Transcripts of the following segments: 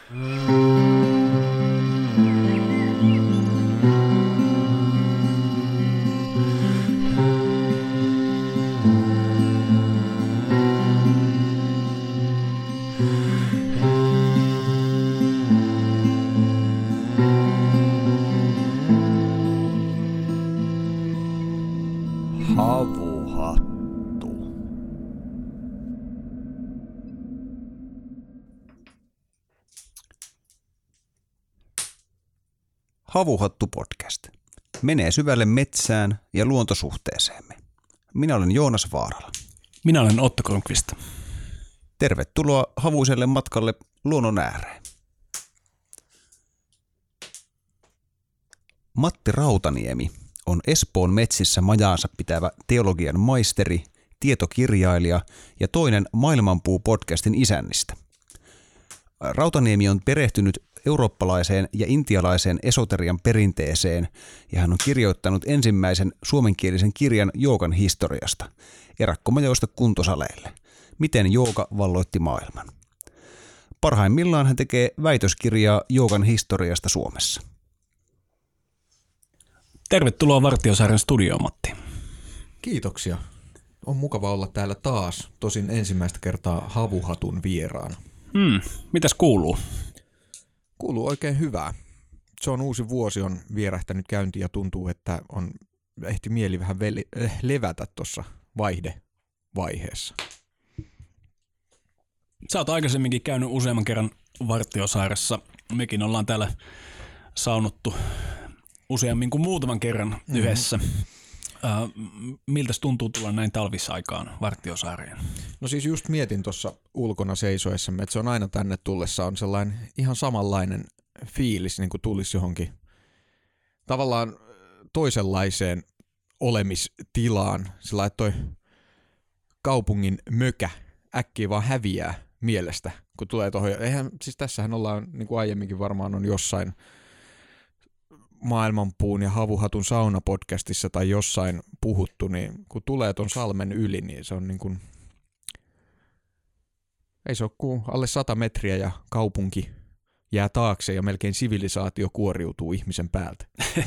Havuhattu. Havuhattu podcast. Menee syvälle metsään ja luontosuhteeseemme. Minä olen Joonas Vaarala. Minä olen Otto Kronqvist. Tervetuloa havuiselle matkalle luonnon ääreen. Matti Rautaniemi on Espoon metsissä majaansa pitävä teologian maisteri, tietokirjailija ja toinen Maailmanpuu-podcastin isännistä. Rautaniemi on perehtynyt eurooppalaiseen ja intialaiseen esoterian perinteeseen ja hän on kirjoittanut ensimmäisen suomenkielisen kirjan joogan historiasta, erakkomajoista kuntosaleille. Miten jooga valloitti maailman. Parhaimmillaan hän tekee väitöskirjaa joogan historiasta Suomessa. Tervetuloa Vartiosaaren studioon, Matti. Kiitoksia. On mukava olla täällä taas, tosin ensimmäistä kertaa havuhatun vieraana. Mitäs kuuluu? Kuuluu oikein hyvää. Se on uusi vuosi, on vierähtänyt käyntiin ja tuntuu, että on ehti mieli vähän levätä tuossa vaihdevaiheessa. Sä oot aikaisemminkin käynyt useamman kerran Vartiosaaressa. Mekin ollaan täällä saunuttu useammin kuin muutaman kerran yhdessä. Miltäs tuntuu tulla näin talvisaikaan Vartiosaareen? No siis just mietin tuossa ulkona seisoessamme, että se on aina tänne tullessa on sellainen ihan samanlainen fiilis, niin kuin tulisi johonkin tavallaan toisenlaiseen olemistilaan. Sillä että toi kaupungin mökä äkkiä vaan häviää mielestä, kun tulee tuohon. Eihän, siis tässähän ollaan, niin kuin aiemminkin varmaan on jossain Maailmanpuun ja Havuhatun saunapodcastissa tai jossain puhuttu, niin kun tulee ton salmen yli, niin se on niin kuin, ei se ole kuin alle 100 metriä ja kaupunki jää taakse ja melkein sivilisaatio kuoriutuu ihmisen päältä.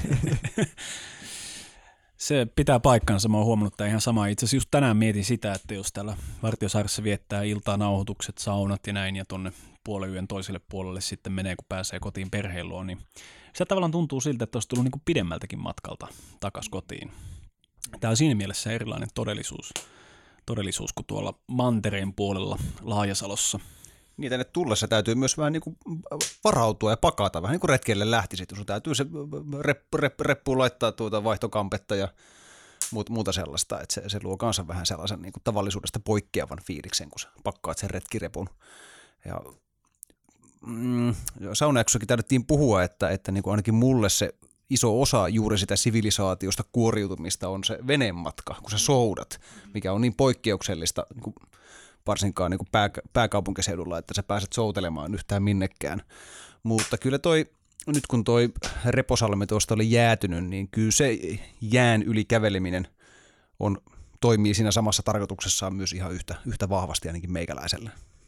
Se pitää paikkansa, mä oon huomannut tämän ihan samaa. Itse asiassa just tänään mietin sitä, että jos täällä Vartiosaaressa viettää iltaa nauhoitukset, saunat ja näin, ja tonne puolen yön toiselle puolelle sitten menee, kun pääsee kotiin perheen luo, niin se tavallaan tuntuu siltä, että olisi tullut niin kuin pidemmältäkin matkalta takaisin kotiin. Tämä on siinä mielessä erilainen todellisuus kuin tuolla mantereen puolella Laajasalossa. Niin tänne tullessa täytyy myös vähän niin kuin varautua ja pakata, vähän niin kuin retkelle lähtisit. Sun täytyy se reppuun laittaa vaihtokampetta ja muuta sellaista, että se luo kanssa vähän sellaisen niin kuin tavallisuudesta poikkeavan fiiliksen, kun sä pakkaat sen retkirepun. Ja saunajaksossakin täydyttiin puhua, että niin kuin ainakin mulle se iso osa juuri sitä sivilisaatiosta kuoriutumista on se venematka, kun sä soudat, mikä on niin poikkeuksellista niin kuin varsinkaan niin kuin pääkaupunkiseudulla, että sä pääset soutelemaan yhtään minnekään. Mutta kyllä nyt kun toi Reposalmi tuosta oli jäätynyt, niin kyllä se jään yli käveleminen toimii siinä samassa tarkoituksessaan myös ihan yhtä vahvasti ainakin meikäläiselle.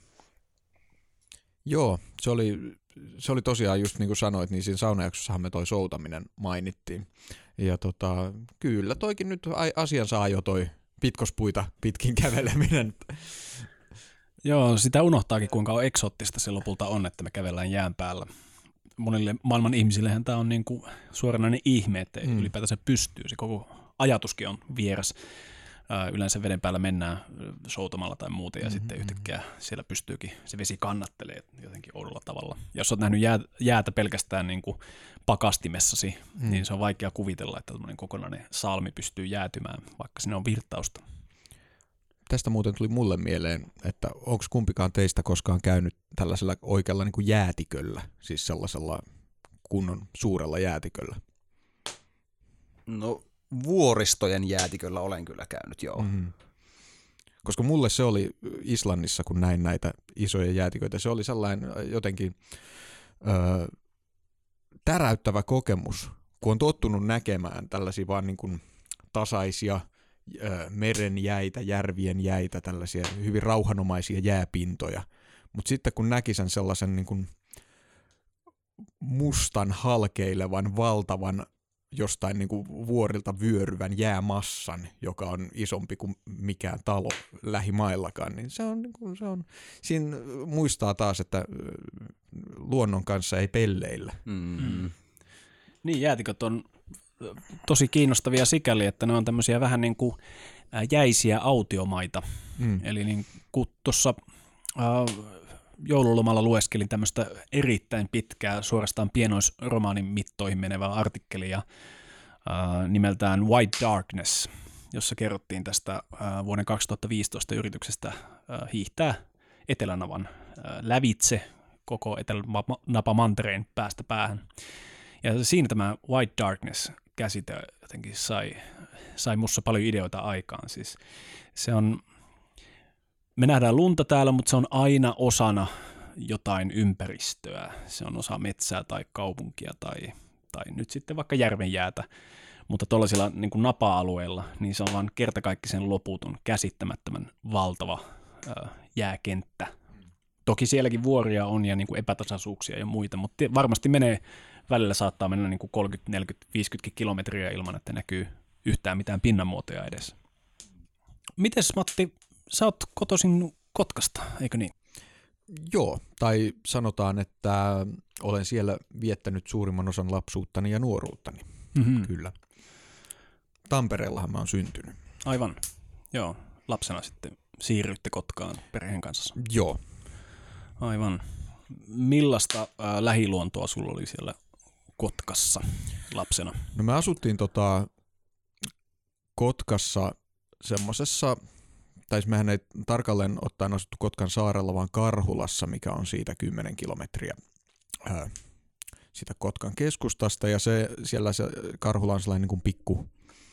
Joo, se oli tosiaan just niin kuin sanoit, niin siinä saunajaksossahan me toi soutaminen mainittiin. Ja kyllä toikin nyt asiansa ajoi toi pitkospuita pitkin käveleminen. Joo, sitä unohtaakin, kuinka eksoottista se lopulta on, että me kävellään jään päällä. Monille maailman ihmisillehän tämä on niin kuin suoranainen ihme, että ylipäätään se pystyy. Se koko ajatuskin on vieras. Yleensä veden päällä mennään soutamalla tai muuta ja sitten yhtäkkiä siellä pystyykin, se vesi kannattelee jotenkin oudolla tavalla. Jos olet nähnyt jäätä pelkästään niin kuin pakastimessasi, niin se on vaikea kuvitella, että tämmöinen kokonainen salmi pystyy jäätymään, vaikka sinne on virtausta. Tästä muuten tuli mulle mieleen, että onko kumpikaan teistä koskaan käynyt tällaisella oikealla niin kuin jäätiköllä, siis sellaisella kunnon suurella jäätiköllä? No vuoristojen jäätiköllä olen kyllä käynyt, joo. Mm-hmm. Koska mulle se oli Islannissa, kun näin näitä isoja jäätiköitä, se oli sellainen jotenkin täräyttävä kokemus, kun on tottunut näkemään tällaisia vaan niin kuin tasaisia meren jäitä, järvien jäitä, tällaisia hyvin rauhanomaisia jääpintoja. Mutta sitten kun näki sen sellaisen niin kuin mustan halkeilevan valtavan jostain niin kuin vuorilta vyöryvän jäämassan, joka on isompi kuin mikään talo lähimaillakaan, niin se on, siinä muistaa taas, että luonnon kanssa ei pelleillä. Mm. Niin, jäätiköt on tosi kiinnostavia sikäli, että ne on tämmöisiä vähän niin kuin jäisiä autiomaita. Eli niin kuin tuossa joululomalla lueskelin tämmöistä erittäin pitkää, suorastaan pienoisromaanin mittoihin menevää artikkelia nimeltään White Darkness, jossa kerrottiin tästä vuoden 2015 yrityksestä hiihtää Etelänavan lävitse koko Etelänapamantereen päästä päähän. Ja siinä tämä White Darkness-käsite jotenkin sai mussa paljon ideoita aikaan. Siis se on, me nähdään lunta täällä, mutta se on aina osana jotain ympäristöä. Se on osa metsää tai kaupunkia tai nyt sitten vaikka järvenjäätä. Mutta tuollaisilla niin kuin napa-alueilla, niin se on vaan kertakaikkisen loputon, käsittämättömän valtava jääkenttä. Toki sielläkin vuoria on ja niin kuin epätasaisuuksia ja muita, mutta varmasti välillä saattaa mennä niin kuin 30, 40, 50 kilometriä ilman, että näkyy yhtään mitään pinnanmuotoja edes. Mites Matti, sä oot kotoisin Kotkasta, eikö niin? Joo, tai sanotaan, että olen siellä viettänyt suurimman osan lapsuuttani ja nuoruuttani. Kyllä. Tampereellahan mä oon syntynyt. Aivan, joo. Lapsena sitten siirryitte Kotkaan perheen kanssa. Joo. Aivan. Millaista lähiluontoa sulla oli siellä Kotkassa lapsena? No me asuttiin Kotkassa semmosessa, tai mehän ei tarkalleen ottaen asuttu Kotkan saarella, vaan Karhulassa, mikä on siitä 10 kilometriä siitä Kotkan keskustasta, ja siellä se Karhula on sellainen niin kuin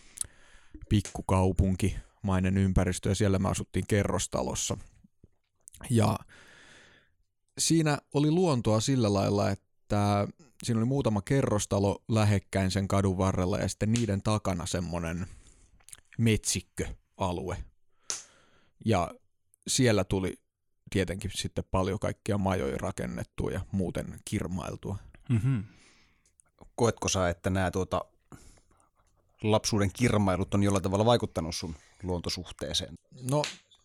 pikkukaupunkimainen ympäristö, ja siellä me asuttiin kerrostalossa. Ja siinä oli luontoa sillä lailla, että siinä oli muutama kerrostalo lähekkäin sen kadun varrella, ja sitten niiden takana semmoinen metsikköalue. Ja siellä tuli tietenkin sitten paljon kaikkia majoja rakennettua ja muuten kirmailtua. Mm-hmm. Koetko sä, että nämä lapsuuden kirmailut on jollain tavalla vaikuttanut sun luontosuhteeseen? No,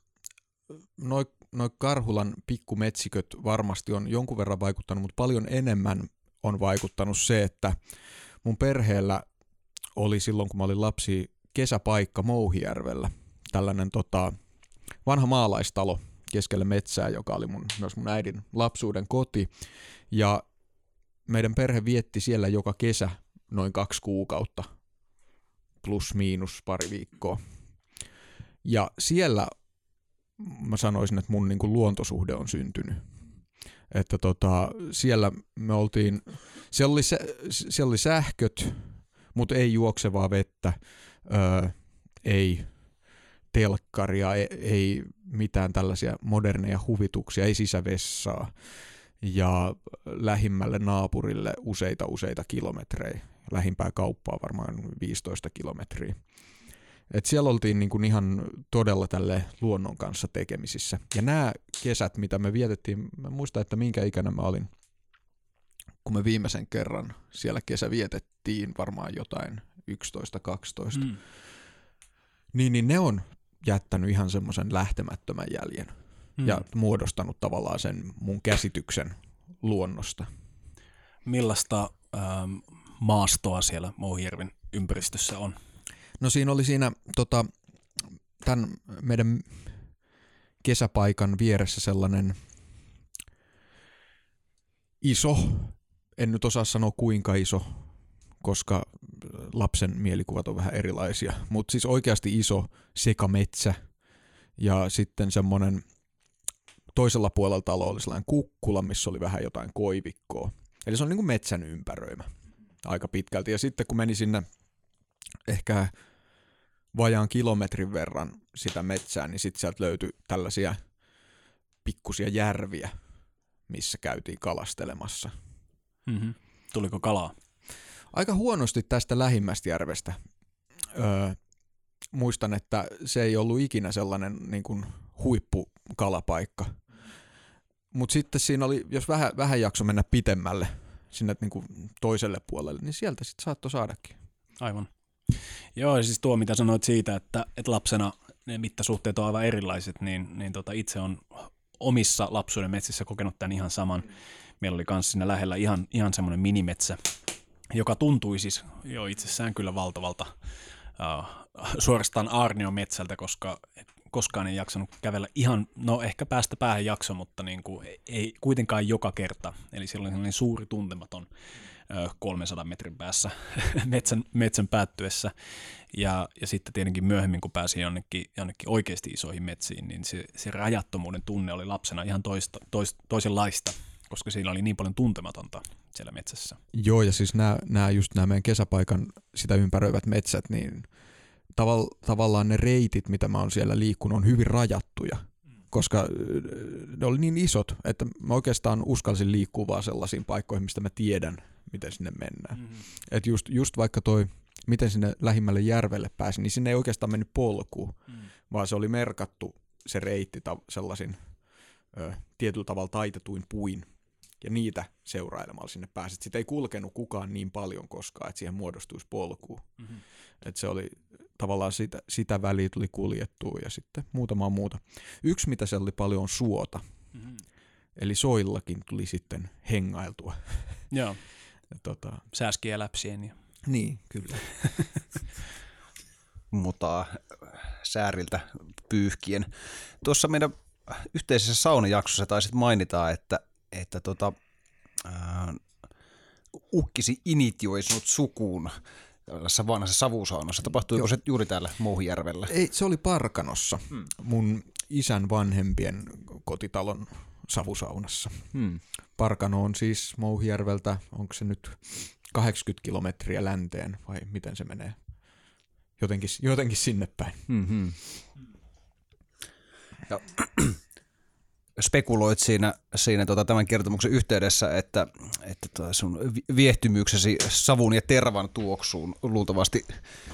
noi Karhulan pikkumetsiköt varmasti on jonkun verran vaikuttanut, mutta paljon enemmän on vaikuttanut se, että mun perheellä oli silloin, kun mä olin lapsi, kesäpaikka Mouhijärvellä. Tällainen vanha maalaistalo keskellä metsää, joka oli myös mun äidin lapsuuden koti. Ja meidän perhe vietti siellä joka kesä noin 2 kuukautta, plus miinus pari viikkoa. Ja siellä mä sanoisin, että mun niin kuin luontosuhde on syntynyt. Että siellä me oltiin, siellä oli sähköt, mutta ei juoksevaa vettä, ei telkkaria, ei mitään tällaisia moderneja huvituksia, ei sisävessaa ja lähimmälle naapurille useita kilometrejä. Lähimpää kauppaa varmaan 15 kilometriä. Et siellä oltiin niin kuin ihan todella tälle luonnon kanssa tekemisissä. Ja nämä kesät, mitä me vietettiin, mä muistan, että minkä ikäinen mä olin, kun me viimeisen kerran siellä kesä vietettiin, varmaan jotain 11-12. Niin ne on jättänyt ihan semmoisen lähtemättömän jäljen ja muodostanut tavallaan sen mun käsityksen luonnosta. Millaista maastoa siellä Mouhijärven ympäristössä on? No siinä oli tämän meidän kesäpaikan vieressä sellainen iso, en nyt osaa sanoa kuinka iso, koska lapsen mielikuvat on vähän erilaisia, mutta siis oikeasti iso sekametsä ja sitten semmoinen toisella puolella talo oli sellainen kukkula, missä oli vähän jotain koivikkoa. Eli se on niin kuin metsän ympäröimä aika pitkälti. Ja sitten kun meni sinne ehkä vajaan kilometrin verran sitä metsää, niin sitten sieltä löytyi tällaisia pikkusia järviä, missä käytiin kalastelemassa. Mm-hmm. Tuliko kalaa? Aika huonosti tästä lähimmästä järvestä. Muistan, että se ei ollut ikinä sellainen niin kuin huippukalapaikka. Mutta sitten siinä oli, jos vähän jakso mennä pitemmälle, sinne niin kuin toiselle puolelle, niin sieltä sitten saattoi saadakin. Aivan. Joo, ja siis tuo, mitä sanoit siitä, että lapsena ne mittasuhteet on aivan erilaiset, niin itse on omissa lapsuuden metsissä kokenut tämän ihan saman. Meillä oli myös siinä lähellä ihan semmoinen minimetsä, joka tuntui siis jo itsessään kyllä valtavalta suorastaan aarniometsältä, koska koskaan ei jaksanut kävellä ihan, no ehkä päästä päähän jakso, mutta niin kuin ei kuitenkaan joka kerta. Eli silloin sellainen suuri tuntematon 300 metrin päässä metsän päättyessä. Ja sitten tietenkin myöhemmin, kun pääsi jonnekin oikeasti isoihin metsiin, niin se rajattomuuden tunne oli lapsena ihan toisenlaista, koska siinä oli niin paljon tuntematonta siellä metsässä. Joo, ja siis nämä meidän kesäpaikan sitä ympäröivät metsät, niin tavallaan ne reitit, mitä mä oon siellä liikkunut, on hyvin rajattuja, koska ne oli niin isot, että mä oikeastaan uskalsin liikkua vaan sellaisiin paikkoihin, mistä mä tiedän, miten sinne mennään. Mm-hmm. Et just vaikka miten sinne lähimmälle järvelle pääsi, niin sinne ei oikeastaan mennyt polkuun, vaan se oli merkattu se reitti sellaisin tietyllä tavalla taitetuin puin, ja niitä seurailemalla sinne pääsit. Sitä ei kulkenut kukaan niin paljon koskaan, että siihen muodostuisi polkuun. Mm-hmm. Että se oli tavallaan sitä väliä tuli kuljettua ja sitten muutamaa muuta. Yksi, mitä siellä oli paljon, on suota. Mm-hmm. Eli soillakin tuli sitten hengailtua. Joo. Sääskiä läpsien. Ja... Niin, kyllä. Mutaa sääriltä pyyhkien. Tuossa meidän yhteisessä saunajaksossa taisit mainita, että ukkisi initioi sinut sukuun tällaisessa vanhassa savusaunassa. Tapahtuiko se juuri täällä Mouhijärvellä? Ei, se oli Parkanossa, mun isän vanhempien kotitalon savusaunassa. Parkano on siis Mouhijärveltä, onko se nyt 80 kilometriä länteen vai miten se menee? Jotenkin sinne päin. Mm-hmm. Ja spekuloit siinä tämän kertomuksen yhteydessä, että sun viehtymyksesi savun ja tervan tuoksuun luultavasti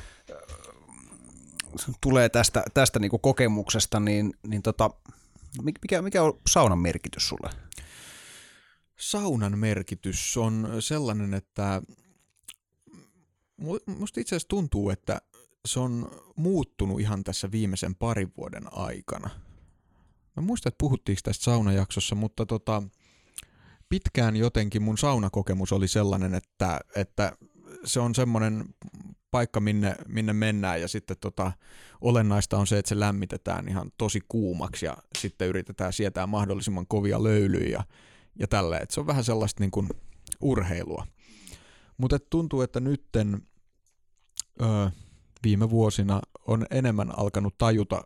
tulee tästä niinku kokemuksesta, niin mikä on saunan merkitys sulle? Saunan merkitys on sellainen, että musta itse asiassa tuntuu, että se on muuttunut ihan tässä viimeisen parin vuoden aikana. Mä muistan, että puhuttiinko tästä saunajaksossa, mutta pitkään jotenkin mun saunakokemus oli sellainen, että se on semmoinen paikka, minne mennään ja sitten olennaista on se, että se lämmitetään ihan tosi kuumaksi ja sitten yritetään sietää mahdollisimman kovia löylyjä ja tällä, että se on vähän sellaista niin kuin urheilua. Mutta tuntuu, että nytten viime vuosina on enemmän alkanut tajuta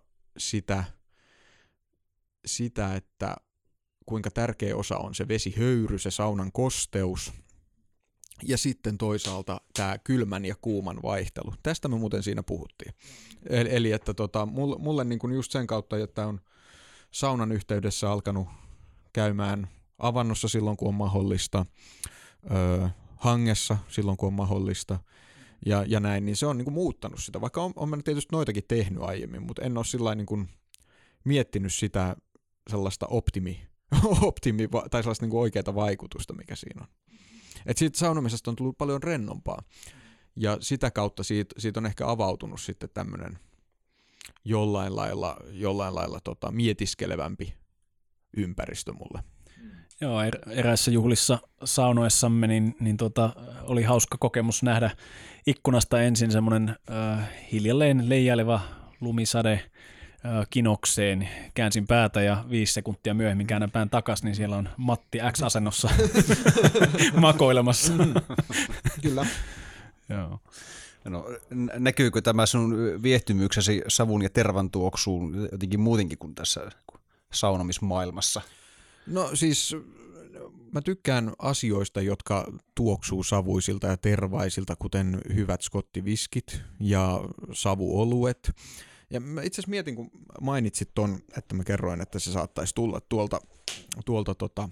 sitä, että kuinka tärkeä osa on se vesihöyry, se saunan kosteus ja sitten toisaalta tämä kylmän ja kuuman vaihtelu. Tästä me muuten siinä puhuttiin. Eli että mulle niin kuin just sen kautta, että on saunan yhteydessä alkanut käymään avannossa silloin, kun on mahdollista, hangessa silloin, kun on mahdollista ja näin, niin se on niin kuin muuttanut sitä. Vaikka on mä tietysti noitakin tehnyt aiemmin, mutta en ole sillain niin kuin miettinyt sitä sellaista tai sellaista niin kuin oikeaa vaikutusta, mikä siinä on. Et siitä saunomisesta on tullut paljon rennompaa. Ja sitä kautta siitä on ehkä avautunut sitten tämmöinen jollain lailla mietiskelevämpi ympäristö mulle. Joo, eräissä juhlissa saunoessamme niin oli hauska kokemus nähdä ikkunasta ensin semmoinen hiljalleen leijaileva lumisade kinokseen. Käänsin päätä ja 5 sekuntia myöhemmin käännän pään takas, niin siellä on Matti X-asennossa makoilemassa. Kyllä. Joo. No, näkyykö tämä sun viehtymyksesi savun ja tervan tuoksuun jotenkin muutenkin kuin tässä saunomismaailmassa? No siis mä tykkään asioista, jotka tuoksuu savuisilta ja tervaisilta, kuten hyvät skottiviskit ja savuoluet. Ja mä itse asiassa mietin, kun mainitsit ton, että mä kerroin, että se saattaisi tulla tuolta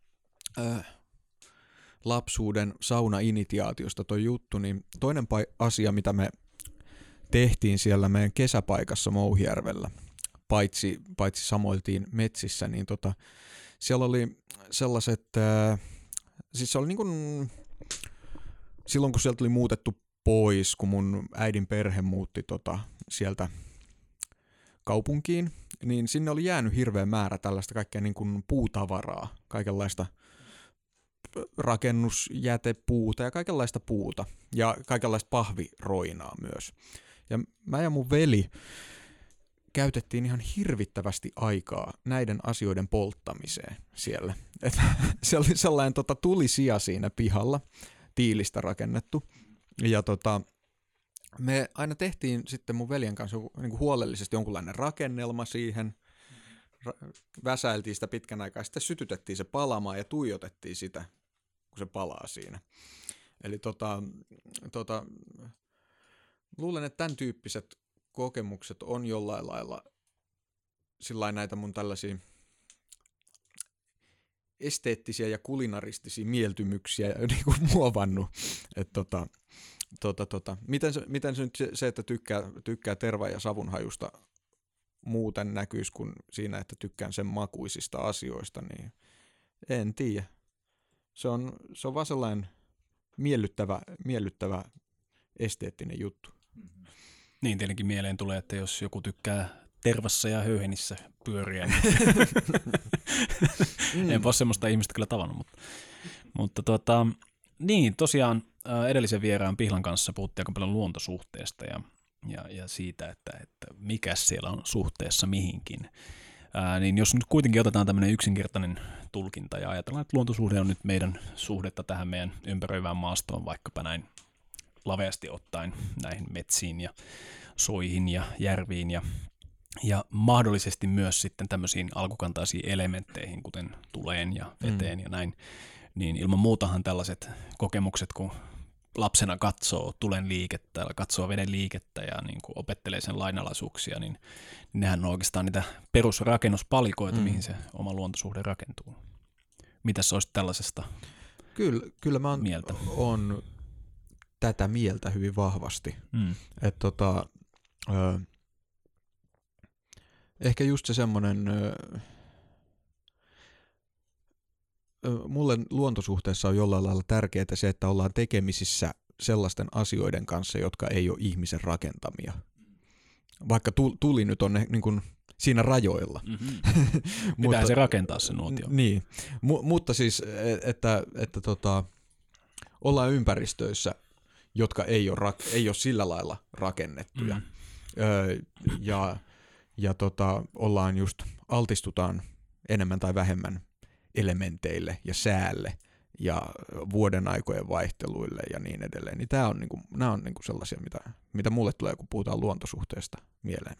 lapsuuden saunainitiaatiosta toi juttu, niin toinen asia, mitä me tehtiin siellä meidän kesäpaikassa Mouhijärvellä, paitsi samoiltiin metsissä, niin siellä oli sellaiset siis se oli niin kuin, silloin kun sieltä oli muutettu pois, kun mun äidin perhe muutti sieltä kaupunkiin, niin sinne oli jäänyt hirveä määrä tällaista kaikkea niin kuin puutavaraa, kaikenlaista rakennusjätepuuta ja kaikenlaista puuta ja kaikenlaista pahviroinaa myös. Ja mä ja mun veli käytettiin ihan hirvittävästi aikaa näiden asioiden polttamiseen siellä. Et se oli sellainen tulisija siinä pihalla, tiilistä rakennettu. Ja me aina tehtiin sitten mun veljen kanssa niin huolellisesti jonkunlainen rakennelma siihen. Väsäiltiin sitä pitkän aikaa, sitten sytytettiin se palamaan ja tuijotettiin sitä, kun se palaa siinä. Eli luulen, että tämän tyyppiset kokemukset on jollain lailla sillain näitä mun tällaisia esteettisiä ja kulinaristisia mieltymyksiä niin kuin muovannut. Miten se nyt se, että tykkää tervan ja savun hajusta muuten näkyisi kuin siinä, että tykkään sen makuisista asioista, niin en tiedä. Se on vaan sellainen miellyttävä esteettinen juttu. Niin, tietenkin mieleen tulee, että jos joku tykkää tervassa ja höyhenissä pyöriä, niin enpä ole semmoista ihmistä kyllä tavannut. Mutta niin, tosiaan edellisen vieraan Pihlan kanssa puhuttiin aika paljon luontosuhteesta ja siitä, että mikä siellä on suhteessa mihinkin. Niin jos nyt kuitenkin otetaan tämmöinen yksinkertainen tulkinta ja ajatellaan, että luontosuhde on nyt meidän suhdetta tähän meidän ympäröivään maastoon, vaikkapa näin laveasti ottaen näihin metsiin ja soihin ja järviin ja mahdollisesti myös sitten tämmöisiin alkukantaisiin elementteihin, kuten tuleen ja veteen ja näin, niin ilman muutahan tällaiset kokemukset, kun lapsena katsoo tulen liikettä, katsoo veden liikettä ja niin kuin opettelee sen lainalaisuuksia, niin nehän on oikeastaan niitä perusrakennuspalikoita, mihin se oma luontosuhde rakentuu. Mitäs sä olisit tällaisesta Kyllä mä mieltä? On tätä mieltä hyvin vahvasti. Että ehkä just se semmoinen, mulle luontosuhteessa on jollain lailla tärkeää se, että ollaan tekemisissä sellaisten asioiden kanssa, jotka ei ole ihmisen rakentamia. Vaikka tuli nyt on niin kuin siinä rajoilla. Pitää se rakentaa se nuotio. Niin, mutta siis, että ollaan ympäristöissä, jotka ei ole sillä lailla rakennettuja. Altistutaan enemmän tai vähemmän elementeille ja säälle ja vuoden aikojen vaihteluille ja niin edelleen. Niin nämä on niinku sellaisia, mitä mulle tulee, kun puhutaan luontosuhteesta mieleen.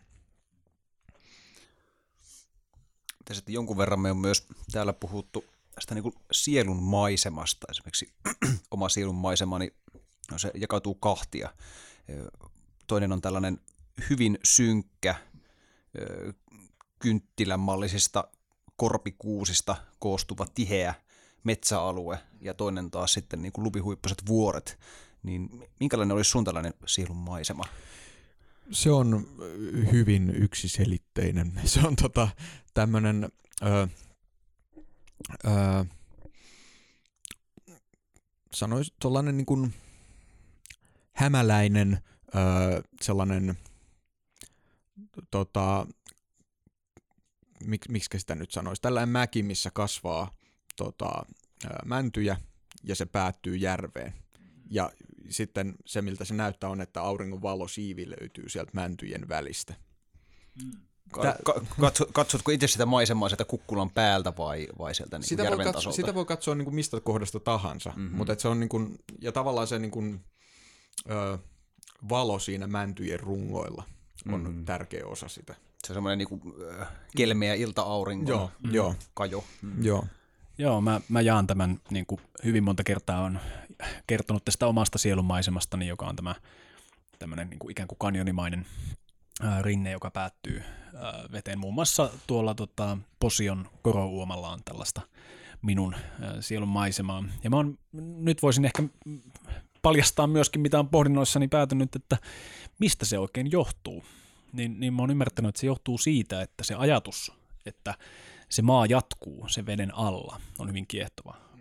Sitten jonkun verran me on myös täällä puhuttu tästä niin kuin sielun maisemasta. Esimerkiksi oma sielun maisemani, no se jakautuu kahtia. Toinen on tällainen hyvin synkkä, kynttilänmallisista korpikuusista koostuva tiheä metsäalue ja toinen taas sitten niin kuin lupihuippuiset vuoret. Niin minkälainen olisi sun tällainen sielun maisema? Se on hyvin yksiselitteinen. Se on tämmöinen sanois tollainen niin kuin hämäläinen sellainen miksi sitä nyt sanoisi, tällainen mäki, missä kasvaa mäntyjä ja se päättyy järveen. Ja sitten se, miltä se näyttää, on, että auringon valo siivilöityy sieltä mäntyjen välistä. Katsotko itse sitä maisemaa sieltä kukkulan päältä vai sieltä niin kuin järven tasolta? Sitä voi katsoa niin kuin mistä kohdasta tahansa, mutta se on niin kuin, ja tavallaan se niin kuin, valo siinä mäntyjen rungoilla on tärkeä osa sitä. Se on semmoinen niin kuin kelmeä ilta-auringon kajo. Joo, mä jaan tämän, niin kuin hyvin monta kertaa on kertonut tästä omasta sielunmaisemastani, joka on tämmöinen niin kuin ikään kuin kanjonimainen rinne, joka päättyy veteen. Muun muassa tuolla Posion Korouomalla on tällaista minun sielunmaisemaa. Ja nyt voisin ehkä paljastaa myöskin, mitä on pohdinnoissani päätynyt, että mistä se oikein johtuu. Niin mä oon ymmärtänyt, että se johtuu siitä, että se ajatus, että se maa jatkuu sen veden alla, on hyvin kiehtova.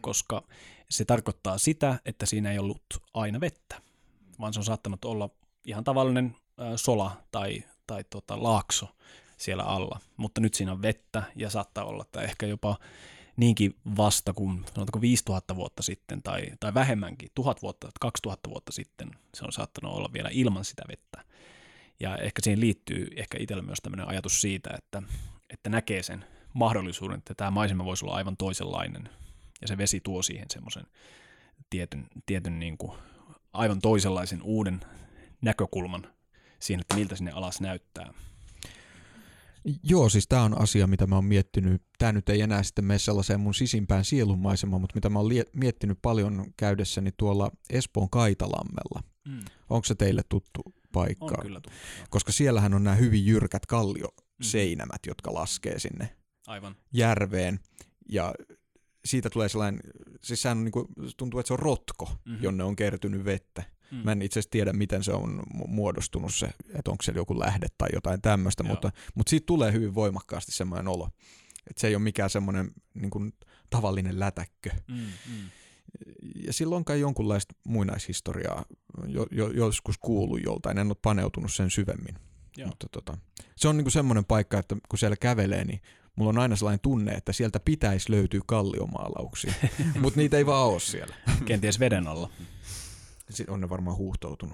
koska se tarkoittaa sitä, että siinä ei ollut aina vettä, vaan se on saattanut olla ihan tavallinen sola tai laakso siellä alla, mutta nyt siinä on vettä ja saattaa olla, että ehkä jopa niinkin vasta kuin 5000 vuotta sitten tai vähemmänkin, 1000 vuotta, 2000 vuotta sitten se on saattanut olla vielä ilman sitä vettä. Ja ehkä siihen liittyy ehkä itsellä myös tämmöinen ajatus siitä, että näkee sen mahdollisuuden, että tämä maisema voisi olla aivan toisenlainen ja se vesi tuo siihen semmoisen tietyn niin kuin aivan toisenlaisen uuden näkökulman siihen, että miltä sinne alas näyttää. Joo, siis tämä on asia, mitä mä oon miettinyt. Tämä nyt ei enää sitten mene sellaiseen mun sisimpään sielunmaisemaan, mutta mitä mä oon miettinyt paljon käydessäni tuolla Espoon Kaitalammella. Onko se teille tuttu paikka? On kyllä tuttu. Koska siellähän on nämä hyvin jyrkät kallioseinämät, jotka laskee sinne Aivan. järveen. Ja siitä tulee sellainen, siis sehän on niin kuin, tuntuu, että se on rotko, jonne on kertynyt vettä. Mä en itse asiassa tiedä, miten se on muodostunut se, että onko se joku lähde tai jotain tämmöistä, mutta siitä tulee hyvin voimakkaasti semmoinen olo. Että se ei ole mikään semmoinen niin kuin tavallinen lätäkkö. Ja sillä on kai jonkunlaista muinaishistoriaa joskus kuullut joltain, en ole paneutunut sen syvemmin. Mutta se on niin kuin semmoinen paikka, että kun siellä kävelee, niin mulla on aina sellainen tunne, että sieltä pitäisi löytyä kalliomaalauksia, mutta niitä ei vaan ole siellä. Kenties veden alla. Sitten on ne varmaan huuhtoutunut.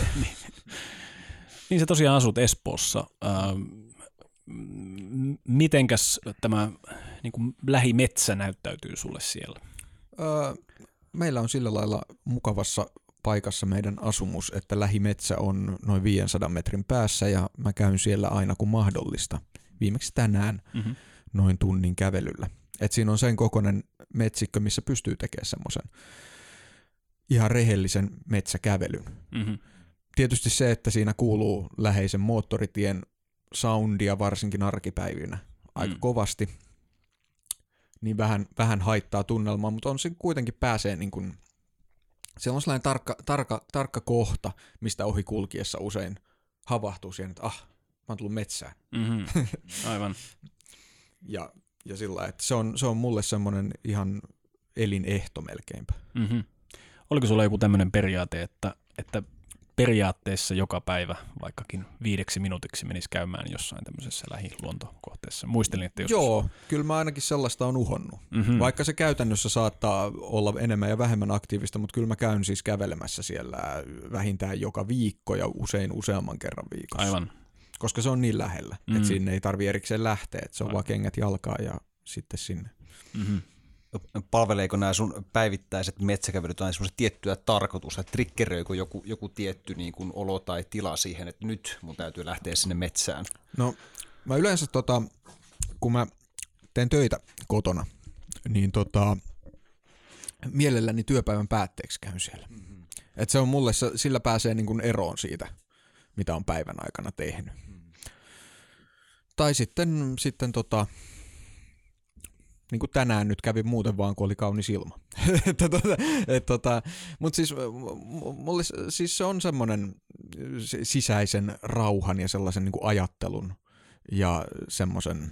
Niin sä tosiaan asut Espoossa. Mitenkäs tämä niin kuin lähimetsä näyttäytyy sulle siellä? Meillä on sillä lailla mukavassa paikassa meidän asumus, että lähimetsä on noin 500 metrin päässä ja mä käyn siellä aina kun mahdollista. Viimeksi tänään noin tunnin kävelyllä. Et siinä on sen kokoinen metsikkö, missä pystyy tekemään semmoisen ihan rehellisen metsäkävelyn. Tietysti se, että siinä kuuluu läheisen moottoritien soundia varsinkin arkipäivinä aika kovasti, niin vähän haittaa tunnelmaa, mutta on se kuitenkin pääsee niin kuin, se on sellainen tarkka kohta, mistä ohi kulkiessa usein havahtuu siihen, että mä oon tullut metsään. Aivan. ja sillä lailla, että se on mulle semmoinen ihan elinehto melkeinpä. Oliko sulla joku tämmöinen periaate, että periaatteessa joka päivä vaikkakin 5 minuutiksi menisi käymään jossain tämmöisessä lähiluontokohteessa? Muistelin, että joskus... Joo, kyllä mä ainakin sellaista on uhonnut. Vaikka se käytännössä saattaa olla enemmän ja vähemmän aktiivista, mutta kyllä mä käyn siis kävelemässä siellä vähintään joka viikko ja usein useamman kerran viikossa. Aivan. Koska se on niin lähellä, että sinne ei tarvitse erikseen lähteä, että se on vaan kengät jalkaa ja sitten sinne. Palveleeko nämä sun päivittäiset metsäkävelyt aina semmoista tiettyä tarkoitusta, että triggeröikö joku tietty niin kuin olo tai tila siihen, että nyt mun täytyy lähteä sinne metsään? No mä yleensä kun mä teen töitä kotona, niin mielelläni työpäivän päätteeksi käyn siellä. Että se on mulle, sillä pääsee niin kuin eroon siitä, mitä on päivän aikana tehnyt. Tai sitten niin kuin tänään nyt kävi muuten vaan, kun oli kaunis ilma. Mutta siis mulle siis se on semmoinen sisäisen rauhan ja sellaisen niin kuin ajattelun ja semmoisen,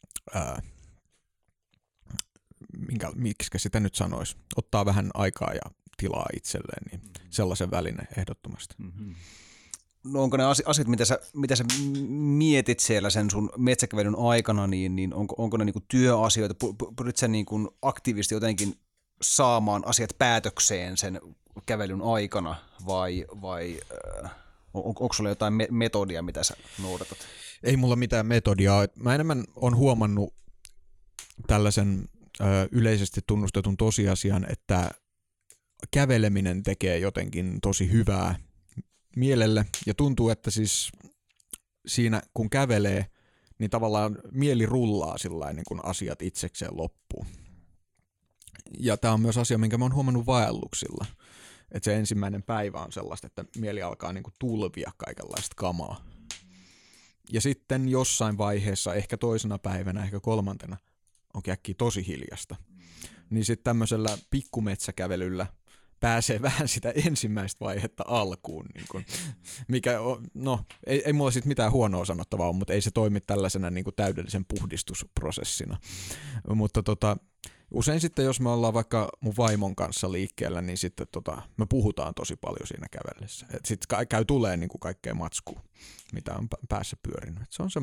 miksikä sitä nyt sanoisi, ottaa vähän aikaa ja tilaa itselleen, niin sellaisen väline ehdottomasti. No onko ne asiat, mitä sä mietit siellä sen sun metsäkävelyn aikana, niin onko ne niinku työasioita? Pyrit sä niinku aktiivisesti jotenkin saamaan asiat päätökseen sen kävelyn aikana vai onko sulla jotain metodia, mitä sä noudatat? Ei mulla mitään metodiaa. Mä enemmän on huomannut tällaisen yleisesti tunnustetun tosiasian, että käveleminen tekee jotenkin tosi hyvää mielelle ja tuntuu, että siis siinä kun kävelee, niin tavallaan mieli rullaa sillain niin kuin asiat itsekseen loppuun. Ja tämä on myös asia, minkä mä oon huomannut vaelluksilla. Että se ensimmäinen päivä on sellaista, että mieli alkaa niin kuin tulvia kaikenlaista kamaa. Ja sitten jossain vaiheessa, ehkä toisena päivänä, ehkä kolmantena, onkin äkkiä tosi hiljasta. Niin sitten tämmöisellä pikkumetsäkävelyllä pääsee vähän sitä ensimmäistä vaihetta alkuun. Niin kun, mikä on, no, ei mulla siitä mitään huonoa sanottavaa ole, mutta ei se toimi tällaisena niin kuin täydellisen puhdistusprosessina. Mutta Usein sitten, jos me ollaan vaikka mun vaimon kanssa liikkeellä, niin sitten me puhutaan tosi paljon siinä kävellessä. Sitten käy tulee niin kuin kaikkea matskua, mitä on päässä pyörinyt. Et se on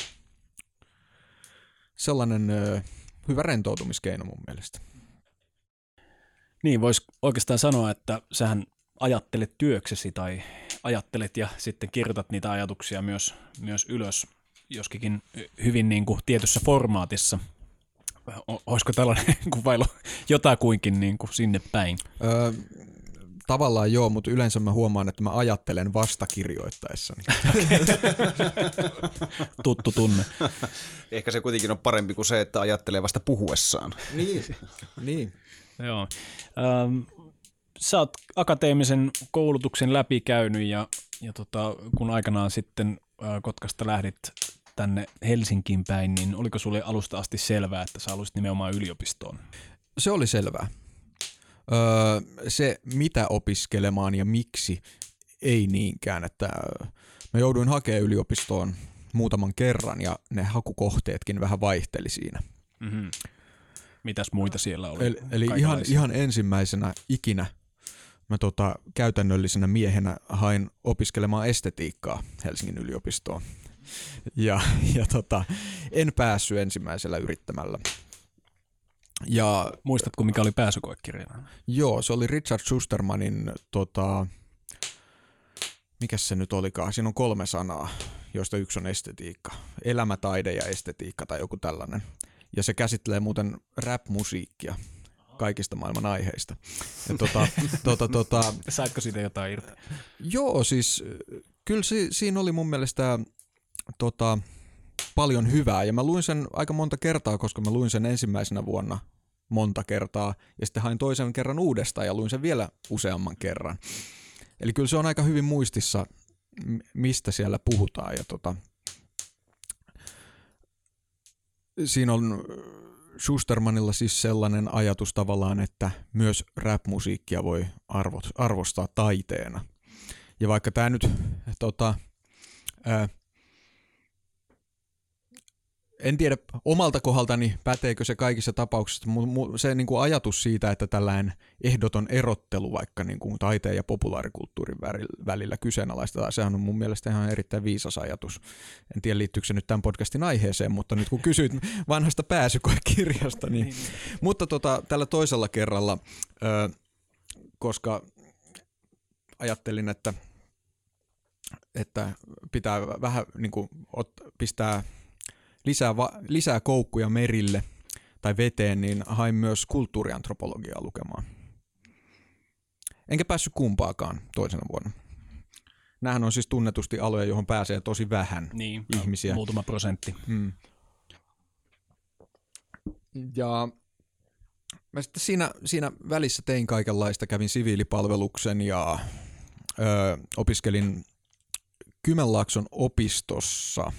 sellainen hyvä rentoutumiskeino mun mielestä. Niin, voisi oikeastaan sanoa, että sähän ajattelet työksesi tai ajattelet ja sitten kirjoitat niitä ajatuksia myös ylös, joskin hyvin niin kuin tietyssä formaatissa. Olisiko tällainen kuvailu jotakuinkin niin kuin sinne päin? Tavallaan joo, mutta yleensä mä huomaan, että mä ajattelen vasta kirjoittaessani. Tuttu tunne. Ehkä se kuitenkin on parempi kuin se, että ajattelee vasta puhuessaan. Niin. Joo. Sä oot akateemisen koulutuksen läpikäynyt ja kun aikanaan sitten Kotkasta lähdit tänne Helsinkiin päin, niin oliko sulle alusta asti selvää, että sä haluaisit nimenomaan yliopistoon? Se oli selvää. Se, mitä opiskelemaan ja miksi, ei niinkään. Että mä jouduin hakemaan yliopistoon muutaman kerran ja ne hakukohteetkin vähän vaihteli siinä. Mm-hmm. Mitäs muita siellä oli? Eli ihan ensimmäisenä ikinä mä käytännöllisenä miehenä hain opiskelemaan estetiikkaa Helsingin yliopistoon. Ja en päässyt ensimmäisellä yrittämällä. Ja, muistatko, mikä oli pääsykoekirja? Joo, se oli Richard Schustermanin, mikäs se nyt olikaan, siinä on 3 sanaa, joista yksi on estetiikka. Elämä, taide ja estetiikka tai joku tällainen. Ja se käsittelee muuten rap-musiikkia kaikista maailman aiheista. Saitko siitä jotain irti? Joo, siis kyllä siinä oli mun mielestä paljon hyvää. Ja mä luin sen aika monta kertaa, koska mä luin sen ensimmäisenä vuonna monta kertaa. Ja sitten hain toisen kerran uudestaan ja luin sen vielä useamman kerran. Eli kyllä se on aika hyvin muistissa, mistä siellä puhutaan. Ja siinä on Schustermanilla siis sellainen ajatus tavallaan, että myös rap-musiikkia voi arvostaa taiteena. Ja vaikka tämä nyt, en tiedä omalta kohdaltani päteekö se kaikissa tapauksissa, mutta se niin kuin ajatus siitä, että tällainen ehdoton erottelu vaikka niin kuin taiteen ja populaarikulttuurin välillä kyseenalaistetaan, sehän on mun mielestä ihan erittäin viisas ajatus. En tiedä liittyykö se nyt tämän podcastin aiheeseen, mutta nyt kun kysyit vanhasta pääsykoekirjasta, niin. Mutta tällä toisella kerralla, koska ajattelin, että pitää vähän niin kuin pistää lisää koukkuja merille tai veteen, niin hain myös kulttuuriantropologiaa lukemaan. Enkä päässyt kumpaakaan toisena vuonna. Nämähän on siis tunnetusti aloja, johon pääsee tosi vähän ihmisiä. Muutama prosentti. Ja mä sitten siinä välissä tein kaikenlaista, kävin siviilipalveluksen ja opiskelin Kymenlaakson opistossa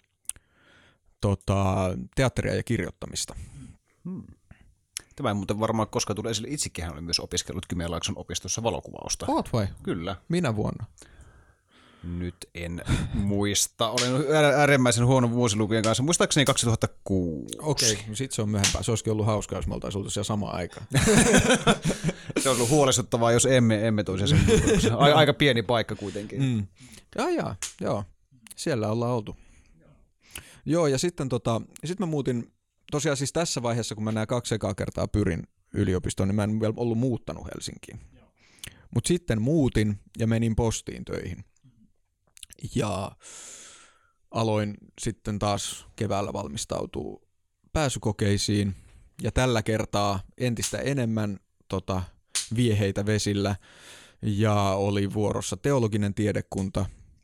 teatteria ja kirjoittamista. Tämä ei muuten varmaan koskaan tule esille. Itsekin olen myös opiskellut Kymenlaakson opistossa valokuvausta. Oot vai? Kyllä. Minä vuonna? Nyt en muista. Olen äärimmäisen huono vuosilukujen kanssa. Muistaakseni 2006. Okei, no sit se on myöhempää. Se olisikin ollut hauskaa, jos me oltaisiin oltu siellä samaan aikaan. Se olisi ollut huolestuttavaa, jos emme toisi sen. Aika pieni paikka kuitenkin. Joo. Siellä ollaan oltu. Joo, ja sitten mä muutin, tosiaan siis tässä vaiheessa, kun mä nämä 2 ekaa kertaa pyrin yliopistoon, niin mä en vielä ollut muuttanut Helsinkiin. Mutta sitten muutin ja menin postiin töihin. Ja aloin sitten taas keväällä valmistautua pääsykokeisiin. Ja tällä kertaa entistä enemmän vieheitä vesillä. Ja oli vuorossa teologinen tiedekunta.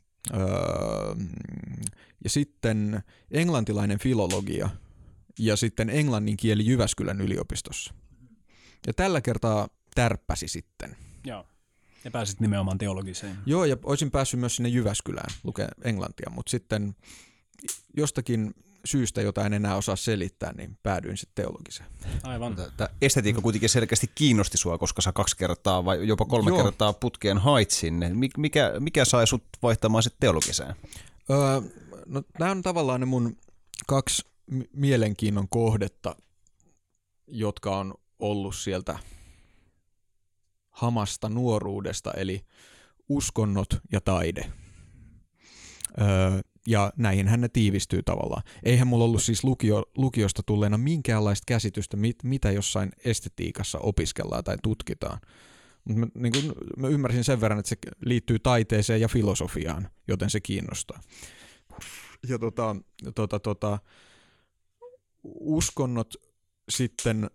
Ja sitten englantilainen filologia ja sitten englannin kieli Jyväskylän yliopistossa. Ja tällä kertaa tärppäsi sitten. Joo. Ja pääsit nimenomaan teologiseen. Joo, ja olisin päässyt myös sinne Jyväskylään lukea englantia, mutta sitten jostakin syystä, jota en enää osaa selittää, niin päädyin sitten teologiseen. Aivan. Tämä estetiikka kuitenkin selkeästi kiinnosti sua, koska sä 2 kertaa vai jopa 3 kertaa putkeen hait sinne. Mikä sai sut vaihtamaan sitten teologiseen? No, nämä on tavallaan ne mun 2 mielenkiinnon kohdetta. jotka on ollut sieltä hamasta nuoruudesta, eli uskonnot ja taide. Ja näihinhän ne tiivistyy tavallaan. Eihän mulla ollut siis lukiosta tulleena minkäänlaista käsitystä, mitä jossain estetiikassa opiskellaan tai tutkitaan. Mutta mä ymmärsin sen verran, että se liittyy taiteeseen ja filosofiaan, joten se kiinnostaa. Ja uskonnot sitten...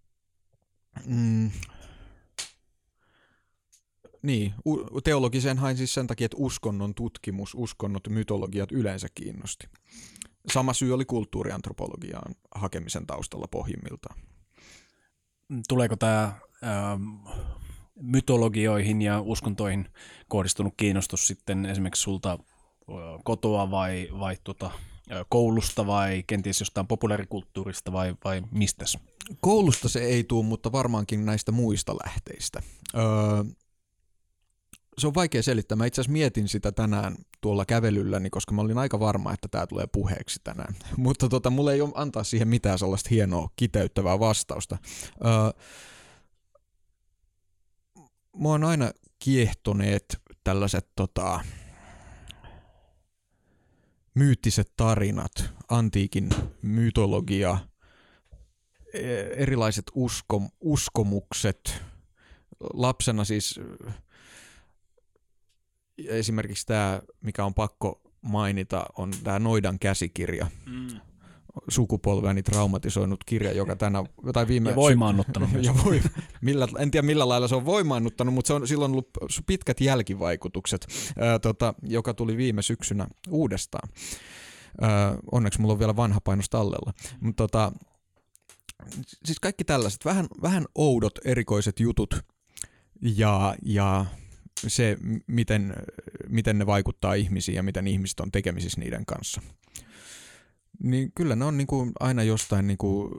Niin, teologiseen hain siis sen takia, että uskonnon tutkimus, uskonnot, mytologiat yleensä kiinnosti. Sama syy oli kulttuuriantropologiaan hakemisen taustalla pohjimmiltaan. Tuleeko tämä mytologioihin ja uskontoihin kohdistunut kiinnostus sitten esimerkiksi sulta kotoa vai koulusta vai kenties jostain populaarikulttuurista vai mistäs? Koulusta se ei tule, mutta varmaankin näistä muista lähteistä. Se on vaikea selittää. Mä itse asiassa mietin sitä tänään tuolla kävelylläni, koska mä olin aika varma, että tämä tulee puheeksi tänään. Mutta mulla ei ole antaa siihen mitään sellaista hienoa kiteyttävää vastausta. Mua on aina kiehtoneet tällaiset myyttiset tarinat, antiikin mytologia, erilaiset uskomukset. Lapsena siis esimerkiksi tämä, mikä on pakko mainita, on tämä Noidan käsikirja. Sukupolveani traumatisoinut kirja, joka viime... Ja voimaannuttanut myös. En tiedä millä lailla se on voimaannuttanut, mutta silloin on ollut pitkät jälkivaikutukset, joka tuli viime syksynä uudestaan. Onneksi mulla on vielä vanha painos tallella. Mutta siis kaikki tällaiset vähän oudot erikoiset jutut ja se, miten ne vaikuttaa ihmisiin ja miten ihmiset on tekemisissä niiden kanssa. Niin kyllä ne on niinku aina jostain, niinku,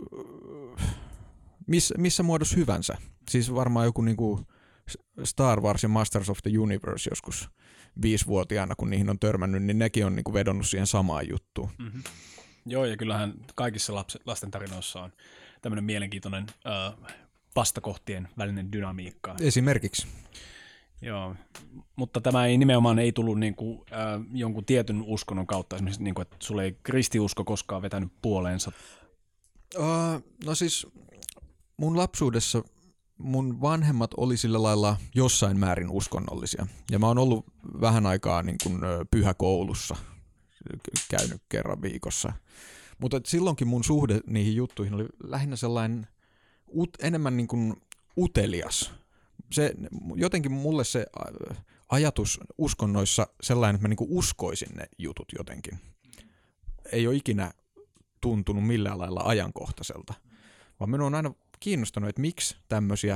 missä muodossa hyvänsä. Siis varmaan joku niinku Star Wars ja Masters of the Universe joskus 5-vuotiaana, kun niihin on törmännyt, niin nekin on niinku vedonnut siihen samaan juttuun. Mm-hmm. Joo, ja kyllähän kaikissa lastentarinoissa on tämmöinen mielenkiintoinen vastakohtien välinen dynamiikka. Esimerkiksi. Joo, mutta tämä ei nimenomaan tullut niinku, jonkun tietyn uskonnon kautta, esimerkiksi niinku, että sulla ei kristiusko koskaan vetänyt puoleensa. No siis mun lapsuudessa mun vanhemmat oli sillä lailla jossain määrin uskonnollisia. Ja mä oon ollut vähän aikaa niin kuin pyhäkoulussa, käynyt kerran viikossa. Mutta silloinkin mun suhde niihin juttuihin oli lähinnä sellainen enemmän niin kuin utelias. Jotenkin mulle se ajatus uskonnoissa sellainen, että mä niinku uskoisin ne jutut jotenkin. Ei ole ikinä tuntunut millään lailla ajankohtaiselta. Vaan minua on aina kiinnostanut, että miksi tämmöisiä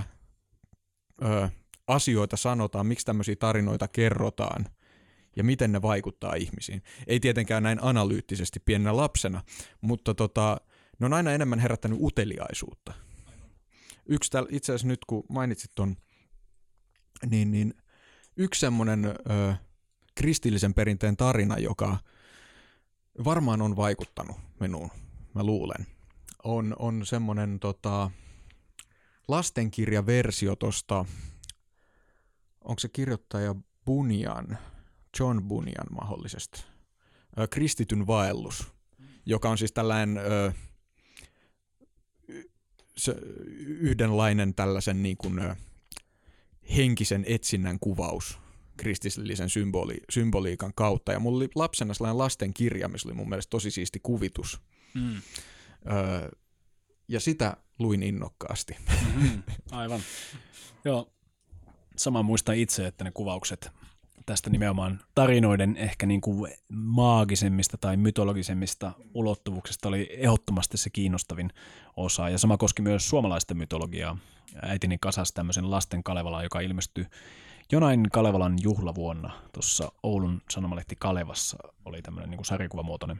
asioita sanotaan, miksi tämmöisiä tarinoita kerrotaan ja miten ne vaikuttaa ihmisiin. Ei tietenkään näin analyyttisesti pienenä lapsena, mutta ne on aina enemmän herättänyt uteliaisuutta. Itse asiassa nyt kun mainitsit ton, niin yksi semmoinen kristillisen perinteen tarina, joka varmaan on vaikuttanut minuun, mä luulen, on semmoinen lastenkirjaversio tosta, onko se kirjoittaja Bunyan, John Bunyan mahdollisesti, Kristityn vaellus, joka on siis tällainen yhdenlainen tällaisen niin kuin henkisen etsinnän kuvaus kristillisen symboliikan kautta. Ja mulla oli lapsena sellainen lastenkirja, missä oli mun mielestä tosi siisti kuvitus. Ja sitä luin innokkaasti. Aivan. Joo, sama muistan itse, että ne kuvaukset tästä nimenomaan tarinoiden ehkä niin kuin maagisemmista tai mytologisemmista ulottuvuuksista oli ehdottomasti se kiinnostavin osa. Ja sama koski myös suomalaisten mytologiaa. Äitini kasasi tämmöisen Lasten Kalevalan, joka ilmestyi jonain Kalevalan juhlavuonna. Tuossa Oulun sanomalehti Kalevassa oli tämmöinen niin kuin sarjakuvamuotoinen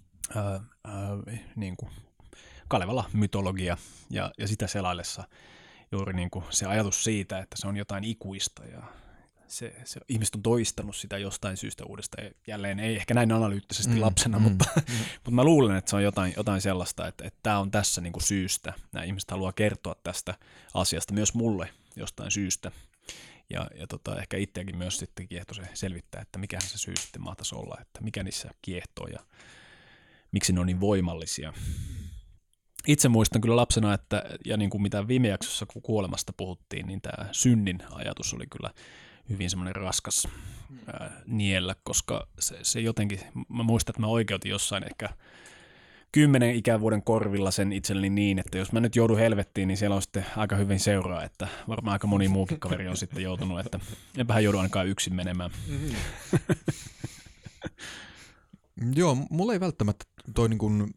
niin kuin Kalevala-mytologia. Ja sitä selaillessa juuri niin kuin se ajatus siitä, että se on jotain ikuista ja ihmiset on toistanut sitä jostain syystä uudestaan. Jälleen ei ehkä näin analyyttisesti lapsena, mutta mä luulen, että se on jotain sellaista, että tämä on tässä niin kuin syystä. Nämä ihmiset haluaa kertoa tästä asiasta myös mulle jostain syystä. Ja ehkä itseäkin myös sitten kiehtoi se selvittää, että mikähän se syy sitten mahtaisi olla, että mikä niissä kiehtoo ja miksi ne on niin voimallisia. Itse muistan kyllä lapsena, ja niin kuin mitä viime jaksossa kun kuolemasta puhuttiin, niin tämä synnin ajatus oli kyllä hyvin semmoinen raskas niellä, koska se jotenkin, mä muistan, että mä oikeutin jossain ehkä 10 ikävuoden korvilla sen itselleni niin, että jos mä nyt joudun helvettiin, niin siellä on sitten aika hyvin seuraa, että varmaan aika moni muukin kaveri on sitten joutunut, että enpähän joudu ainakaan yksin menemään. Joo, mulla ei välttämättä toi niin kuin,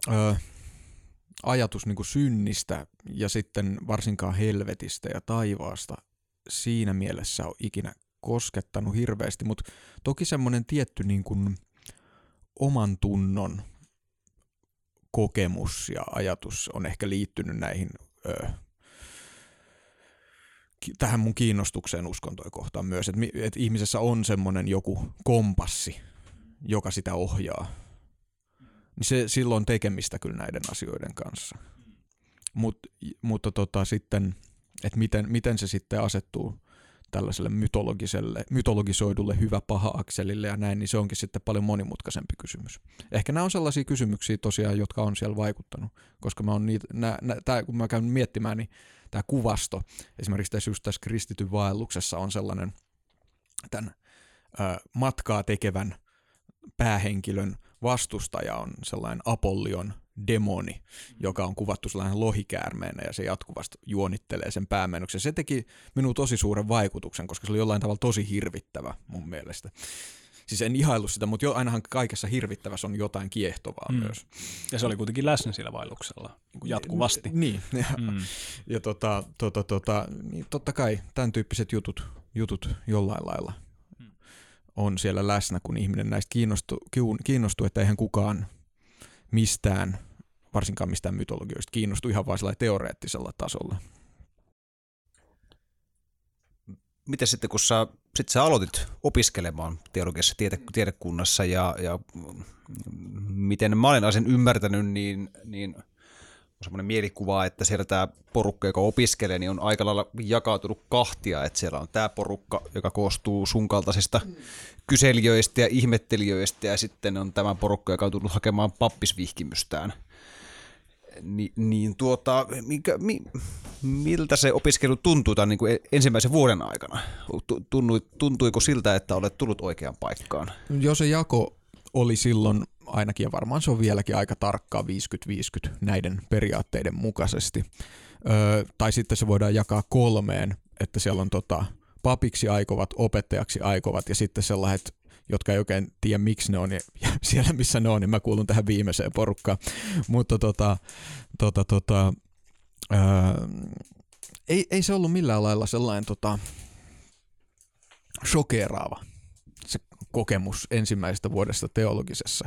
ajatus niin kuin synnistä ja sitten varsinkaan helvetistä ja taivaasta siinä mielessä on ikinä koskettanut hirveästi, mutta toki semmoinen tietty niin kuin oman tunnon kokemus ja ajatus on ehkä liittynyt näihin tähän mun kiinnostukseen uskontoja kohtaan myös, että ihmisessä on semmoinen joku kompassi, joka sitä ohjaa. Niin silloin on tekemistä kyllä näiden asioiden kanssa. Mutta sitten, että miten se sitten asettuu tällaiselle mytologisoidulle hyvä-paha-akselille ja näin, niin se onkin sitten paljon monimutkaisempi kysymys. Ehkä nämä on sellaisia kysymyksiä tosiaan, jotka on siellä vaikuttanut, koska mä on kun mä käyn miettimään, niin tämä kuvasto, esimerkiksi tässä kristityn vaelluksessa on sellainen tämän matkaa tekevän päähenkilön vastustaja on sellainen Apollion demoni, joka on kuvattu sellainen lohikäärmeenä ja se jatkuvasti juonittelee sen päämennoksen. Se teki minuun tosi suuren vaikutuksen, koska se oli jollain tavalla tosi hirvittävä mun mielestä. Siis en ihailu sitä, mutta ainahan kaikessa hirvittävässä on jotain kiehtovaa myös. Ja se oli kuitenkin läsnä sillä vaelluksella niin kuin jatkuvasti. Niin. Ja niin totta kai tämän tyyppiset jutut jollain lailla on siellä läsnä, kun ihminen näistä kiinnostuu, että eihän kukaan mistään, varsinkaan mistään mytologioista kiinnostu ihan vain teoreettisella tasolla. Miten sitten, kun sä aloitit opiskelemaan teologiassa tiedekunnassa ja miten mä olen asian ymmärtänyt, niin on semmoinen mielikuva, että siellä tämä porukka, joka opiskelee, niin on aika lailla jakautunut kahtia, että siellä on tämä porukka, joka koostuu sun kaltaisista kyselijöistä ja ihmettelijöistä, ja sitten on tämä porukka, joka on tullut hakemaan pappisvihkimystään. Miltä se opiskelu tuntui tämän niin kuin ensimmäisen vuoden aikana? Tuntuiko siltä, että olet tullut oikeaan paikkaan? Joo, se jako oli silloin ainakin, ja varmaan se on vieläkin aika tarkkaa 50-50 näiden periaatteiden mukaisesti. Tai sitten se voidaan jakaa 3, että siellä on papiksi aikovat, opettajaksi aikovat ja sitten sellaiset, jotka ei oikein tiedä miksi ne on ja siellä missä ne on, niin mä kuulun tähän viimeiseen porukkaan. Mutta ei se ollut millään lailla sellainen shokeeraava se kokemus ensimmäisestä vuodesta teologisessa.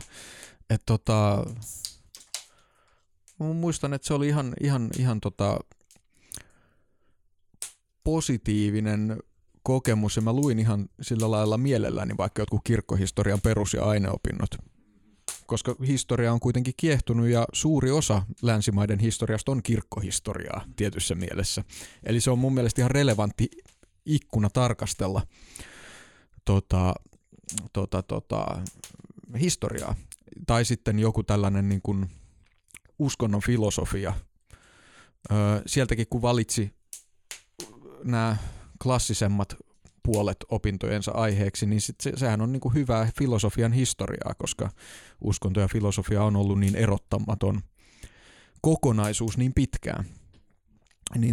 Muistan, että se oli ihan positiivinen kokemus, ja mä luin ihan sillä lailla mielelläni vaikka jotkut kirkkohistorian perus- ja aineopinnot, koska historia on kuitenkin kiehtunut ja suuri osa länsimaiden historiasta on kirkkohistoriaa tietyssä mielessä. Eli se on mun mielestä ihan relevantti ikkuna tarkastella historiaa. Tai sitten joku tällainen niin kuin uskonnon filosofia. Sieltäkin kun valitsi nämä klassisemmat puolet opintojensa aiheeksi, niin sehän on niin kuin hyvää filosofian historiaa, koska uskonto ja filosofia on ollut niin erottamaton kokonaisuus niin pitkään. Niin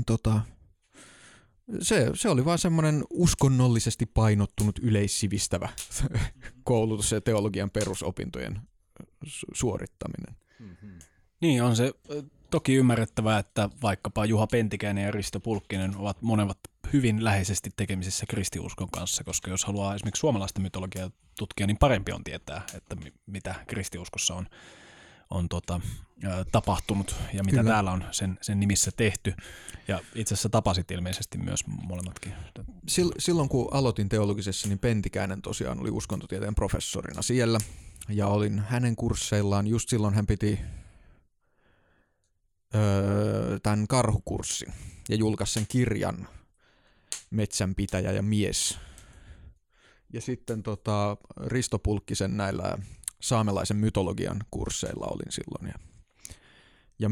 se oli vaan semmoinen uskonnollisesti painottunut yleissivistävä koulutus ja teologian perusopintojen suorittaminen. Mm-hmm. Niin on se toki ymmärrettävää, että vaikkapa Juha Pentikäinen ja Risto Pulkkinen ovat monevat hyvin läheisesti tekemisissä kristiuskon kanssa, koska jos haluaa esimerkiksi suomalaista mytologiaa tutkia, niin parempi on tietää, että mitä kristiuskossa on tapahtunut ja mitä Kyllä. täällä on sen nimissä tehty. Ja itse asiassa tapasit ilmeisesti myös molemmatkin. Silloin kun aloitin teologisessa, niin Pentikäinen tosiaan oli uskontotieteen professorina siellä. Ja olin hänen kursseillaan. Just silloin hän piti tämän karhukurssin ja julkaisi sen kirjan Metsänpitäjä ja mies. Ja sitten Risto Pulkkisen näillä saamelaisen mytologian kursseilla olin silloin. Ja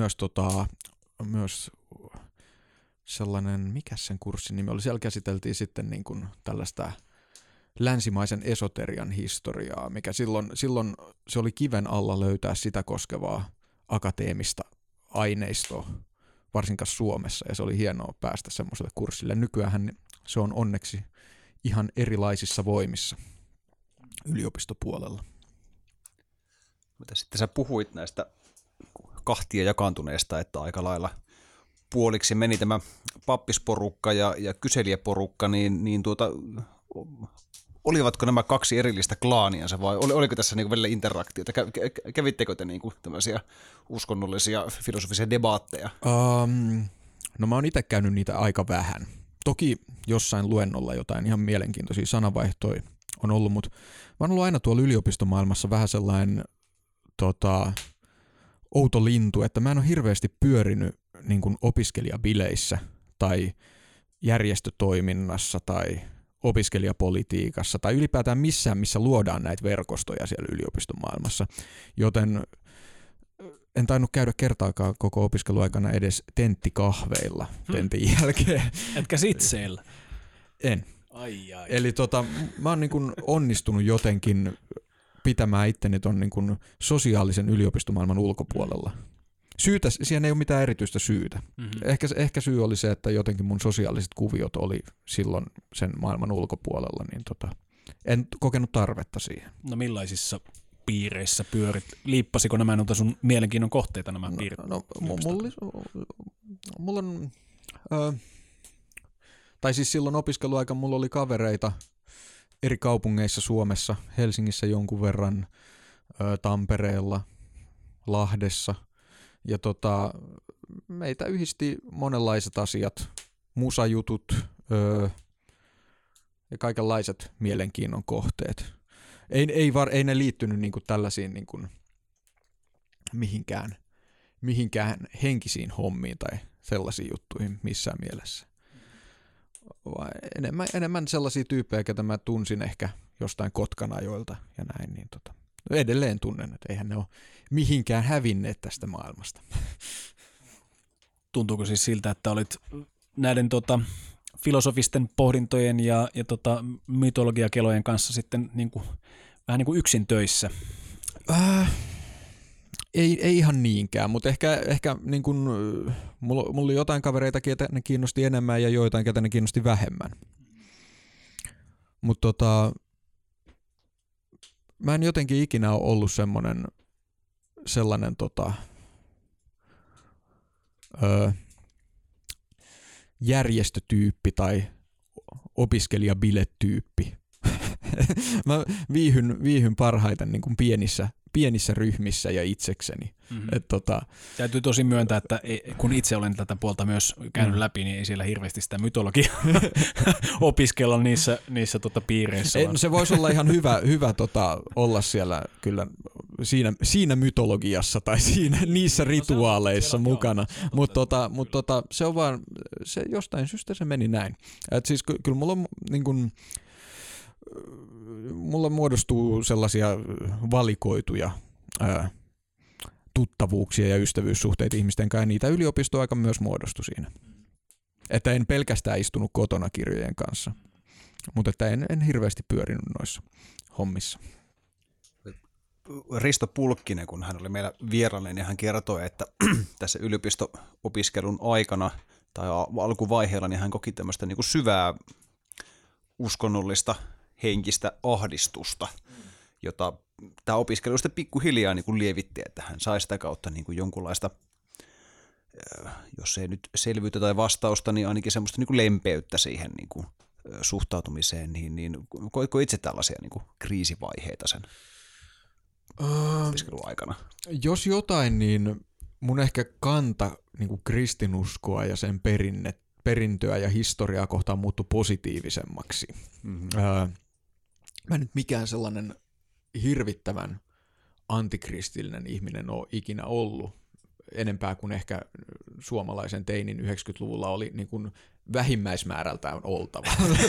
myös sellainen, mikä sen kurssin nimi oli, siellä käsiteltiin sitten niin kuin tällaista länsimaisen esoterian historiaa, mikä silloin se oli kiven alla löytää sitä koskevaa akateemista aineistoa, varsinkaan Suomessa, ja se oli hienoa päästä semmoiselle kurssille. Nykyään se on onneksi ihan erilaisissa voimissa yliopistopuolella. Mutta sitten sä puhuit näistä kahtia jakaantuneesta, että aika lailla puoliksi meni tämä pappisporukka ja kyselijäporukka, niin olivatko nämä kaksi erillistä klaaniansa vai oliko tässä niinku välillä interaktiota? Kävittekö te niinku tämmöisiä uskonnollisia, filosofisia debaatteja? No mä oon itse käynyt niitä aika vähän. Toki jossain luennolla jotain ihan mielenkiintoisia sanavaihtoja on ollut, mutta mä oon ollut aina tuolla yliopistomaailmassa vähän sellainen outo lintu, että mä en ole hirveästi pyörinyt niin kuin opiskelijabileissä tai järjestötoiminnassa tai opiskelijapolitiikassa tai ylipäätään missään, missä luodaan näitä verkostoja siellä yliopistomaailmassa, joten en tainnut käydä kertaakaan koko opiskeluaikana edes tenttikahveilla tentin jälkeen. Etkä sitseillä? En. Ai. Eli mä oon niin kuin onnistunut jotenkin pitämään itteni ton niin kuin sosiaalisen yliopistomaailman ulkopuolella. Siihen ei ole mitään erityistä syytä. Mm-hmm. Ehkä syy oli se, että jotenkin mun sosiaaliset kuviot oli silloin sen maailman ulkopuolella, niin en kokenut tarvetta siihen. No millaisissa piireissä pyörit? Liippasiko nämä noita sun mielenkiinnon kohteita nämä piirit? Mulla on, tai siis silloin opiskeluaika mulla oli kavereita eri kaupungeissa Suomessa, Helsingissä jonkun verran, Tampereella, Lahdessa. Ja meitä yhdisti monenlaiset asiat, musajutut ja kaikenlaiset mielenkiinnon kohteet. Ei ne liittynyt niinku tällaisiin niinku mihinkään henkisiin hommiin tai sellaisiin juttuihin missään mielessä. Vai enemmän sellaisia tyyppejä, ketä mä tunsin ehkä jostain Kotkan ajoilta ja näin, niin edelleen tunnen, että eihän ne ole mihinkään hävinneet tästä maailmasta. Tuntuuko siis siltä, että olit näiden filosofisten pohdintojen ja mytologiakelojen kanssa sitten vähän niin kuin yksin töissä? Ei ihan niinkään, mutta ehkä niin kuin, mulla oli jotain kavereita, ketä ne kiinnosti enemmän ja joitain, ketä ne kiinnosti vähemmän. Mutta mä en jotenkin ikinä ole ollut sellainen järjestötyyppi tai opiskelijabiletyyppi. Mä viihyn parhaiten niin kuin pienissä ryhmissä ja itsekseni. Mm-hmm. Täytyy tosi myöntää, että kun itse olen tätä puolta myös käynyt läpi, niin ei siellä hirveästi sitä mytologiaa opiskella niissä piireissä. Se voisi olla ihan hyvä olla siellä kyllä siinä mytologiassa tai niissä rituaaleissa mukana, mutta se on vaan, se jostain syystä se meni näin. Et siis kyllä mulla on niin kuin, mulla muodostuu sellaisia valikoituja tuttavuuksia ja ystävyyssuhteita ihmisten kanssa, ja niitä yliopistoaika myös muodostui siinä. Että en pelkästään istunut kotona kirjojen kanssa, mutta että en hirveästi pyörinyt noissa hommissa. Risto Pulkkinen, kun hän oli meillä vieraana, niin hän kertoi, että tässä yliopisto-opiskelun aikana tai alkuvaiheella niin hän koki tämmöistä niin kuin syvää uskonnollista henkistä ahdistusta, jota tämä opiskelu sitten pikkuhiljaa niin kuin lievitti, että hän sai sitä kautta niin kuin jonkunlaista, jos ei nyt selvyyttä tai vastausta, niin ainakin semmoista niin kuin lempeyttä siihen niin kuin suhtautumiseen. Niin koitko itse tällaisia niin kuin kriisivaiheita sen opiskeluaikana? Jos jotain, niin mun ehkä kanta niin kuin kristinuskoa ja sen perintöä ja historiaa kohtaan muuttui positiivisemmaksi. Mm-hmm. Mä en nyt mikään sellainen hirvittävän antikristillinen ihminen ole ikinä ollut, enempää kuin ehkä suomalaisen teinin 90-luvulla oli niin kuin vähimmäismäärältään oltava.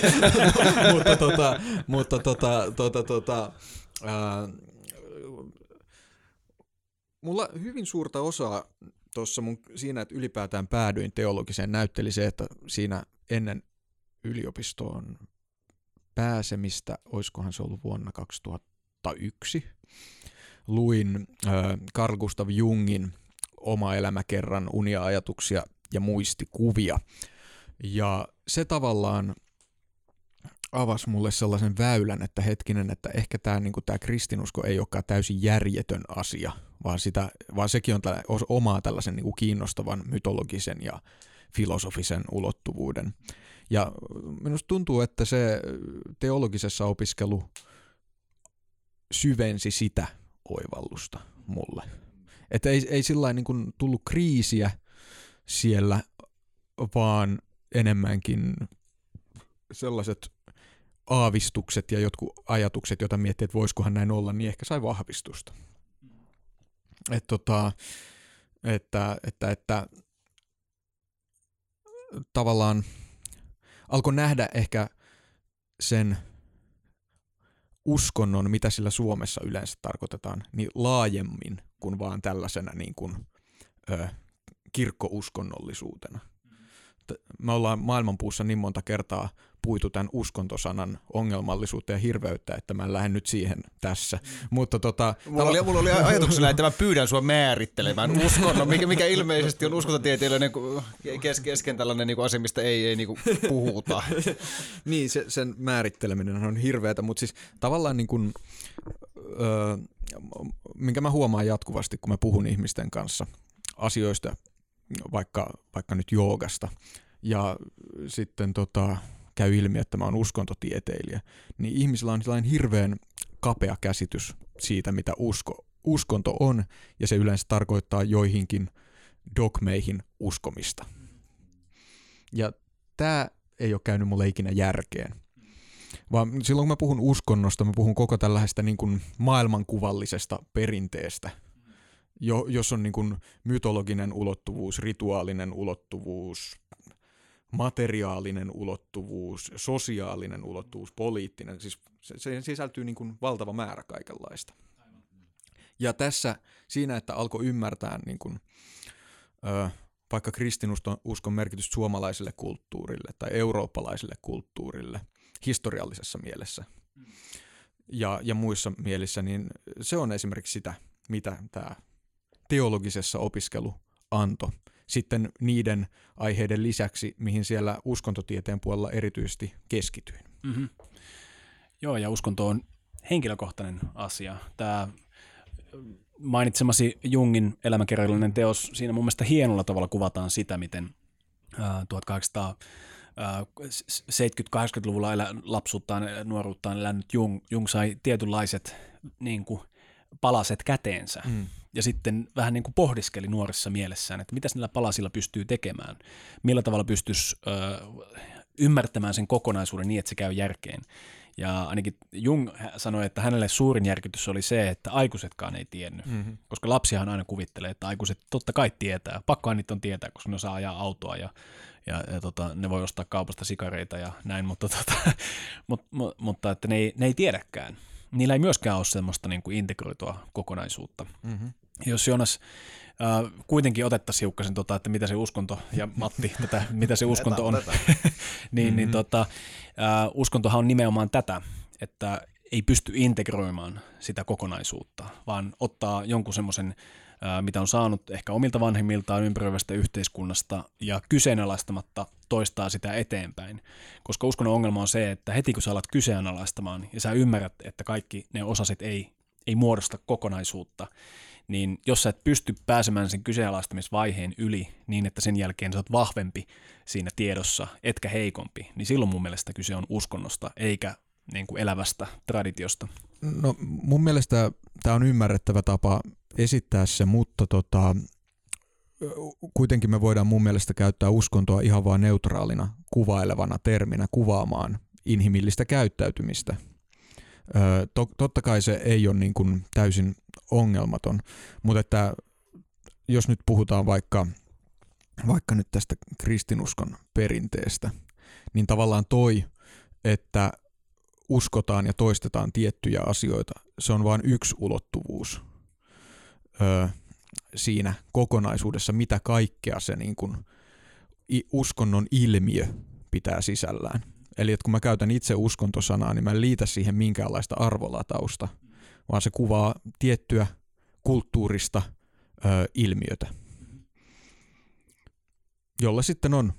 Mulla hyvin suurta osaa tuossa siinä, että ylipäätään päädyin teologiseen, näytteli se, että siinä ennen yliopistoon pääsemistä, olisikohan se ollut vuonna 2001, luin Carl Gustav Jungin Oma elämäkerran unia, ajatuksia ja muistikuvia. Ja se tavallaan avasi mulle sellaisen väylän, että hetkinen, että ehkä tämä niinku, kristinusko ei olekaan täysin järjetön asia, vaan sekin on omaa tällaisen niinku, kiinnostavan mytologisen ja filosofisen ulottuvuuden. Ja minusta tuntuu, että se teologisessa opiskelu syvensi sitä oivallusta mulle. Että ei sillain niin kuin tullut kriisiä siellä, vaan enemmänkin sellaiset aavistukset ja jotkut ajatukset, joita miettii, että voisikohan näin olla, niin ehkä sai vahvistusta. Että tavallaan alkoi nähdä ehkä sen uskonnon, mitä sillä Suomessa yleensä tarkoitetaan, niin laajemmin kuin vaan tällaisena niin kuin, kirkkouskonnollisuutena. Me ollaan maailmanpuussa niin monta kertaa puitu tämän uskontosanan ongelmallisuutta ja hirveyttä, että mä en lähde nyt siihen tässä. Mutta mulla oli ajatuksena, että mä pyydän sua määrittelemään uskonnon, mikä ilmeisesti on uskontotieteilijöiden kesken tällainen niin asia, mistä ei niin puhuta. Niin, sen määritteleminen on hirveätä, mutta siis tavallaan niin kuin, minkä mä huomaan jatkuvasti, kun mä puhun ihmisten kanssa asioista, vaikka nyt joogasta, ja sitten käy ilmi, että mä oon uskontotieteilijä, niin ihmisillä on sellainen hirveän kapea käsitys siitä, mitä uskonto on, ja se yleensä tarkoittaa joihinkin dogmeihin uskomista. Ja tää ei ole käynyt mulle ikinä järkeen. Vaan silloin kun mä puhun uskonnosta, mä puhun koko tällaisesta niin kuin maailmankuvallisesta perinteestä, jos on niin kuin mytologinen ulottuvuus, rituaalinen ulottuvuus, materiaalinen ulottuvuus, sosiaalinen ulottuvuus, poliittinen, siis se sisältyy niin kuin valtava määrä kaikenlaista. Ja tässä siinä, että alkoi ymmärtää niin kuin, vaikka kristinuskon merkitystä suomalaiselle kulttuurille tai eurooppalaiselle kulttuurille historiallisessa mielessä ja muissa mielissä, niin se on esimerkiksi sitä, mitä tämä teologisessa opiskelu antoi. Sitten niiden aiheiden lisäksi, mihin siellä uskontotieteen puolella erityisesti keskityin. Mm-hmm. Joo, ja uskonto on henkilökohtainen asia. Tämä mainitsemasi Jungin elämäkerrallinen teos, siinä mun mielestä hienolla tavalla kuvataan sitä, miten 1870-80-luvulla lapsuuttaan, nuoruuttaan elänyt Jung sai tietynlaiset niin kuin, palaset käteensä. Ja sitten vähän niin kuin pohdiskeli nuorissa mielessään, että mitä niillä palasilla pystyy tekemään, millä tavalla pystyisi ymmärtämään sen kokonaisuuden niin, että se käy järkeen. Ja ainakin Jung sanoi, että hänelle suurin järkytys oli se, että aikuisetkaan ei tiennyt, koska lapsihan aina kuvittelee, että aikuiset totta kai tietää, pakkohan niitä on tietää, koska ne osaa ajaa autoa ja ne voi ostaa kaupasta sikareita ja näin, mutta että ne ei tiedäkään. Niillä ei myöskään ole semmoista niin kuin integroitua kokonaisuutta. Mm-hmm. Jos Joonas kuitenkin otettaisiin hiukkasen, että mitä se uskonto, ja Matti, mitä se uskonto on, niin uskontohan on nimenomaan tätä, että ei pysty integroimaan sitä kokonaisuutta, vaan ottaa jonkun semmoisen, mitä on saanut ehkä omilta vanhemmiltaan ympäröivästä yhteiskunnasta ja kyseenalaistamatta toistaa sitä eteenpäin. Koska uskonnon ongelma on se, että heti kun sä alat kyseenalaistamaan ja sä ymmärrät, että kaikki ne osaset ei muodosta kokonaisuutta, niin jos sä et pysty pääsemään sen kyseenalaistamisvaiheen yli niin, että sen jälkeen sä oot vahvempi siinä tiedossa, etkä heikompi, niin silloin mun mielestä kyse on uskonnosta eikä niin kuin elävästä traditiosta. No mun mielestä tämä on ymmärrettävä tapa esittää se, mutta kuitenkin me voidaan mun mielestä käyttää uskontoa ihan vaan neutraalina, kuvailevana terminä kuvaamaan inhimillistä käyttäytymistä. Totta kai se ei ole niin kuin täysin ongelmaton, mutta että jos nyt puhutaan vaikka nyt tästä kristinuskon perinteestä, niin tavallaan että uskotaan ja toistetaan tiettyjä asioita, se on vain yksi ulottuvuus siinä kokonaisuudessa, mitä kaikkea se niin kuin uskonnon ilmiö pitää sisällään. Eli että kun mä käytän itse uskontosanaa, niin mä en liitä siihen minkäänlaista arvolatausta, vaan se kuvaa tiettyä kulttuurista ilmiötä, jolla sitten on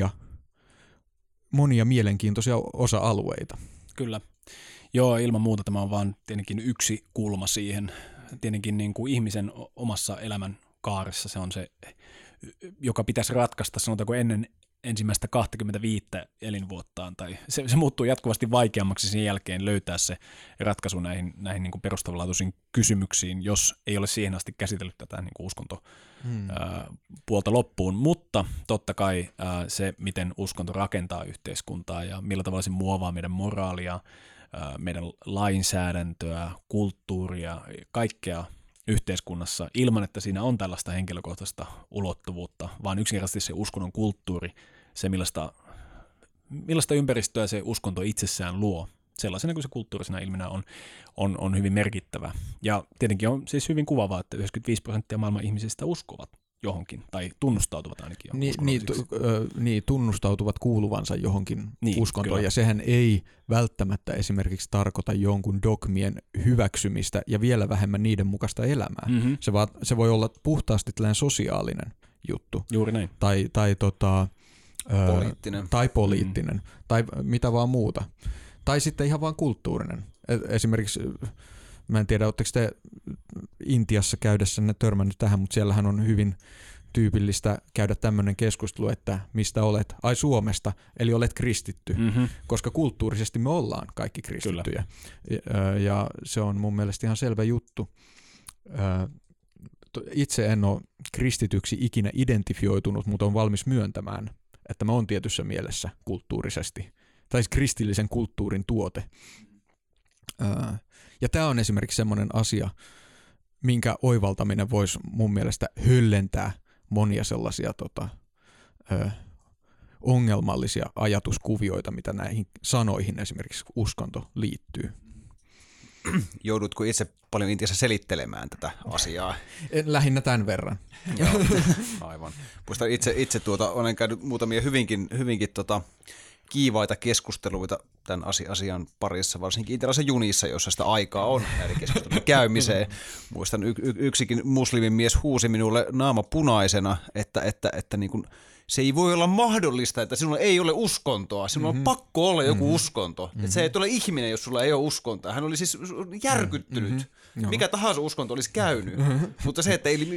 monia mielenkiintoisia osa-alueita. Kyllä. Joo, ilman muuta tämä on vaan tietenkin yksi kulma siihen. Tietenkin niin kuin ihmisen omassa elämän kaaressa se on se, joka pitäisi ratkaista, sanotaanko ennen ensimmäistä 25 elinvuottaan, tai se muuttuu jatkuvasti vaikeammaksi sen jälkeen löytää se ratkaisu näihin niin kuin perustavanlaatuisiin kysymyksiin, jos ei ole siihen asti käsitellyt tätä niin kuin uskontopuolta loppuun, mutta totta kai se, miten uskonto rakentaa yhteiskuntaa ja millä tavalla se muovaa meidän moraalia, meidän lainsäädäntöä, kulttuuria, kaikkea yhteiskunnassa ilman, että siinä on tällaista henkilökohtaista ulottuvuutta, vaan yksinkertaisesti se uskonnon kulttuuri, se millaista ympäristöä se uskonto itsessään luo, sellaisena kuin se kulttuurisena ilminä on hyvin merkittävä. Ja tietenkin on siis hyvin kuvaavaa, että 95% maailman ihmisistä uskovat johonkin, tai tunnustautuvat ainakin Niin, tunnustautuvat kuuluvansa johonkin uskontoon, kyllä. Ja sehän ei välttämättä esimerkiksi tarkoita jonkun dogmien hyväksymistä ja vielä vähemmän niiden mukaista elämää. Mm-hmm. Se voi olla puhtaasti tällainen sosiaalinen juttu. Juuri näin. Tai poliittinen, tai mitä vaan muuta. Tai sitten ihan vaan kulttuurinen. Esimerkiksi, mä en tiedä, oletteko te Intiassa käydessänne törmännyt tähän, mutta siellähän on hyvin tyypillistä käydä tämmöinen keskustelu, että mistä olet? Ai Suomesta, eli olet kristitty, koska kulttuurisesti me ollaan kaikki kristittyjä. Ja se on mun mielestä ihan selvä juttu. Itse en ole kristityksi ikinä identifioitunut, mutta on valmis myöntämään, että mä oon tietyssä mielessä kulttuurisesti, tai kristillisen kulttuurin tuote. Ja tämä on esimerkiksi semmoinen asia, minkä oivaltaminen voisi mun mielestä höllentää monia sellaisia ongelmallisia ajatuskuvioita, mitä näihin sanoihin esimerkiksi uskonto liittyy. Joudutko itse paljon Intiassa selittelemään tätä asiaa? Lähinnä tämän verran. Joo, aivan. Muistan itse olen käynyt muutamia hyvinkin kiivaita keskusteluita tämän asian parissa, varsinkin intialaisen junissa, jossa sitä aikaa on näiden keskustelujen käymiseen. Muistan yksikin muslimin mies huusi minulle naama punaisena, että niin kuin, se ei voi olla mahdollista, että sinulla ei ole uskontoa. Sinulla on pakko olla joku uskonto. Että se ei ole ihminen, jos sulla ei ole uskontoa. Hän oli siis järkyttynyt. Mikä tahansa uskonto olisi käynyt. Mutta se,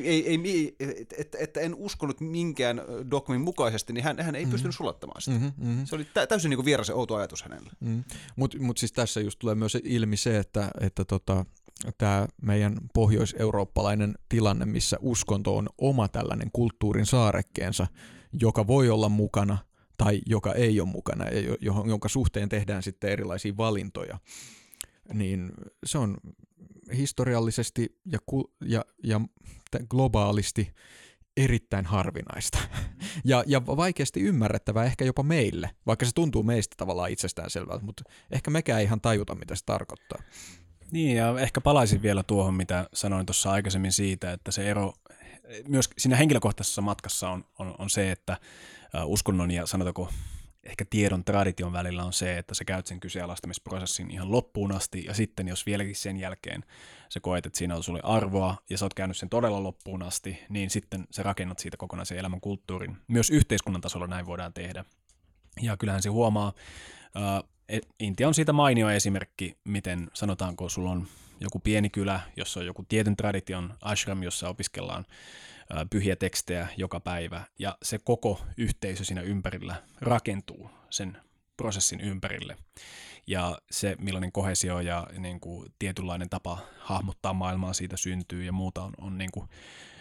että en uskonut minkään dogmin mukaisesti, niin hän ei pystynyt sulattamaan sitä. Se oli täysin niin kuin vieras ja outo ajatus hänelle. Mut siis tässä just tulee myös ilmi se, että tämä meidän pohjois-eurooppalainen tilanne, missä uskonto on oma tällainen kulttuurin saarekkeensa, joka voi olla mukana tai joka ei ole mukana ja jonka suhteen tehdään sitten erilaisia valintoja, niin se on historiallisesti ja globaalisti erittäin harvinaista ja vaikeasti ymmärrettävää ehkä jopa meille, vaikka se tuntuu meistä tavallaan itsestäänselvältä, mutta ehkä mekään ei ihan tajuta, mitä se tarkoittaa. Niin, ja ehkä palaisin vielä tuohon, mitä sanoin tuossa aikaisemmin siitä, että se ero myös siinä henkilökohtaisessa matkassa on se, että uskonnon ja sanotaanko ehkä tiedon tradition välillä on se, että sä käyt sen kyseenalaistamisprosessin ihan loppuun asti, ja sitten jos vieläkin sen jälkeen sä koet, että siinä on sulle arvoa, ja sä oot käynyt sen todella loppuun asti, niin sitten sä rakennat siitä kokonaisen elämän kulttuurin. Myös yhteiskunnan tasolla näin voidaan tehdä. Ja kyllähän se huomaa, Intia on siitä mainio esimerkki, miten sanotaanko sulla on joku pieni kylä, jossa on joku tietyn tradition ashram, jossa opiskellaan pyhiä tekstejä joka päivä, ja se koko yhteisö siinä ympärillä rakentuu sen prosessin ympärille. Ja se, millainen kohesio ja niin kuin tietynlainen tapa hahmottaa maailmaa siitä syntyy ja muuta on, niin kuin,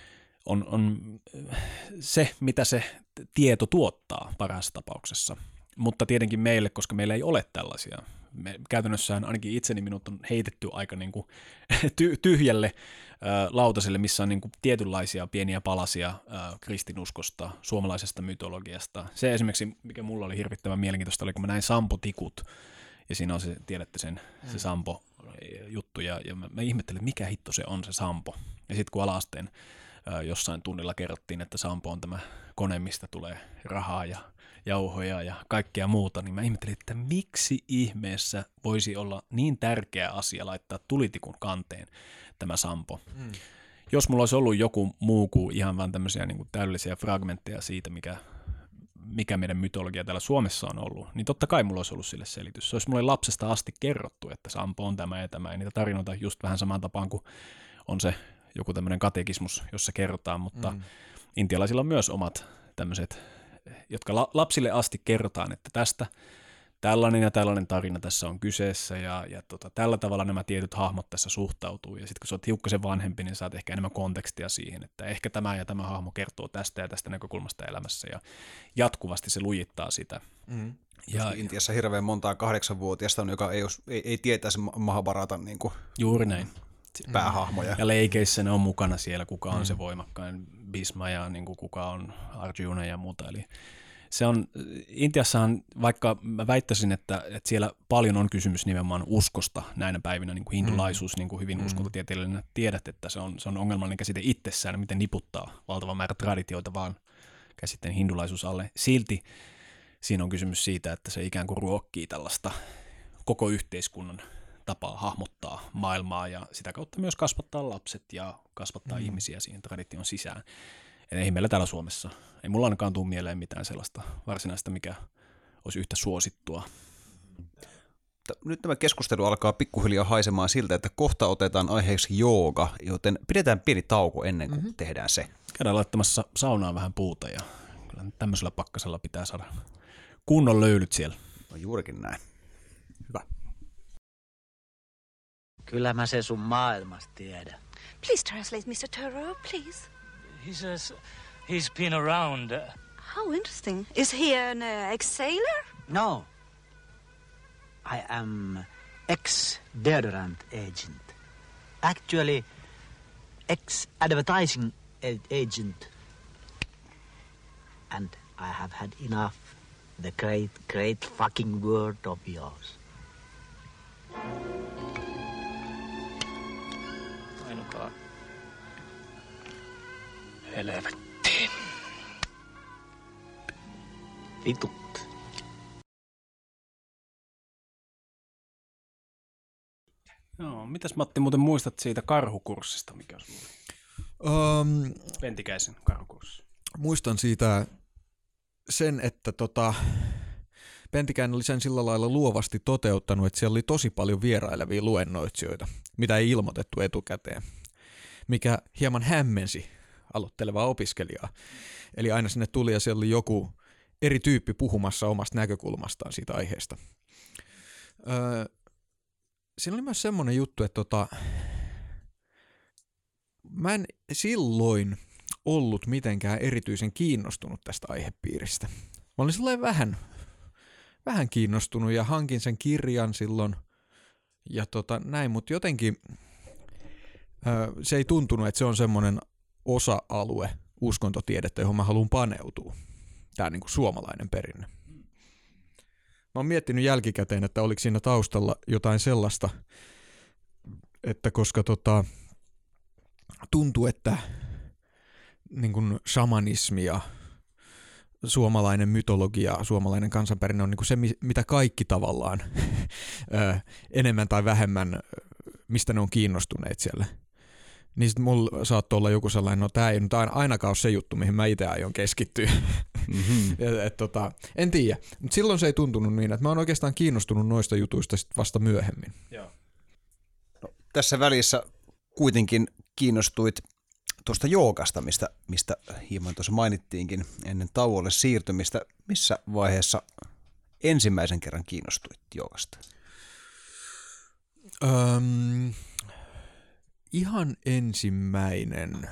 on se, mitä se tieto tuottaa parhaassa tapauksessa. Mutta tietenkin meille, koska meillä ei ole tällaisia. Käytännössään ainakin itseni minut on heitetty aika niin kuin tyhjälle lautaselle, missä on niin kuin tietynlaisia pieniä palasia kristinuskosta, suomalaisesta mytologiasta. Se esimerkiksi, mikä mulla oli hirvittävän mielenkiintoista, oli kun mä näin Sampo-tikut, ja siinä on se, tiedätte sen, se Sampo-juttu, ja mä ihmettelin, mikä hitto se on se Sampo. Ja sitten kun ala-asteen jossain tunnilla kerrottiin, että Sampo on tämä kone, mistä tulee rahaa ja jauhoja ja kaikkea muuta, niin mä ihmettelin, että miksi ihmeessä voisi olla niin tärkeä asia laittaa tulitikun kanteen tämä Sampo. Jos mulla olisi ollut joku muu kuin ihan vaan tämmöisiä niin kuin täydellisiä fragmentteja siitä, mikä meidän mytologia täällä Suomessa on ollut, niin totta kai mulla olisi ollut sille selitys. Se olisi mulle lapsesta asti kerrottu, että Sampo on tämä ja tämä, ja niitä tarinoita just vähän samaan tapaan kuin on se joku tämmöinen katekismus, jossa kerrotaan, mutta intialaisilla on myös omat tämmöiset, jotka lapsille asti kerrotaan, että tästä tällainen ja tällainen tarina tässä on kyseessä, ja tällä tavalla nämä tietyt hahmot tässä suhtautuu, ja sitten kun sä oot hiukkasen vanhempi, niin saat ehkä enemmän kontekstia siihen, että ehkä tämä ja tämä hahmo kertoo tästä ja tästä näkökulmasta elämässä, ja jatkuvasti se lujittaa sitä. Ja Intiassa hirveän montaa 8-vuotiaasta on, joka ei tietäisi Mahabharatan niin kuin juuri näin. Päähahmoja. Ja leikeissä ne on mukana siellä, kuka on se voimakkain Bhisma ja niin kuin kuka on Arjuna ja muuta. Eli se on, Intiassahan, vaikka mä väittäisin, että siellä paljon on kysymys nimenomaan uskosta näinä päivinä, niin kuin hindulaisuus, niin kuin hyvin uskontotieteellinen tiedät, että se on ongelmallinen käsite itsessään, miten niputtaa valtava määrä traditioita vaan käsitteen hindulaisuus alle. Silti siinä on kysymys siitä, että se ikään kuin ruokkii tällaista koko yhteiskunnan tapaa hahmottaa maailmaa ja sitä kautta myös kasvattaa lapset ja kasvattaa ihmisiä siihen tradition sisään. Et ei meillä täällä Suomessa, ei mulla ainakaan tule mieleen mitään sellaista varsinaista, mikä olisi yhtä suosittua. Nyt tämä keskustelu alkaa pikkuhiljaa haisemaan siltä, että kohta otetaan aiheeksi jooga, joten pidetään pieni tauko ennen kuin tehdään se. Käydään laittamassa saunaan vähän puuta ja kyllä tämmöisellä pakkasella pitää saada kunnon löylyt siellä. No juurikin näin. Hyvä. Kyllä mä se sun maailmasta tiedän. Please translate, Mr. Turo, please. He says he's been around. How interesting. Is he an ex-sailor? No. I am ex-deodorant agent. Actually, ex-advertising agent. And I have had enough. The great fucking word of yours. Ainukaan. Helvetti. Vitut. Joo, mitäs Matti muuten muistat siitä karhukurssista, mikä sulla oli? Pentikäisen karhukurssi. Muistan siitä sen, että Pentikäinen oli sen sillä lailla luovasti toteuttanut, että siellä oli tosi paljon vierailevia luennoitsijoita, mitä ei ilmoitettu etukäteen, mikä hieman hämmensi aloittelevaa opiskelijaa. Eli aina sinne tuli ja siellä oli joku eri tyyppi puhumassa omasta näkökulmastaan siitä aiheesta. Siinä oli myös semmoinen juttu, että mä en silloin ollut mitenkään erityisen kiinnostunut tästä aihepiiristä. Mä olin sellainen vähän kiinnostunut ja hankin sen kirjan silloin ja näin, mutta jotenkin se ei tuntunut, että se on semmoinen osa-alue uskontotiedettä, johon mä haluan paneutua. Tää niin kuin suomalainen perinne. Mä oon miettinyt jälkikäteen, että oliko siinä taustalla jotain sellaista, että koska tuntuu, että niin kuin shamanismi ja suomalainen mytologia, suomalainen kansanperinne on niin kuin se, mitä kaikki tavallaan enemmän tai vähemmän, mistä ne on kiinnostuneet siellä. Niin sitten mulla saattoi olla joku sellainen, no tää ei nyt ainakaan ole se juttu, mihin mä itse aion keskittyä. En tiedä, mutta silloin se ei tuntunut niin, että mä oon oikeastaan kiinnostunut noista jutuista sit vasta myöhemmin. Joo. No, tässä välissä kuitenkin kiinnostuit tuosta joogasta, mistä hieman tuossa mainittiinkin ennen tauolle siirtymistä. Missä vaiheessa ensimmäisen kerran kiinnostuit joogasta? Ihan ensimmäinen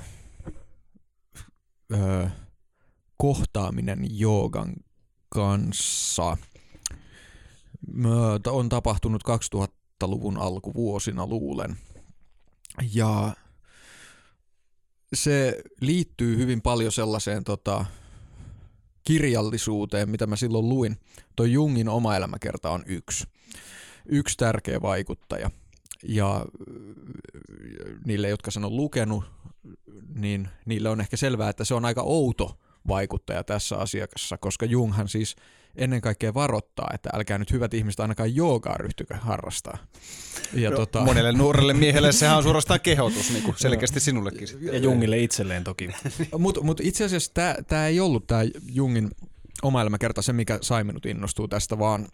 kohtaaminen joogan kanssa on tapahtunut 2000-luvun alkuvuosina, luulen. Ja se liittyy hyvin paljon sellaiseen kirjallisuuteen, mitä mä silloin luin. Toi Jungin oma elämäkerta on yksi tärkeä vaikuttaja. Ja niille, jotka sen on lukenut, niin niille on ehkä selvää, että se on aika outo vaikuttaja tässä asiassa, koska Junghan siis ennen kaikkea varoittaa, että älkää nyt hyvät ihmiset ainakaan joogaa ryhtykö harrastaa. Ja monelle nuorelle miehelle sehän on suorastaan kehotus, niin kuin selkeästi sinullekin. Ja Jungille itselleen toki. Mut itse asiassa tämä ei ollut tämä Jungin oma elämäkerta se, mikä sai minut innostua tästä, vaan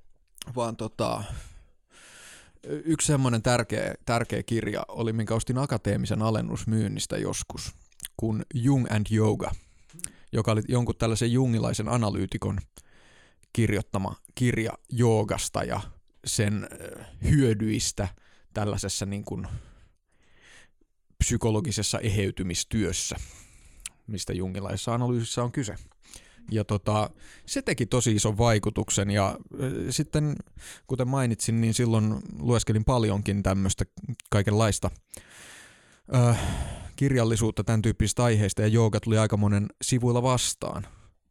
yksi semmoinen tärkeä kirja oli, minkä ostin akateemisen alennusmyynnistä joskus, kun Jung and Yoga, joka oli jonkun tällaisen jungilaisen analyytikon kirjoittama kirja joogasta ja sen hyödyistä tällaisessa niin kuin psykologisessa eheytymistyössä, mistä jungilaisessa analyysissä on kyse. Ja se teki tosi ison vaikutuksen ja sitten, kuten mainitsin, niin silloin lueskelin paljonkin tämmöistä kaikenlaista kirjallisuutta tämän tyyppisistä aiheista ja jooga tuli aika monen sivuilla vastaan.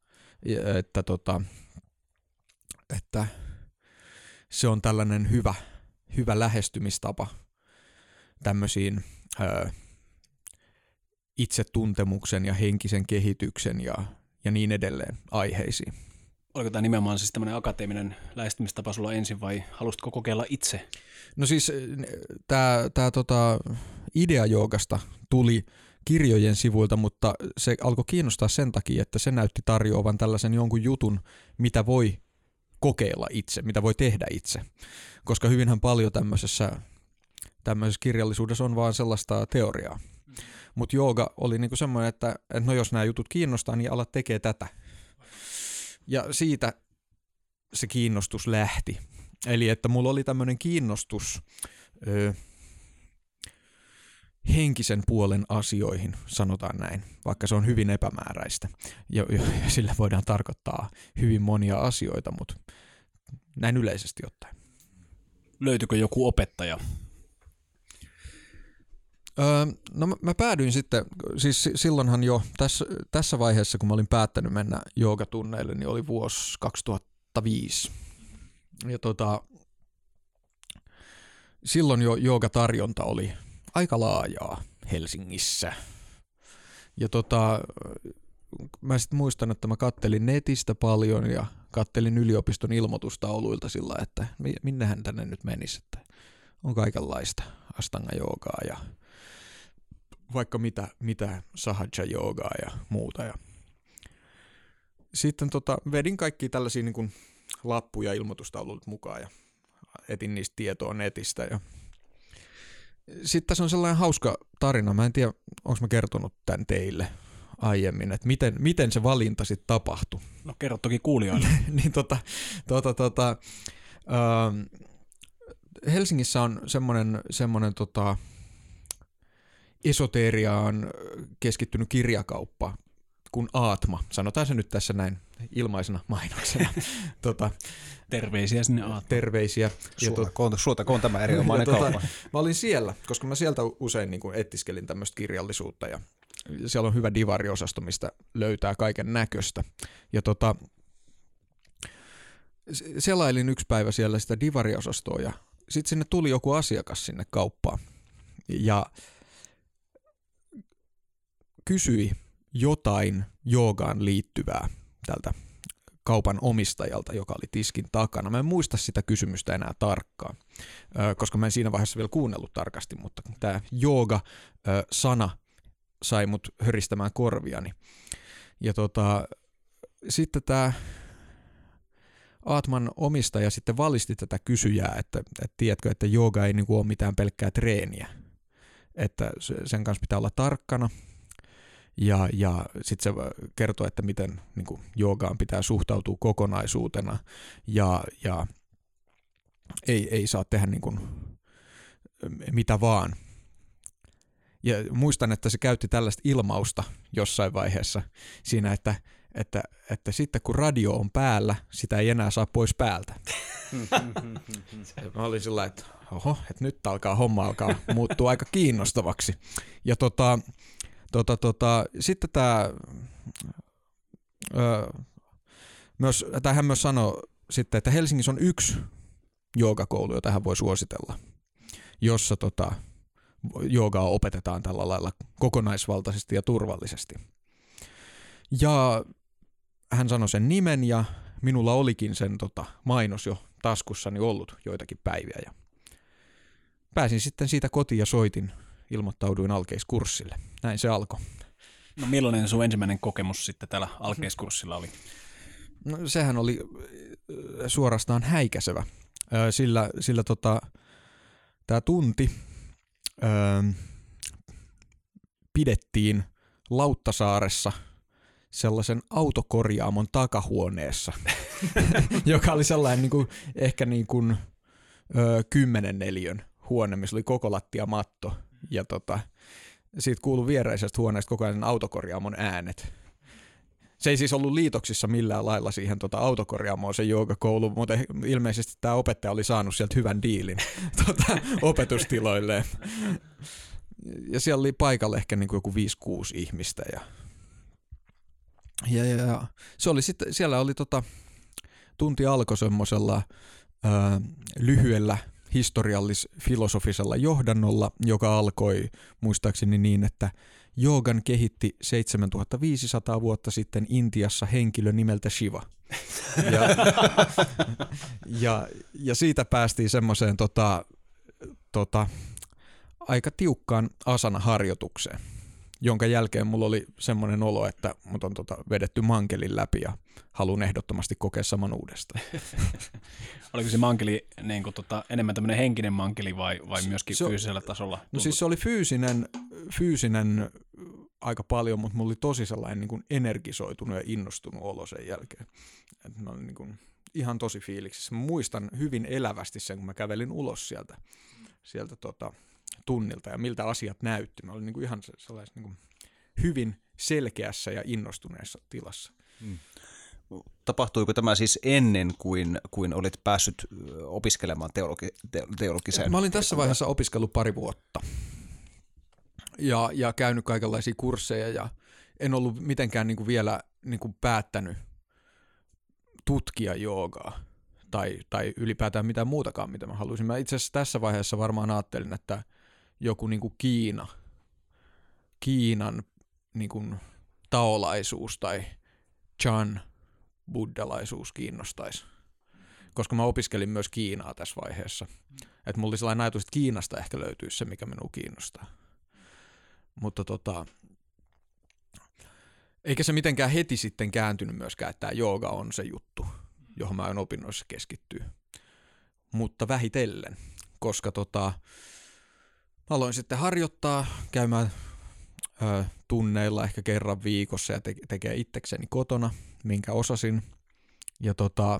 Että se on tällainen hyvä lähestymistapa tämmöisiin itsetuntemuksen ja henkisen kehityksen ja niin edelleen aiheisiin. Oliko tämä nimenomaan siis tämmöinen akateeminen lähestymistapa sulla ensin vai halusitko kokeilla itse? No siis tämä idea joogasta tuli kirjojen sivuilta, mutta se alkoi kiinnostaa sen takia, että se näytti tarjoavan tällaisen jonkun jutun, mitä voi kokeilla itse, mitä voi tehdä itse. Koska hyvinhän paljon tämmöisessä kirjallisuudessa on vaan sellaista teoriaa. Mutta jooga oli niinku semmoinen, että no jos nämä jutut kiinnostaa, niin ala tekee tätä. Ja siitä se kiinnostus lähti. Eli että mulla oli tämmöinen kiinnostus henkisen puolen asioihin, sanotaan näin, vaikka se on hyvin epämääräistä. Ja sillä voidaan tarkoittaa hyvin monia asioita, mutta näin yleisesti ottaen. Löytyykö joku opettaja? No mä päädyin sitten, siis silloinhan jo tässä vaiheessa, kun mä olin päättänyt mennä joogatunneille, niin oli vuosi 2005. Ja silloin jo joogatarjonta oli aika laajaa Helsingissä. Ja mä sitten muistan, että mä kattelin netistä paljon ja kattelin yliopiston ilmoitustauluilta sillä, että minnehän tänne nyt menisi, että on kaikenlaista astanga-joogaa ja vaikka mitä sahaja-joogaa ja muuta. Ja sitten vedin kaikki tällaisia niin kuin lappuja ilmoitustauluilta mukaan ja etin niistä tietoa netistä. Ja sitten tässä on sellainen hauska tarina. Mä en tiedä, onko mä kertonut tämän teille aiemmin, että miten se valinta sitten tapahtui. No kerro toki kuulijoille. Niin Helsingissä on semmoinen esoteriaan keskittynyt kirjakauppa kuin Aatma. Sanotaan se nyt tässä näin ilmaisena mainoksena. Terveisiä sinne Aatma. Terveisiä. Suotakoon tämä erinomainen kauppa. Mä olin siellä, koska mä sieltä usein niin kuin etiskelin tämmöistä kirjallisuutta ja siellä on hyvä divariosasto, mistä löytää kaiken näköistä. Ja selailin yksi päivä siellä sitä divariosastoa ja sitten sinne tuli joku asiakas sinne kauppaan ja kysyi jotain joogaan liittyvää tältä kaupan omistajalta, joka oli tiskin takana. Mä en muista sitä kysymystä enää tarkkaan, koska mä en siinä vaiheessa vielä kuunnellut tarkasti, mutta tämä jooga-sana sai mut höristämään korviani. Ja sitten tämä Aatman omistaja sitten valisti tätä kysyjää, että tiedätkö, että jooga ei niinku ole mitään pelkkää treeniä, että sen kanssa pitää olla tarkkana Ja sitten se kertoo, että miten niin kuin joogaan pitää suhtautua kokonaisuutena ja ei saa tehdä niin kuin mitä vaan. Ja muistan, että se käytti tällaista ilmausta jossain vaiheessa siinä, että sitten kun radio on päällä, sitä ei enää saa pois päältä. Mä olin sillä, että että nyt homma alkaa muuttua aika kiinnostavaksi. Ja sitten hän myös sanoi sitten, että Helsingissä on yksi joogakoulu, jota hän voi suositella, jossa joogaa opetetaan tällä lailla kokonaisvaltaisesti ja turvallisesti. Ja hän sanoi sen nimen ja minulla olikin sen mainos jo taskussani ollut joitakin päiviä. Ja pääsin sitten siitä kotiin ja ilmoittauduin alkeiskurssille. Näin se alkoi. No millainen sun ensimmäinen kokemus sitten täällä alkeiskurssilla oli? No, sehän oli suorastaan häikäisevä, sillä tämä tunti pidettiin Lauttasaaressa sellaisen autokorjaamon takahuoneessa, joka oli sellainen ehkä 10 neliön huone, missä oli koko lattia matto ja siitä kuului viereisestä huoneesta koko ajan autokorjaamon äänet. Se ei siis ollut liitoksissa millään lailla siihen autokorjaamoon se joogakoulu, mutta ilmeisesti tämä opettaja oli saanut sieltä hyvän diilin opetustiloilleen. Ja siellä oli paikalla ehkä joku 5-6 ihmistä. Ja se oli sitten, siellä oli tunti alkoi semmoisella lyhyellä historiallis-filosofisella johdannolla, joka alkoi muistaakseni niin, että joogan kehitti 7500 vuotta sitten Intiassa henkilö nimeltä Shiva. Ja siitä päästiin semmoiseen aika tiukkaan asana-harjoitukseen, jonka jälkeen mulla oli semmoinen olo, että mut on vedetty mankelin läpi ja haluan ehdottomasti kokea saman uudestaan. Oliko se mankeli enemmän tämmöinen henkinen mankeli vai myöskin fyysisellä tasolla? No siis se oli fyysinen aika paljon, mutta mulla oli tosi sellainen energisoitunut ja innostunut olo sen jälkeen. Et mä olin ihan tosi fiiliksissä. Mä muistan hyvin elävästi sen, kun mä kävelin ulos sieltä tunnilta ja miltä asiat näytti. Mä olin ihan sellaisessa hyvin selkeässä ja innostuneessa tilassa. Tapahtuiko tämä siis ennen kuin olit päässyt opiskelemaan teologiseen? Mä olin tässä vaiheessa opiskellut 2 vuotta ja käynyt kaikenlaisia kursseja ja en ollut mitenkään vielä päättänyt tutkia joogaa tai ylipäätään mitään muutakaan, mitä mä haluaisin. Mä itse asiassa tässä vaiheessa varmaan ajattelin, että joku Kiinan taolaisuus tai Chan buddhalaisuus kiinnostaisi, koska mä opiskelin myös Kiinaa tässä vaiheessa. Että mulla oli sellainen ajatus, että Kiinasta ehkä löytyisi se, mikä minua kiinnostaa. Mutta eikä se mitenkään heti sitten kääntynyt myöskään, että tämä jooga on se juttu, johon mä aion opinnoissa keskittyä. Mutta vähitellen, koska aloin sitten harjoittaa, käymään tunneilla ehkä kerran viikossa ja tekee itsekseni kotona, minkä osasin. Ja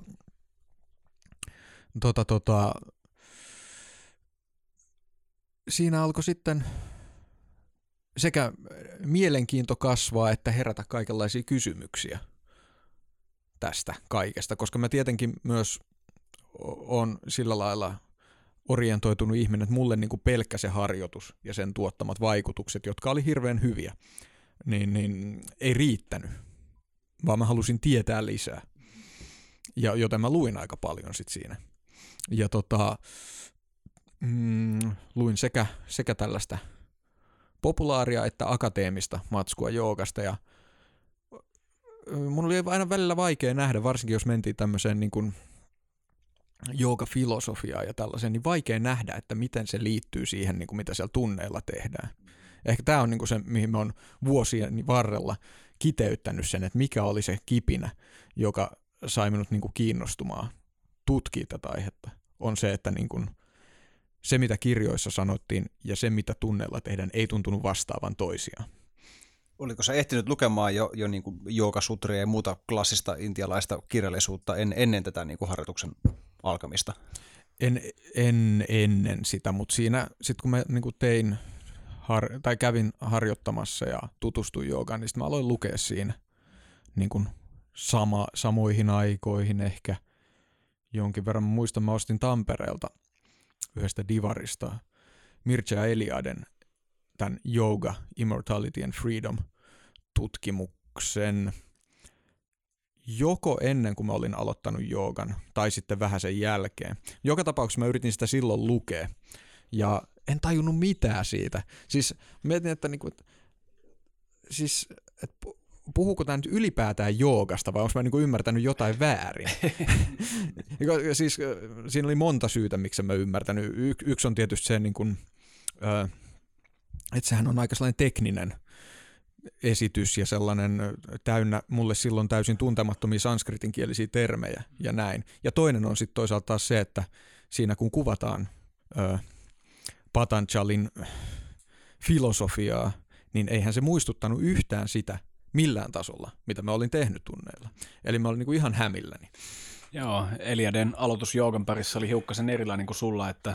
siinä alkoi sitten sekä mielenkiinto kasvaa että herätä kaikenlaisia kysymyksiä tästä kaikesta, koska mä tietenkin myös on sillä lailla orientoitunut ihminen, että mulle pelkkä se harjoitus ja sen tuottamat vaikutukset, jotka oli hirveän hyviä, niin ei riittänyt, vaan mä halusin tietää lisää. Ja joten mä luin aika paljon sit siinä. Ja luin sekä tällaista populaaria että akateemista matskua joogasta ja mun oli aina välillä vaikea nähdä, varsinkin jos mentiin tämmöiseen joogafilosofiaan ja tällaiseen, niin vaikea nähdä, että miten se liittyy siihen, mitä siellä tunneilla tehdään. Ehkä tämä on se, mihin mä oon vuosien varrella kiteyttänyt sen, että mikä oli se kipinä, joka sai minut kiinnostumaan tutkia tätä aihetta, on se, että se, mitä kirjoissa sanottiin ja se, mitä tunneilla tehdään, ei tuntunut vastaavan toisiaan. Oliko sä ehtinyt lukemaan jo niin kuin joogasutria ja muuta klassista intialaista kirjallisuutta ennen tätä niin kuin harjoituksen alkamista? En ennen sitä, mutta siinä sitten kun mä niin kuin kävin harjoittamassa ja tutustuin joogaan, niin sitten mä aloin lukea siinä niin kuin samoihin aikoihin ehkä jonkin verran. Mä muistan, mä ostin Tampereelta yhdestä divarista Mircea Eliaden tämän Yoga, Immortality and Freedom tutkimuksen joko ennen kuin mä olin aloittanut joogan tai sitten vähän sen jälkeen. Joka tapauksessa mä yritin sitä silloin lukea ja en tajunnut mitään siitä. Siis mietin, että puhuuko tämä nyt ylipäätään joogasta vai onko mä ymmärtänyt jotain väärin? Siis siinä oli monta syytä, miksi mä ymmärtänyt. Yksi on tietysti se, että sehän on aika sellainen tekninen esitys ja sellainen täynnä mulle silloin täysin tuntemattomia sanskritinkielisiä termejä ja näin. Ja toinen on sitten toisaalta taas se, että siinä kun kuvataan Patanjalin filosofiaa, niin eihän se muistuttanut yhtään sitä millään tasolla, mitä mä olin tehnyt tunneilla. Eli mä olin niin kuin ihan hämilläni. Joo, Eliaden aloitus joogan parissa oli hiukkasen erilainen kuin sulla, että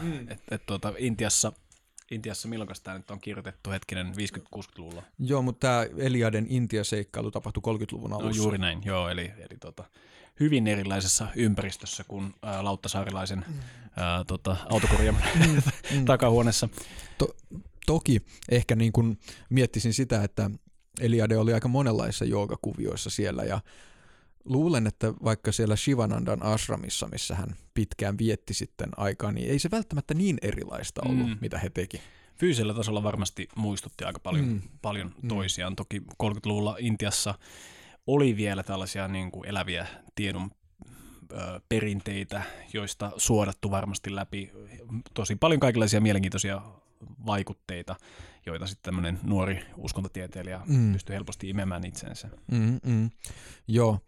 Intiassa milloin tämä nyt on kirjoitettu hetkinen 50-60-luvulla? Joo, mutta tämä Eliaden Intia-seikkailu tapahtui 30-luvun alussa. No juuri näin, joo, eli hyvin erilaisessa ympäristössä kuin Lauttasaarilaisen autokorjan takahuoneessa. Toki ehkä niin kuin miettisin sitä, että Eliade oli aika monenlaisissa joogakuvioissa siellä ja luulen, että vaikka siellä Shivanandan ashramissa, missä hän pitkään vietti sitten aikaa, niin ei se välttämättä niin erilaista ollut, mitä he teki. Fyysisellä tasolla varmasti muistutti aika paljon toisiaan. Toki 30-luvulla Intiassa oli vielä tällaisia niin kuin eläviä tiedon perinteitä, joista suodattu varmasti läpi tosi paljon kaikenlaisia mielenkiintoisia vaikutteita, joita sitten tämmöinen nuori uskontotieteilijä pystyy helposti imemään itsensä. Joo,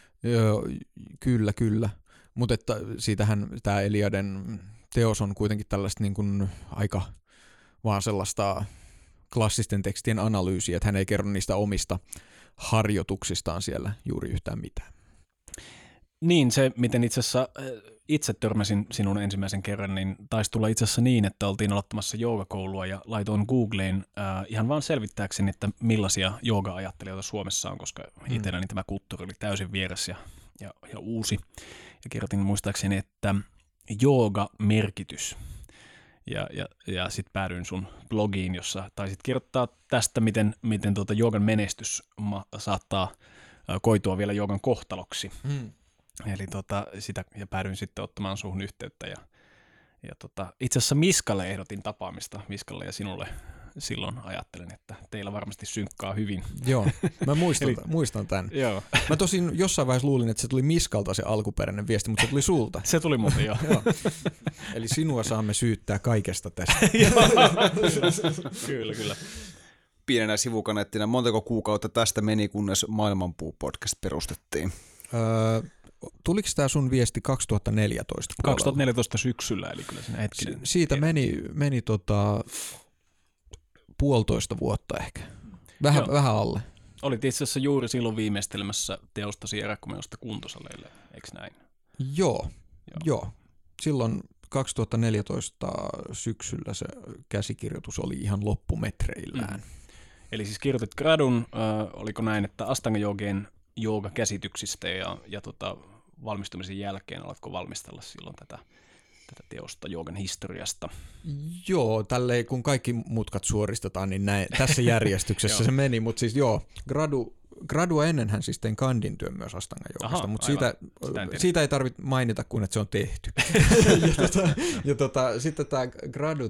kyllä. Mutta siitähän tämä Eliaden teos on kuitenkin tällaista niin kuin aika vaan sellaista klassisten tekstien analyysiä, että hän ei kerro niistä omista harjoituksistaan siellä juuri yhtään mitään. Niin, se miten itse asiassa itse törmäsin sinun ensimmäisen kerran, niin taisi tulla itse asiassa niin, että oltiin aloittamassa joogakoulua ja laitoin Googleen ihan vaan selvittääkseni, että millaisia jooga-ajattelijoita Suomessa on, koska itselläni tämä kulttuuri oli täysin vieressä ja uusi. Ja kirjoitin muistaakseni, että jooga-merkitys. Ja sitten päädyin sun blogiin, jossa taisit kirjoittaa tästä, miten joogan menestys saattaa koitua vielä joogan kohtaloksi. Eli sitä, ja päädyin sitten ottamaan suhun yhteyttä ja itse asiassa Miskalle ehdotin tapaamista, Miskalle ja sinulle silloin ajattelin, että teillä varmasti synkkaa hyvin. Joo, mä muistan tämän. Joo. Mä tosin jossain vaiheessa luulin, että se tuli Miskalta se alkuperäinen viesti, mutta se tuli sulta. Se tuli muuten, joo. Eli sinua saamme syyttää kaikesta tästä. Kyllä. Pienenä sivukaneettina, montako kuukautta tästä meni, kunnes Maailmanpuu-podcast perustettiin? Tuliko tämä sun viesti 2014? 2014 syksyllä, eli kyllä siinä hetkinen. Siitä meni 1,5 vuotta ehkä. Vähän alle. Olit itse asiassa juuri silloin viimeistelemässä teostasi eräkomenosta Kuntosaleille, eikö näin? Joo. Silloin 2014 syksyllä se käsikirjoitus oli ihan loppumetreillään. Eli siis kirjoitit gradun, oliko näin, että Astanga-joogien joogakäsityksistä ja valmistumisen jälkeen alatko valmistella silloin tätä teosta joogan historiasta? Joo, tälleen kun kaikki mutkat suoristetaan, niin tässä järjestyksessä se meni, mutta siis gradua ennenhän siis tein kandin työn myös Astanga-joogasta, mutta siitä ei tarvitse mainita, kun että se on tehty. Sitten tämä gradu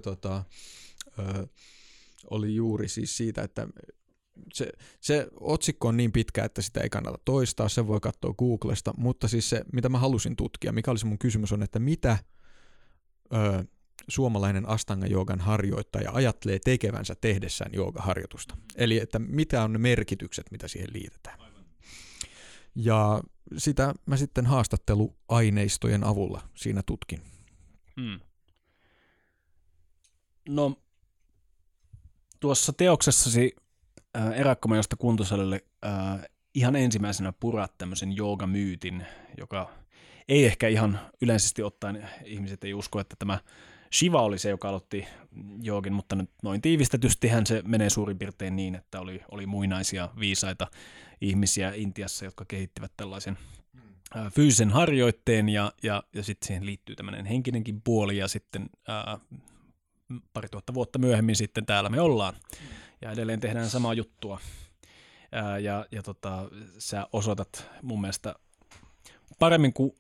oli juuri siis siitä, että se otsikko on niin pitkä, että sitä ei kannata toistaa, sen voi katsoa Googlesta, mutta siis se, mitä mä halusin tutkia, mikä oli se mun kysymys on, että mitä suomalainen Astanga-joogan harjoittaja ajattelee tekevänsä tehdessään joogaharjoitusta. Eli että mitä on ne merkitykset, mitä siihen liitetään. Ja sitä mä sitten haastatteluaineistojen avulla siinä tutkin. No, tuossa teoksessasi Erakkomajosta kuntosalille ihan ensimmäisenä puraa tämmöisen joogamyytin, joka ei ehkä ihan yleisesti ottaen ihmiset ei usko, että tämä Shiva oli se, joka aloitti joogin, mutta nyt noin tiivistetystihän se menee suurin piirtein niin, että oli muinaisia viisaita ihmisiä Intiassa, jotka kehittivät tällaisen fyysisen harjoitteen ja sitten siihen liittyy tämmöinen henkinenkin puoli ja sitten pari tuhatta vuotta myöhemmin sitten täällä me ollaan ja edelleen tehdään samaa juttua sä osoitat mun mielestä paremmin kuin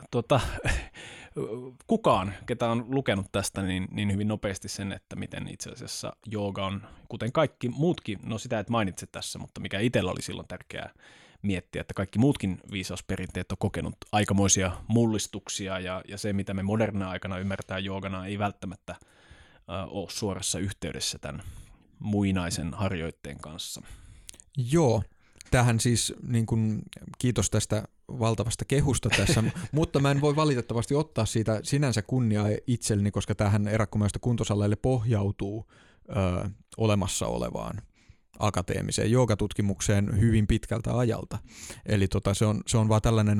kukaan, ketä on lukenut tästä, niin hyvin nopeasti sen, että miten itse asiassa jooga on, kuten kaikki muutkin, no sitä et mainitse tässä, mutta mikä itsellä oli silloin tärkeää miettiä, että kaikki muutkin viisausperinteet on kokenut aikamoisia mullistuksia ja se, mitä me moderna aikana ymmärtää joogana, ei välttämättä ole suorassa yhteydessä tämän muinaisen harjoitteen kanssa. Joo, tähän siis niin kun, kiitos tästä valtavasta kehusta tässä, mutta mä en voi valitettavasti ottaa siitä sinänsä kunniaa itselleni, koska tähän Erakkomajosta kuntosalille pohjautuu olemassa olevaan akateemiseen joogatutkimukseen hyvin pitkältä ajalta. Eli se on vaan tällainen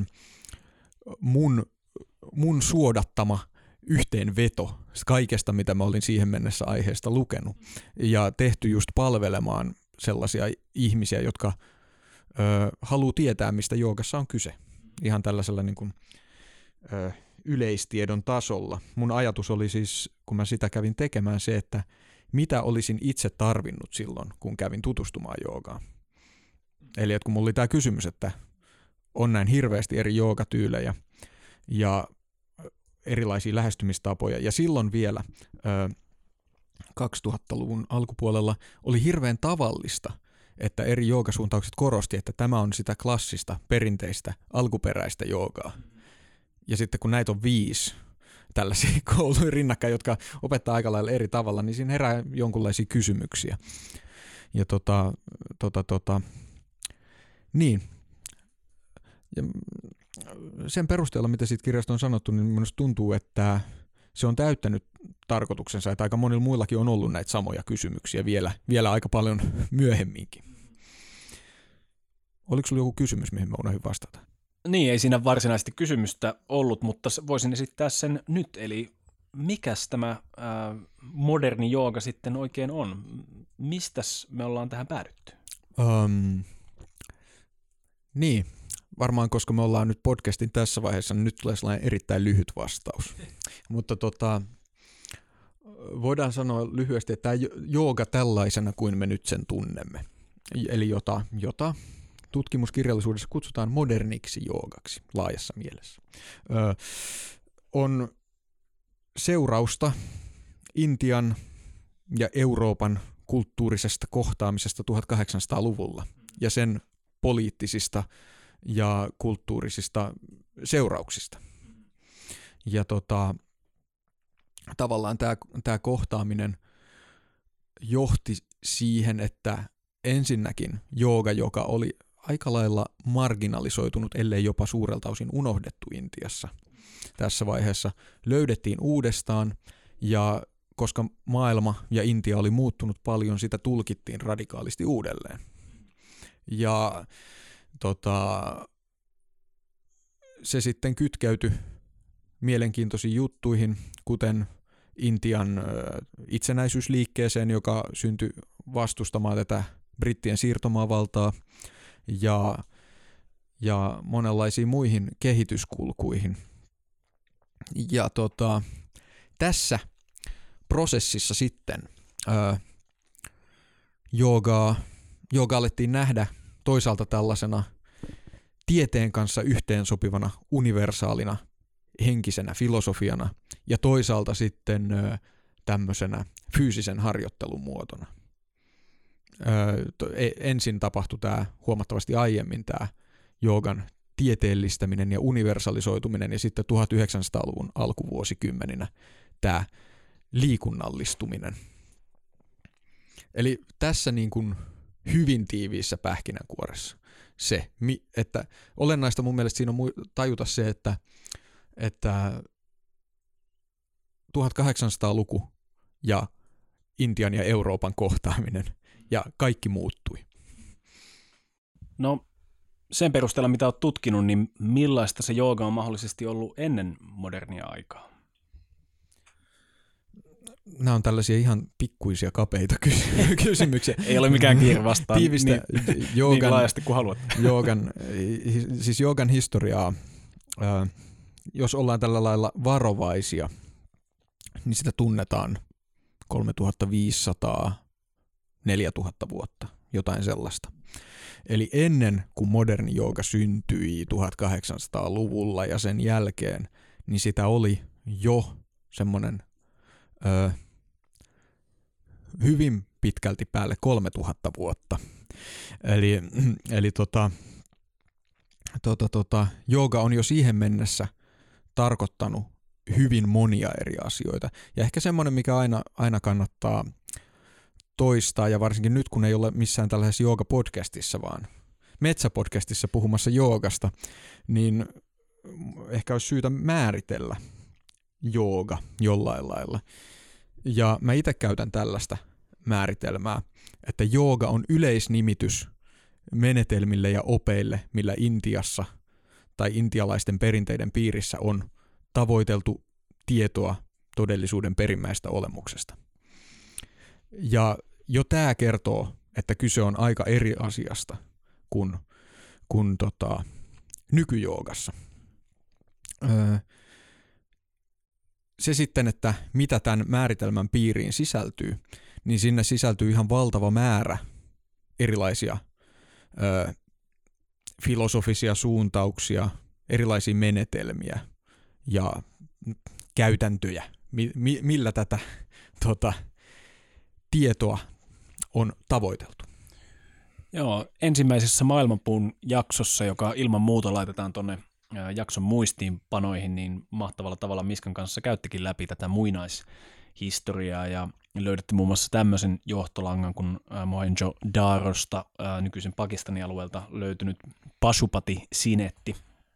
mun suodattama yhteenveto kaikesta, mitä mä olin siihen mennessä aiheesta lukenut. Ja tehty just palvelemaan sellaisia ihmisiä, jotka haluaa tietää, mistä joogassa on kyse. Ihan tällaisella niin kuin, yleistiedon tasolla. Mun ajatus oli siis, kun mä sitä kävin tekemään, se, että mitä olisin itse tarvinnut silloin, kun kävin tutustumaan joogaan. Eli että kun mulla oli tämä kysymys, että on näin hirveästi eri joogatyylejä ja erilaisia lähestymistapoja, ja silloin vielä 2000-luvun alkupuolella oli hirveän tavallista, että eri joogasuuntaukset korosti, että tämä on sitä klassista, perinteistä, alkuperäistä joogaa. Ja sitten kun näitä on 5 tällaisia kouluja rinnakkain, jotka opettaa aika lailla eri tavalla, niin siinä herää jonkunlaisia kysymyksiä. Ja niin. Ja sen perusteella, mitä siitä kirjasta on sanottu, niin minusta tuntuu, että se on täyttänyt tarkoituksensa, että aika monilla muillakin on ollut näitä samoja kysymyksiä vielä aika paljon myöhemminkin. Oliko sinulla joku kysymys, mihin mä unohdin vastata? Niin, ei siinä varsinaisesti kysymystä ollut, mutta voisin esittää sen nyt. Eli mikäs tämä moderni jooga sitten oikein on? Mistäs me ollaan tähän päädytty? Niin, varmaan koska me ollaan nyt podcastin tässä vaiheessa, niin nyt tulee sellainen erittäin lyhyt vastaus. Mutta voidaan sanoa lyhyesti, että tämä jooga tällaisena kuin me nyt sen tunnemme, eli jota tutkimuskirjallisuudessa kutsutaan moderniksi joogaksi laajassa mielessä, on seurausta Intian ja Euroopan kulttuurisesta kohtaamisesta 1800-luvulla ja sen poliittisista ja kulttuurisista seurauksista. Ja tavallaan tämä kohtaaminen johti siihen, että ensinnäkin jooga, joka oli aika lailla marginalisoitunut, ellei jopa suurelta osin unohdettu Intiassa tässä vaiheessa, löydettiin uudestaan, ja koska maailma ja Intia oli muuttunut paljon, sitä tulkittiin radikaalisti uudelleen. Ja se sitten kytkeytyi mielenkiintoisiin juttuihin, kuten Intian itsenäisyysliikkeeseen, joka syntyi vastustamaan tätä brittien siirtomaavaltaa, ja monenlaisiin muihin kehityskulkuihin. Ja tässä prosessissa sitten joogaa alettiin nähdä toisaalta tällaisena tieteen kanssa yhteensopivana universaalina henkisenä filosofiana ja toisaalta sitten tämmöisenä fyysisen harjoittelun muotona. Ensin tapahtui tämä huomattavasti aiemmin tämä joogan tieteellistäminen ja universalisoituminen ja sitten 1900-luvun alkuvuosikymmeninä tämä liikunnallistuminen. Eli tässä niin kuin hyvin tiiviissä pähkinänkuoressa se, että olennaista mun mielestä siinä on tajuta se, että 1800-luku ja Intian ja Euroopan kohtaaminen ja kaikki muuttui. No sen perusteella, mitä olet tutkinut, niin millaista se jooga on mahdollisesti ollut ennen modernia aikaa? Nämä on tällaisia ihan pikkuisia kapeita kysymyksiä. Ei ole mikään kiire vastaan Tiivistä niin laajasti kuin haluat. Siis joogan historiaa, jos ollaan tällä lailla varovaisia, niin sitä tunnetaan 3500, 4000 vuotta, jotain sellaista. Eli ennen kuin moderni jooga syntyi 1800-luvulla ja sen jälkeen, niin sitä oli jo semmoinen hyvin pitkälti päälle 3000 vuotta. Eli jooga on jo siihen mennessä tarkoittanut hyvin monia eri asioita. Ja ehkä semmoinen, mikä aina kannattaa toistaa, ja varsinkin nyt, kun ei ole missään tällaisessa jooga-podcastissa, vaan metsäpodcastissa puhumassa joogasta, niin ehkä olisi syytä määritellä jooga jollain lailla. Ja mä itse käytän tällaista määritelmää, että jooga on yleisnimitys menetelmille ja opeille, millä Intiassa tai intialaisten perinteiden piirissä on tavoiteltu tietoa todellisuuden perimmäistä olemuksesta. Ja jo tämä kertoo, että kyse on aika eri asiasta kuin nykyjoogassa. Se sitten, että mitä tämän määritelmän piiriin sisältyy, niin sinne sisältyy ihan valtava määrä erilaisia filosofisia suuntauksia, erilaisia menetelmiä ja käytäntöjä, millä tätä tietoa on tavoiteltu. Joo, ensimmäisessä maailmanpuun jaksossa, joka ilman muuta laitetaan tuonne jakson muistiinpanoihin, niin mahtavalla tavalla Miskan kanssa käyttikin läpi tätä muinaishistoriaa ja löydettiin muun muassa tämmöisen johtolangan kuin Mohenjo-Darosta nykyisen Pakistanin alueelta löytynyt Pashupati-sinetti.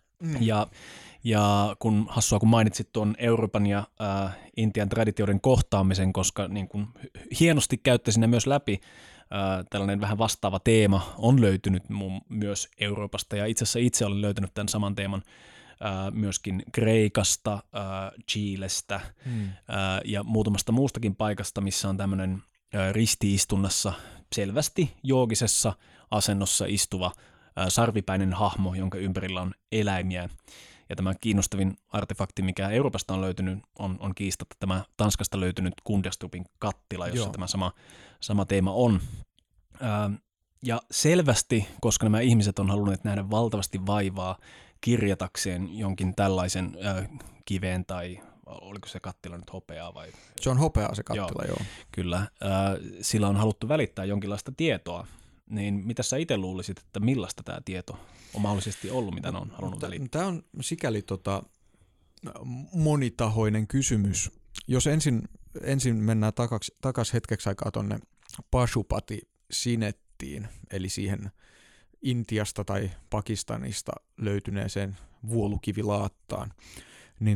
Ja kun mainitsit tuon Euroopan ja Intian traditioiden kohtaamisen, koska niin kun hienosti käytte sinne myös läpi, tällainen vähän vastaava teema on löytynyt myös Euroopasta, ja itse asiassa itse olen löytänyt tämän saman teeman myöskin Kreikasta, Chilestä ja muutamasta muustakin paikasta, missä on tämmöinen ristiistunnassa selvästi joogisessa asennossa istuva sarvipäinen hahmo, jonka ympärillä on eläimiä. Ja tämä kiinnostavin artefakti, mikä Euroopasta on löytynyt, on kiistatta tämä Tanskasta löytynyt Kunderstrupin kattila, jossa Joo. tämä sama teema on. Ja selvästi, koska nämä ihmiset on halunneet nähdä valtavasti vaivaa kirjatakseen jonkin tällaisen kiveen tai oliko se kattila nyt hopeaa vai? Se on hopeaa se kattila, joo. Kyllä. Sillä on haluttu välittää jonkinlaista tietoa. Niin mitä sä itse luulisit, että millaista tämä tieto on mahdollisesti ollut, mitä ne on halunnut välittää? Tämä on sikäli monitahoinen kysymys. Jos ensin mennään takaisin hetkeksi aikaa tuonne Pashupati-sinettiin, eli siihen Intiasta tai Pakistanista löytyneeseen vuolukivilaattaan, niin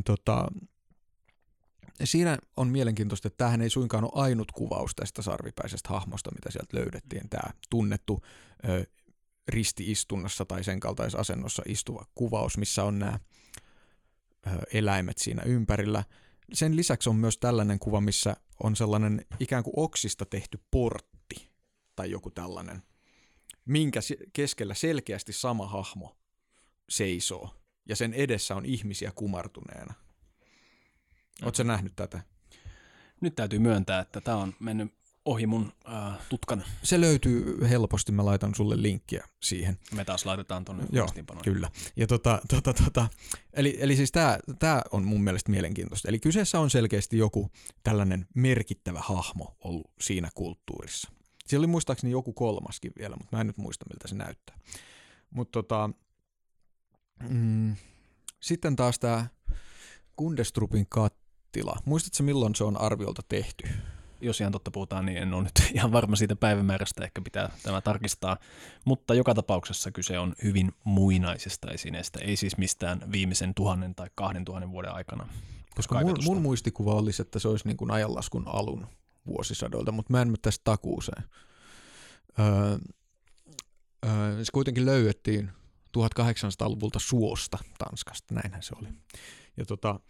siinä on mielenkiintoista, että tämähän ei suinkaan ole ainut kuvaus tästä sarvipäisestä hahmosta, mitä sieltä löydettiin. Tämä tunnettu risti-istunnassa tai sen kaltaisessa asennossa istuva kuvaus, missä on nämä eläimet siinä ympärillä. Sen lisäksi on myös tällainen kuva, missä on sellainen ikään kuin oksista tehty portti tai joku tällainen, minkä keskellä selkeästi sama hahmo seisoo ja sen edessä on ihmisiä kumartuneena. Oletko sä nähnyt tätä? Nyt täytyy myöntää, että tämä on mennyt ohi mun tutkan. Se löytyy helposti, mä laitan sulle linkkiä siihen. Me taas laitetaan tuonne muistiinpanoon. Kyllä. Ja eli siis tää on mun mielestä mielenkiintoista. Eli kyseessä on selkeästi joku tällainen merkittävä hahmo ollut siinä kulttuurissa. Siellä oli muistaakseni joku kolmaskin vielä, mutta mä en nyt muista, miltä se näyttää. Mutta sitten taas tää Kunderstrupin kattila. Muistatko milloin se on arviolta tehty? Jos ihan totta puhutaan, niin en ole nyt ihan varma siitä päivämäärästä, ehkä pitää tämä tarkistaa. Mutta joka tapauksessa kyse on hyvin muinaisesta esineestä, ei siis mistään viimeisen 1000 tai 2000 vuoden aikana. Koska mun muistikuva olisi, että se olisi niin kuin ajanlaskun alun vuosisadoilta, mutta mä en tästä takuuseen. Se kuitenkin löydettiin 1800-luvulta suosta Tanskasta, näinhän se oli. Ja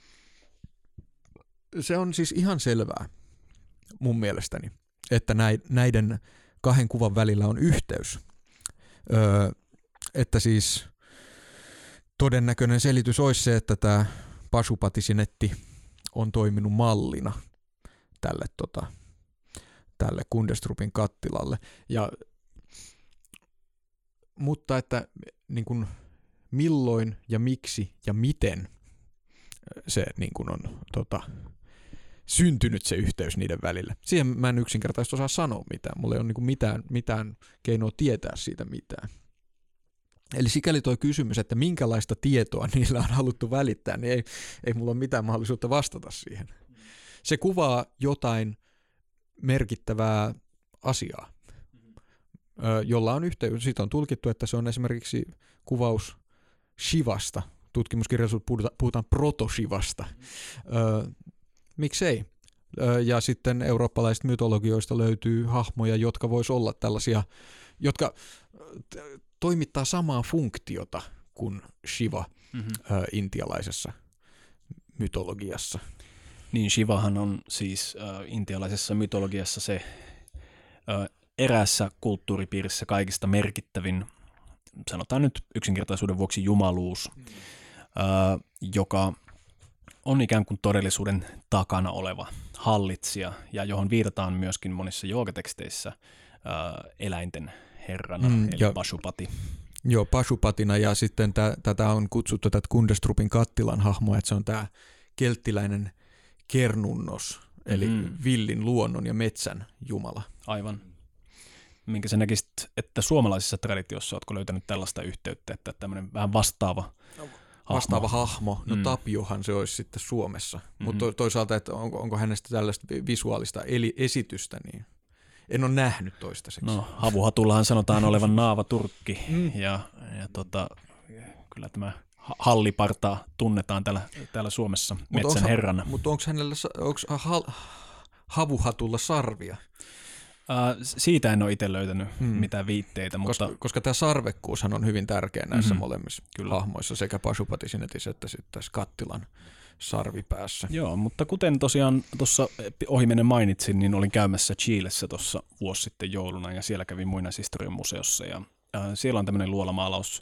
se on siis ihan selvää mun mielestäni, että näiden kahden kuvan välillä on yhteys. Että siis todennäköinen selitys olisi se, että tämä Pasupati-sinetti on toiminut mallina tälle Kundestrupin kattilalle. Mutta että niin kuin, milloin ja miksi ja miten se niin kuin on syntynyt se yhteys niiden välillä. Siihen mä en yksinkertaisesti osaa sanoa mitään. Mulla ei ole niin kuin mitään keinoa tietää siitä mitään. Eli sikäli tuo kysymys, että minkälaista tietoa niillä on haluttu välittää, niin ei mulla ole mitään mahdollisuutta vastata siihen. Se kuvaa jotain merkittävää asiaa, jolla on yhteys. Siitä on tulkittu, että se on esimerkiksi kuvaus Shivasta. Tutkimuskirjallisuudessa puhutaan proto-Shivasta. Miksei? Ja sitten eurooppalaisista mytologioista löytyy hahmoja, jotka vois olla tällaisia, jotka toimittaa samaa funktiota kuin Shiva intialaisessa mytologiassa. Niin, Shivahan on siis intialaisessa mytologiassa se eräässä kulttuuripiirissä kaikista merkittävin, sanotaan nyt yksinkertaisuuden vuoksi jumaluus, joka on ikään kuin todellisuuden takana oleva hallitsija ja johon viitataan myöskin monissa joogateksteissä eläinten herrana, eli Pashupati. Joo, Pashupatina, ja sitten tätä on kutsuttu tätä Kundestrupin kattilan hahmoa, että se on tämä kelttiläinen kernunnos, eli villin luonnon ja metsän jumala. Aivan. Minkä sä näkisit, että suomalaisessa traditiossa ootko löytänyt tällaista yhteyttä, että tämmöinen vähän vastaava hahmo. No Tapiohan se olisi sitten Suomessa, mutta toisaalta, että onko hänestä tällaista visuaalista esitystä, niin en ole nähnyt toistaiseksi. No, Havuhatullahan sanotaan olevan naavaturkki ja kyllä tämä halliparta tunnetaan täällä Suomessa metsän herrana. Mutta onko Havuhatulla sarvia? Siitä en ole itse löytänyt mitään viitteitä. Koska tämä sarvekkuushan on hyvin tärkeä näissä molemmissa hahmoissa, sekä Pasupati-sinetissä että sitten tässä kattilan sarvipäässä. Joo, mutta kuten tosiaan tuossa ohimennen mainitsin, niin olin käymässä Chilessä tuossa vuosi sitten jouluna, ja siellä kävin muinaishistorian museossa, ja siellä on tämmöinen luolamaalaus,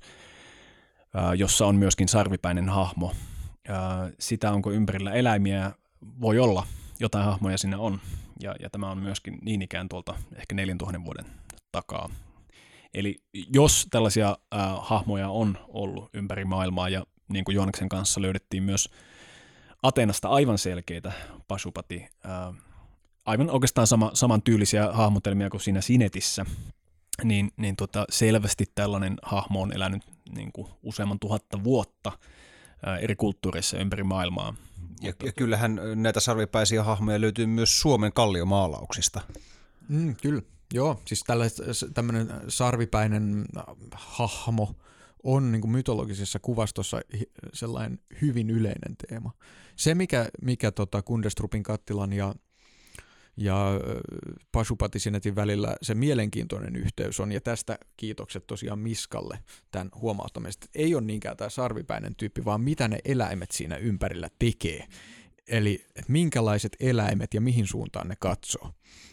jossa on myöskin sarvipäinen hahmo. Sitä, onko ympärillä eläimiä, voi olla, jotain hahmoja siinä on, ja tämä on myöskin niin ikään tuolta ehkä 4000 vuoden takaa. Eli jos tällaisia hahmoja on ollut ympäri maailmaa, ja niin kuin Joonaksen kanssa löydettiin myös Ateenasta aivan selkeitä Pasupati, aivan oikeastaan samantyylisiä hahmotelmia kuin siinä Sinetissä, niin selvästi tällainen hahmo on elänyt niin kuin useamman 1000 vuotta eri kulttuureissa ympäri maailmaa. Ja kyllähän näitä sarvipäisiä hahmoja löytyy myös Suomen kalliomaalauksista. Kyllä, joo. Siis tämmöinen sarvipäinen hahmo on niin kuin mytologisessa kuvastossa sellainen hyvin yleinen teema. Se, mikä Kundestrupin kattilan ja Pasupati-sinetin välillä se mielenkiintoinen yhteys on, ja tästä kiitokset tosiaan Miskalle tämän huomauttamisesta, ei ole niinkään tämä sarvipäinen tyyppi, vaan mitä ne eläimet siinä ympärillä tekee. Eli minkälaiset eläimet ja mihin suuntaan ne katsoo.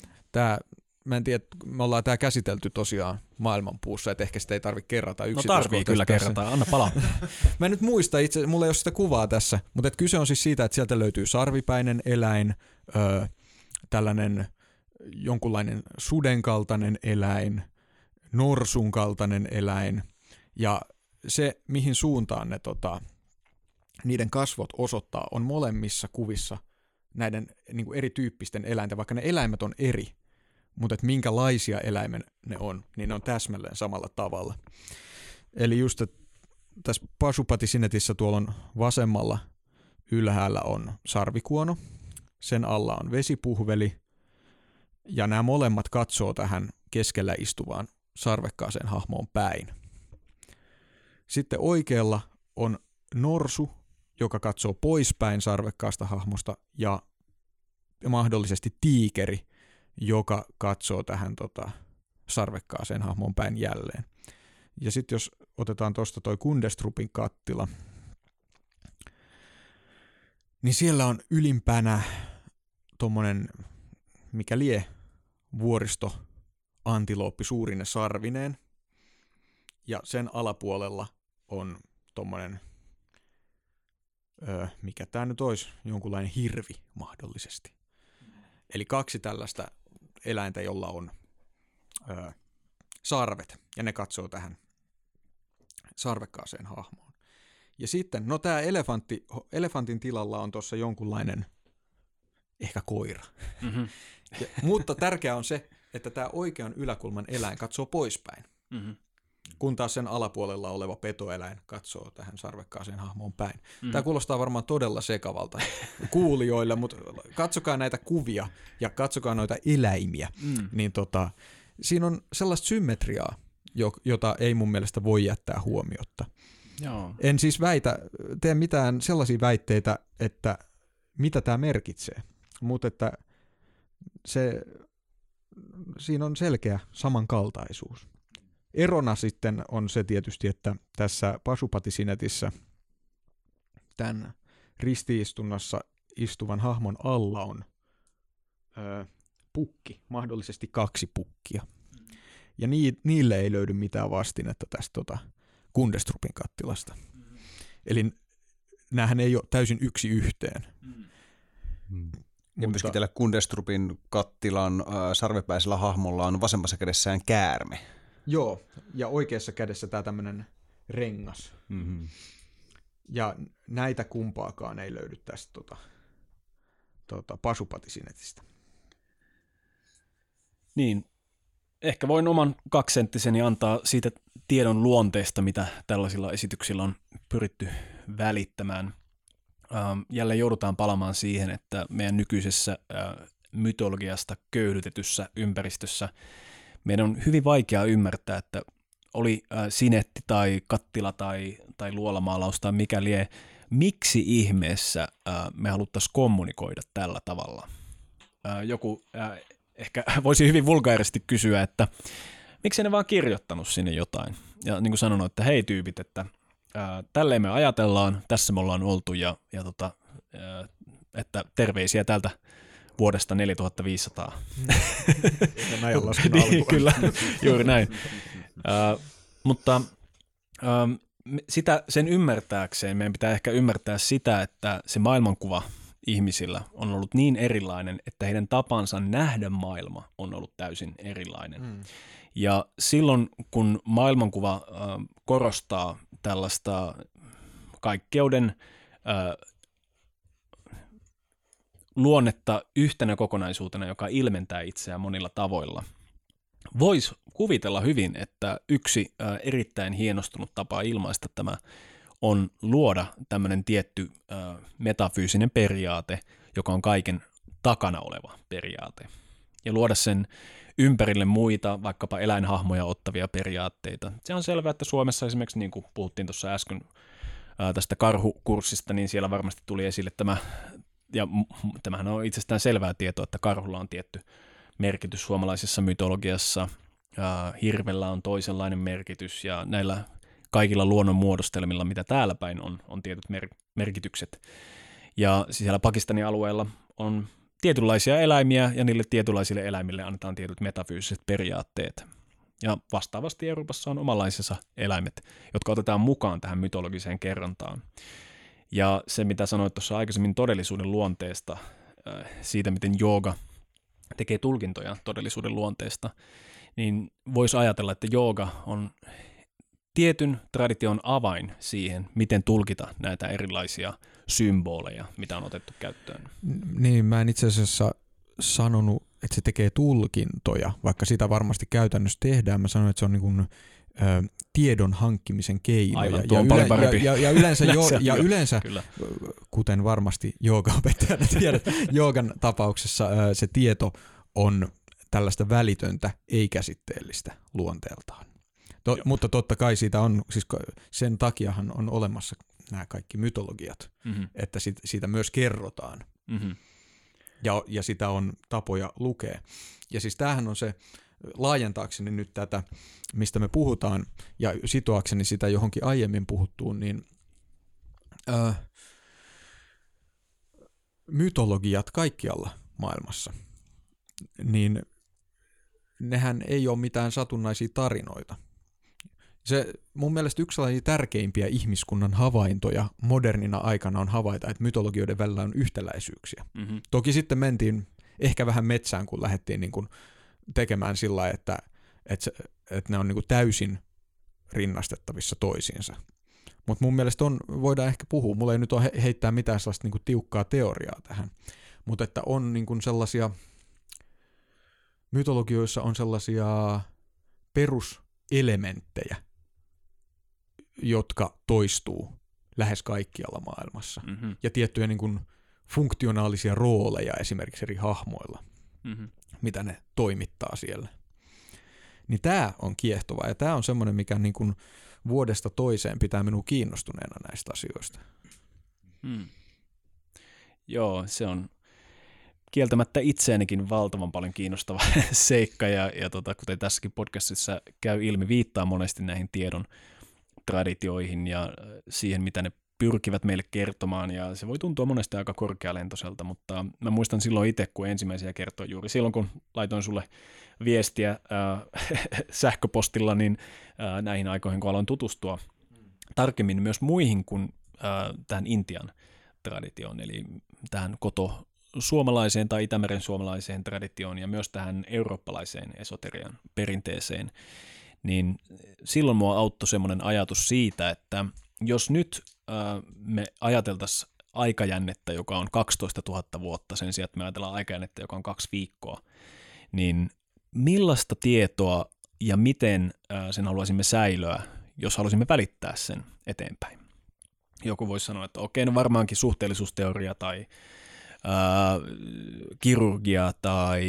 Mä en tiedä, me ollaan tämä käsitelty tosiaan maailmanpuussa, että ehkä sitä ei tarvitse kerrata yksityiskohtaisesti. No kyllä kerrataan, anna palaa. Mä en nyt muista itse, mulla ei ole sitä kuvaa tässä, mutta kyse on siis siitä, että sieltä löytyy sarvipäinen eläin, tällainen jonkunlainen sudenkaltainen eläin, norsun kaltainen eläin, ja se, mihin suuntaan ne niiden kasvot osoittaa, on molemmissa kuvissa näiden niin kuin erityyppisten eläinten, vaikka ne eläimet on eri, mutta että minkälaisia eläimen ne on, niin ne on täsmälleen samalla tavalla. Eli just, että tässä Pasupati-sinetissä tuolla on vasemmalla ylhäällä on sarvikuono, sen alla on vesipuhveli, ja nämä molemmat katsoo tähän keskellä istuvaan sarvekkaaseen hahmoon päin. Sitten oikealla on norsu, joka katsoo poispäin sarvekkaasta hahmosta, ja mahdollisesti tiikeri, joka katsoo tähän sarvekkaaseen hahmoon päin jälleen. Ja sitten jos otetaan tuosta toi Kundestrupin kattila, niin siellä on ylimpänä tommonen, mikä lie, vuoristo antilooppi suurine sarvineen. Ja sen alapuolella on tommonen, mikä tää nyt olisi, jonkunlainen hirvi mahdollisesti. Eli 2 tällaista eläintä, jolla on sarvet, ja ne katsoo tähän sarvekkaaseen hahmoon. Ja sitten, no tää elefantin tilalla on tuossa jonkunlainen, ehkä koira. Mm-hmm. Mutta tärkeää on se, että tämä oikean yläkulman eläin katsoo poispäin, kun taas sen alapuolella oleva petoeläin katsoo tähän sarvekkaaseen hahmoon päin. Tämä kuulostaa varmaan todella sekavalta kuulijoille, mutta katsokaa näitä kuvia ja katsokaa noita eläimiä, niin siinä on sellaista symmetriaa, jota ei mun mielestä voi jättää huomiotta. Joo. En siis tee mitään sellaisia väitteitä, että mitä tämä merkitsee, mutta että siinä on selkeä samankaltaisuus. Erona sitten on se tietysti, että tässä Pashupati-Sinetissä tämän ristiistunnassa istuvan hahmon alla on pukki, mahdollisesti 2 pukkia. Ja niille ei löydy mitään vastinetta tästä Kundestrupin kattilasta. Eli näähän ei ole täysin yksi yhteen. Ja myöskin tällä Kundestrupin kattilan sarvepäisellä hahmolla on vasemmassa kädessään käärme. Joo, ja oikeassa kädessä tämä tämmöinen rengas. Mm-hmm. Ja näitä kumpaakaan ei löydy tästä Pashupati-Sinetistä. Niin, ehkä voin oman 2 senttiseni antaa siitä tiedon luonteesta, mitä tällaisilla esityksillä on pyritty välittämään. Jälleen joudutaan palaamaan siihen, että meidän nykyisessä mytologiasta köyhdytetyssä ympäristössä meidän on hyvin vaikea ymmärtää, että oli sinetti tai kattila tai luolamaalaus tai mikä lie, miksi ihmeessä me haluttaisiin kommunikoida tällä tavalla. Joku ehkä voisi hyvin vulgaarisesti kysyä, että miksi ne vaan kirjoittanut sinne jotain. Ja niin kuin sanonut, että hei tyypit, että tälleen me ajatellaan, tässä me ollaan oltu ja että terveisiä tältä vuodesta 4500. Niin, kyllä, juuri näin. Mutta sen ymmärtääkseen meidän pitää ehkä ymmärtää sitä, että se maailmankuva ihmisillä on ollut niin erilainen, että heidän tapansa nähdä maailma on ollut täysin erilainen. Ja silloin, kun maailmankuva korostaa tällaista kaikkeuden luonnetta yhtenä kokonaisuutena, joka ilmentää itseään monilla tavoilla, voisi kuvitella hyvin, että yksi erittäin hienostunut tapa ilmaista tämä on luoda tämmöinen tietty metafyysinen periaate, joka on kaiken takana oleva periaate. Ja luoda sen ympärille muita, vaikkapa eläinhahmoja ottavia periaatteita. Se on selvää, että Suomessa esimerkiksi, niin kuin puhuttiin tuossa äsken tästä karhukurssista, niin siellä varmasti tuli esille tämä, ja tämähän on itsestään selvää tietoa, että karhulla on tietty merkitys suomalaisessa mytologiassa, hirvellä on toisenlainen merkitys, ja näillä kaikilla luonnon muodostelmilla, mitä täällä päin on tietyt merkitykset. Ja siellä Pakistanin alueella on tietynlaisia eläimiä, ja niille tietynlaisille eläimille annetaan tietyt metafyysiset periaatteet. Ja vastaavasti Euroopassa on omanlaisensa eläimet, jotka otetaan mukaan tähän mytologiseen kerrontaan. Ja se, mitä sanoit tuossa aikaisemmin todellisuuden luonteesta, siitä, miten jooga tekee tulkintoja todellisuuden luonteesta, niin voisi ajatella, että jooga on tietyn tradition avain siihen, miten tulkita näitä erilaisia symboleja, mitä on otettu käyttöön. Niin, mä en itse asiassa sanonut, että se tekee tulkintoja, vaikka sitä varmasti käytännössä tehdään. Mä sanoin, että se on niin kuin, tiedon hankkimisen keino. Aivan, tuo on paljon parempi. Ja yleensä kuten varmasti joogaopettajana tiedät, joogan tapauksessa se tieto on tällaista välitöntä, ei-käsitteellistä luonteeltaan. Mutta totta kai siitä on, siis sen takiahan on olemassa nämä kaikki mytologiat, että siitä myös kerrotaan. Ja sitä on tapoja lukea. Ja siis tämähän on se laajentaakseni nyt tätä, mistä me puhutaan, ja sitoakseni sitä johonkin aiemmin puhuttuun, niin mytologiat kaikkialla maailmassa, niin nehän ei ole mitään satunnaisia tarinoita. Se mun mielestä yksi sellaisia tärkeimpiä ihmiskunnan havaintoja modernina aikana on havaita, että mytologioiden välillä on yhtäläisyyksiä. Mm-hmm. Toki sitten mentiin ehkä vähän metsään, kun lähdettiin niin kuin tekemään sillä lailla, että ne on niin kuin täysin rinnastettavissa toisiinsa. Mutta mun mielestä voidaan ehkä puhua, mulla ei nyt ole heittää mitään sellaista niin kuin tiukkaa teoriaa tähän, mutta että on niin kuin sellaisia, mytologioissa on sellaisia peruselementtejä, jotka toistuu lähes kaikkialla maailmassa. Mm-hmm. Ja tiettyjä niin kuin funktionaalisia rooleja esimerkiksi eri hahmoilla, mitä ne toimittaa siellä. Niin tämä on kiehtovaa ja tämä on semmoinen, mikä niin kuin vuodesta toiseen pitää minua kiinnostuneena näistä asioista. Joo, se on kieltämättä itseänikin valtavan paljon kiinnostava seikka ja kuten tässäkin podcastissa käy ilmi, viittaa monesti näihin tiedon traditioihin ja siihen, mitä ne pyrkivät meille kertomaan, ja se voi tuntua monesti aika korkealentoiselta, mutta mä muistan silloin itse, kun ensimmäisiä kertoi juuri silloin, kun laitoin sulle viestiä sähköpostilla, niin näihin aikoihin, kun aloin tutustua tarkemmin myös muihin kuin tähän Intian traditioon, eli tähän suomalaiseen tai Itämeren suomalaiseen traditioon ja myös tähän eurooppalaiseen esoterian perinteeseen, niin silloin mua auttoi semmoinen ajatus siitä, että jos nyt me ajateltaisiin aikajännettä, joka on 12 000 vuotta sen sijaan, että me ajatellaan aikajännettä, joka on 2 viikkoa, niin millaista tietoa ja miten sen haluaisimme säilöä, jos haluaisimme välittää sen eteenpäin? Joku voisi sanoa, että okei, no varmaankin suhteellisuusteoria tai kirurgia tai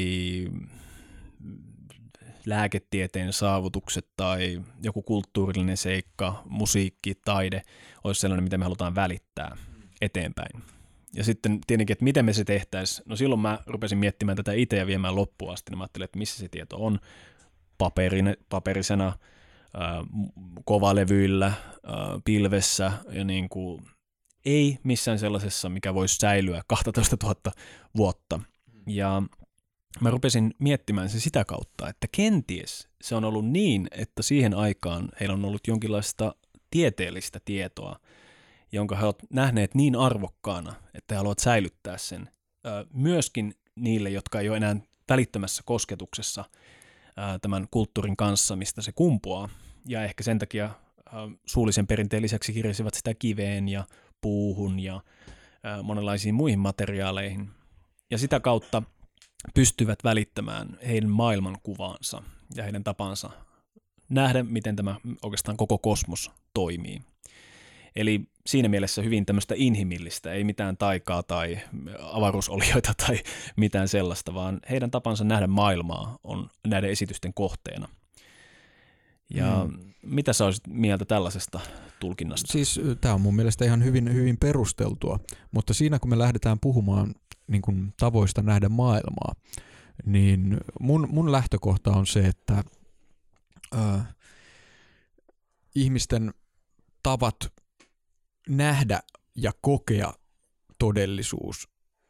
lääketieteen saavutukset tai joku kulttuurillinen seikka, musiikki, taide olisi sellainen, mitä me halutaan välittää eteenpäin. Ja sitten tietenkin, että miten me se tehtäisiin. No silloin mä rupesin miettimään tätä itse ja viemään loppuun asti. Mä ajattelin, että missä se tieto on paperisena, kovalevyillä, pilvessä ja niin kuin ei missään sellaisessa, mikä voisi säilyä 12 000 vuotta. Ja mä rupesin miettimään se sitä kautta, että kenties se on ollut niin, että siihen aikaan heillä on ollut jonkinlaista tieteellistä tietoa, jonka he ovat nähneet niin arvokkaana, että he haluavat säilyttää sen myöskin niille, jotka ei ole enää välittömässä kosketuksessa tämän kulttuurin kanssa, mistä se kumpuaa. Ja ehkä sen takia suullisen perinteen lisäksi kirjasivat sitä kiveen ja puuhun ja monenlaisiin muihin materiaaleihin. Ja sitä kautta pystyvät välittämään heidän maailmankuvaansa ja heidän tapansa nähdä, miten tämä oikeastaan koko kosmos toimii. Eli siinä mielessä hyvin tämmöistä inhimillistä, ei mitään taikaa tai avaruusolioita tai mitään sellaista, vaan heidän tapansa nähdä maailmaa on näiden esitysten kohteena. Ja mitä sä olisit mieltä tällaisesta tulkinnasta? Siis tämä on mun mielestä ihan hyvin perusteltua, mutta siinä kun me lähdetään puhumaan niin kuin tavoista nähdä maailmaa, niin mun lähtökohta on se, että ihmisten tavat nähdä ja kokea todellisuus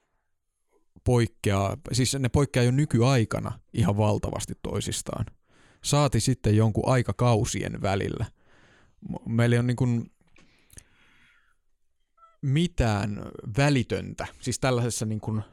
ne poikkeaa jo nykyaikana ihan valtavasti toisistaan. Saati sitten jonkun aikakausien välillä. Meillä ei ole niin kuin mitään välitöntä, siis tällaisessa niin kuin,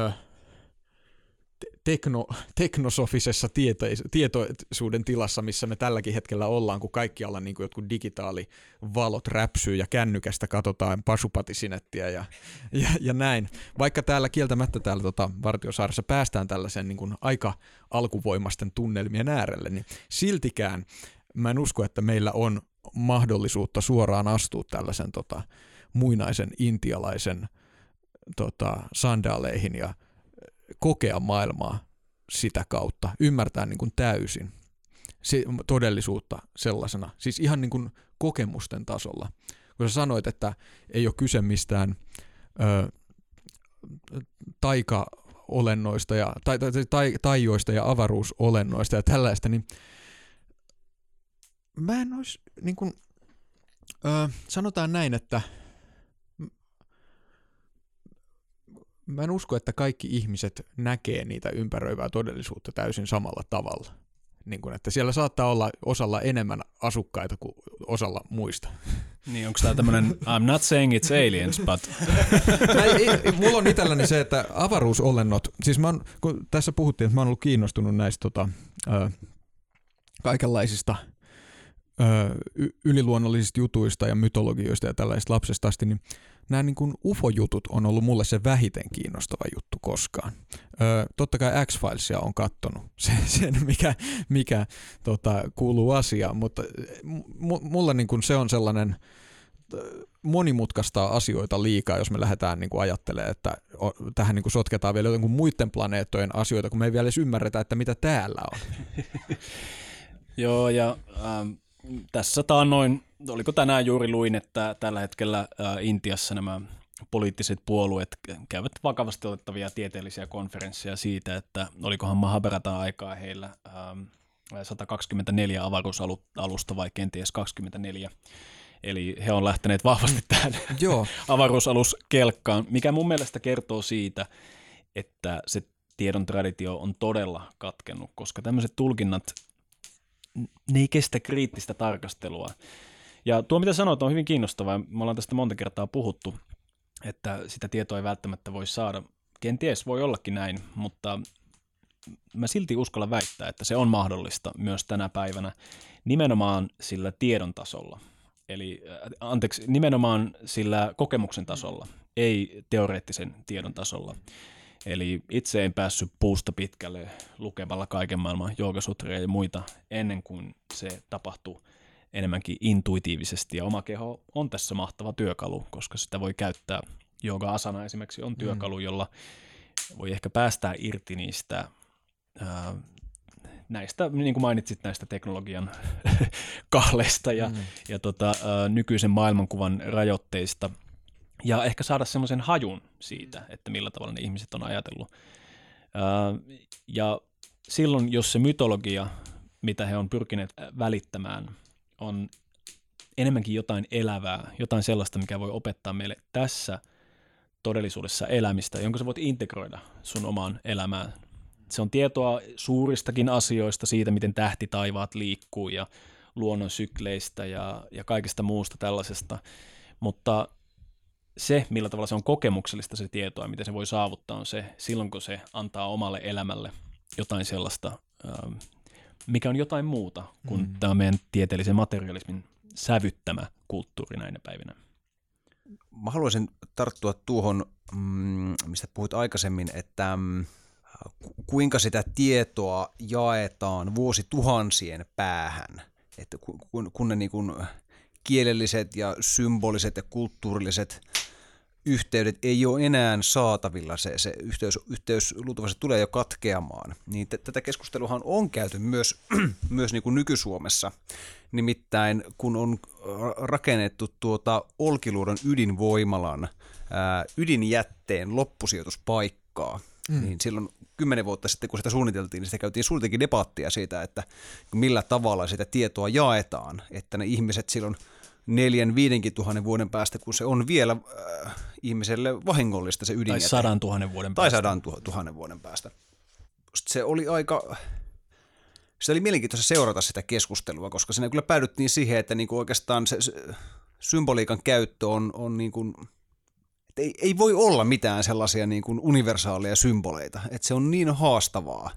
teknosofisessa tietoisuuden tilassa, missä me tälläkin hetkellä ollaan, kun kaikkialla niin kuin jotkut digitaalivalot räpsyy ja kännykästä katsotaan Pasupati-sinettiä ja näin. Vaikka täällä kieltämättä täällä Vartiosaaressa päästään tällaisen niin kuin aika alkuvoimaisten tunnelmien äärelle, niin siltikään mä en usko, että meillä on mahdollisuutta suoraan astua tällaisen muinaisen intialaisen sandaaleihin ja kokea maailmaa sitä kautta, ymmärtää niin kuin täysin todellisuutta sellaisena, siis ihan niin kuin kokemusten tasolla. Kun sä sanoit, että ei ole kyse mistään olennoista ja taijoista ja avaruusolennoista ja tällaista, niin mä en olisi, niin kuin, sanotaan näin, että mä en usko, että kaikki ihmiset näkee niitä ympäröivää todellisuutta täysin samalla tavalla. Niin kuin, että siellä saattaa olla osalla enemmän asukkaita kuin osalla muista. Niin, onko tämä tämmöinen I'm not saying it's aliens, but... Mulla on itselläni se, että avaruusolennot, siis kun tässä puhuttiin, että mä oon ollut kiinnostunut näistä kaikenlaisista yliluonnollisista jutuista ja mytologioista ja tällaisista lapsesta asti, niin nämä niin kuin UFO-jutut on ollut mulle se vähiten kiinnostava juttu koskaan. Totta kai X-Filesia on kattonut, sen mikä kuuluu asiaan, mutta mulla niin kuin se on sellainen monimutkaistaa asioita liikaa, jos me lähdetään niin kuin ajattelemaan, että tähän niin kuin sotketaan vielä jotenkin muiden planeettojen asioita, kun me ei vielä edes ymmärretä, että mitä täällä on. Joo, ja tässä taannoin, oliko tänään juuri luin, että tällä hetkellä Intiassa nämä poliittiset puolueet käyvät vakavasti otettavia tieteellisiä konferensseja siitä, että olikohan Mahabharatan aikaa heillä 124 avaruusalusta vai kenties 24. Eli he on lähteneet vahvasti tähän avaruusaluskelkkaan, mikä mun mielestä kertoo siitä, että se tiedon traditio on todella katkennut, koska tämmöiset tulkinnat, ne ei kestä kriittistä tarkastelua. Ja tuo, mitä sanoit, on hyvin kiinnostavaa. Me ollaan tästä monta kertaa puhuttu, että sitä tietoa ei välttämättä voi saada. Kenties voi ollakin näin, mutta mä silti uskallan väittää, että se on mahdollista myös tänä päivänä nimenomaan sillä tiedon tasolla. Eli nimenomaan sillä kokemuksen tasolla, ei teoreettisen tiedon tasolla. Eli itse en päässyt puusta pitkälle lukemalla kaiken maailman joogasutreja ja muita ennen kuin se tapahtui enemmänkin intuitiivisesti. Ja oma keho on tässä mahtava työkalu, koska sitä voi käyttää. Jooga-asana esimerkiksi on työkalu, jolla voi ehkä päästää irti niistä näistä, niin kuin mainitsit, näistä teknologian kahleista ja nykyisen maailmankuvan rajoitteista. Ja ehkä saada semmoisen hajun siitä, että millä tavalla ne ihmiset on ajatellut. Ja silloin, jos se mytologia, mitä he on pyrkineet välittämään, on enemmänkin jotain elävää, jotain sellaista, mikä voi opettaa meille tässä todellisuudessa elämistä, jonka sä voit integroida sun omaan elämään. Se on tietoa suuristakin asioista, siitä, miten tähtitaivaat liikkuu ja luonnon sykleistä ja kaikesta muusta tällaisesta, mutta se, millä tavalla se on kokemuksellista se tietoa ja miten se voi saavuttaa, on se silloin, kun se antaa omalle elämälle jotain sellaista, mikä on jotain muuta kuin tämä meidän tieteellisen materialismin sävyttämä kulttuuri näinä päivinä. Mä haluaisin tarttua tuohon, mistä puhuit aikaisemmin, että kuinka sitä tietoa jaetaan vuosituhansien päähän, että kun ne niin kuin kielelliset ja symboliset ja kulttuurilliset yhteydet ei ole enää saatavilla, se yhteys luultavasti tulee jo katkeamaan. Niin tätä keskusteluhan on käyty myös niin kuin nyky-Suomessa. Nimittäin kun on rakennettu Olkiluodon ydinvoimalan ydinjätteen loppusijoituspaikkaa, niin silloin 10 vuotta sitten, kun sitä suunniteltiin, niin sitä käytiin suurtakin debattia siitä, että millä tavalla sitä tietoa jaetaan, että ne ihmiset silloin 4-5 tuhannen vuoden päästä, kun se on vielä ihmiselle vahingollista se ydinjäte. Tai 100 000 vuoden päästä. Tai 100 000 vuoden päästä. Se oli mielenkiintoista seurata sitä keskustelua, koska siinä kyllä päädyttiin siihen, että niinku oikeastaan se symboliikan käyttö on niin kuin, ei voi olla mitään sellaisia niin kuin universaaleja symboleita, että se on niin haastavaa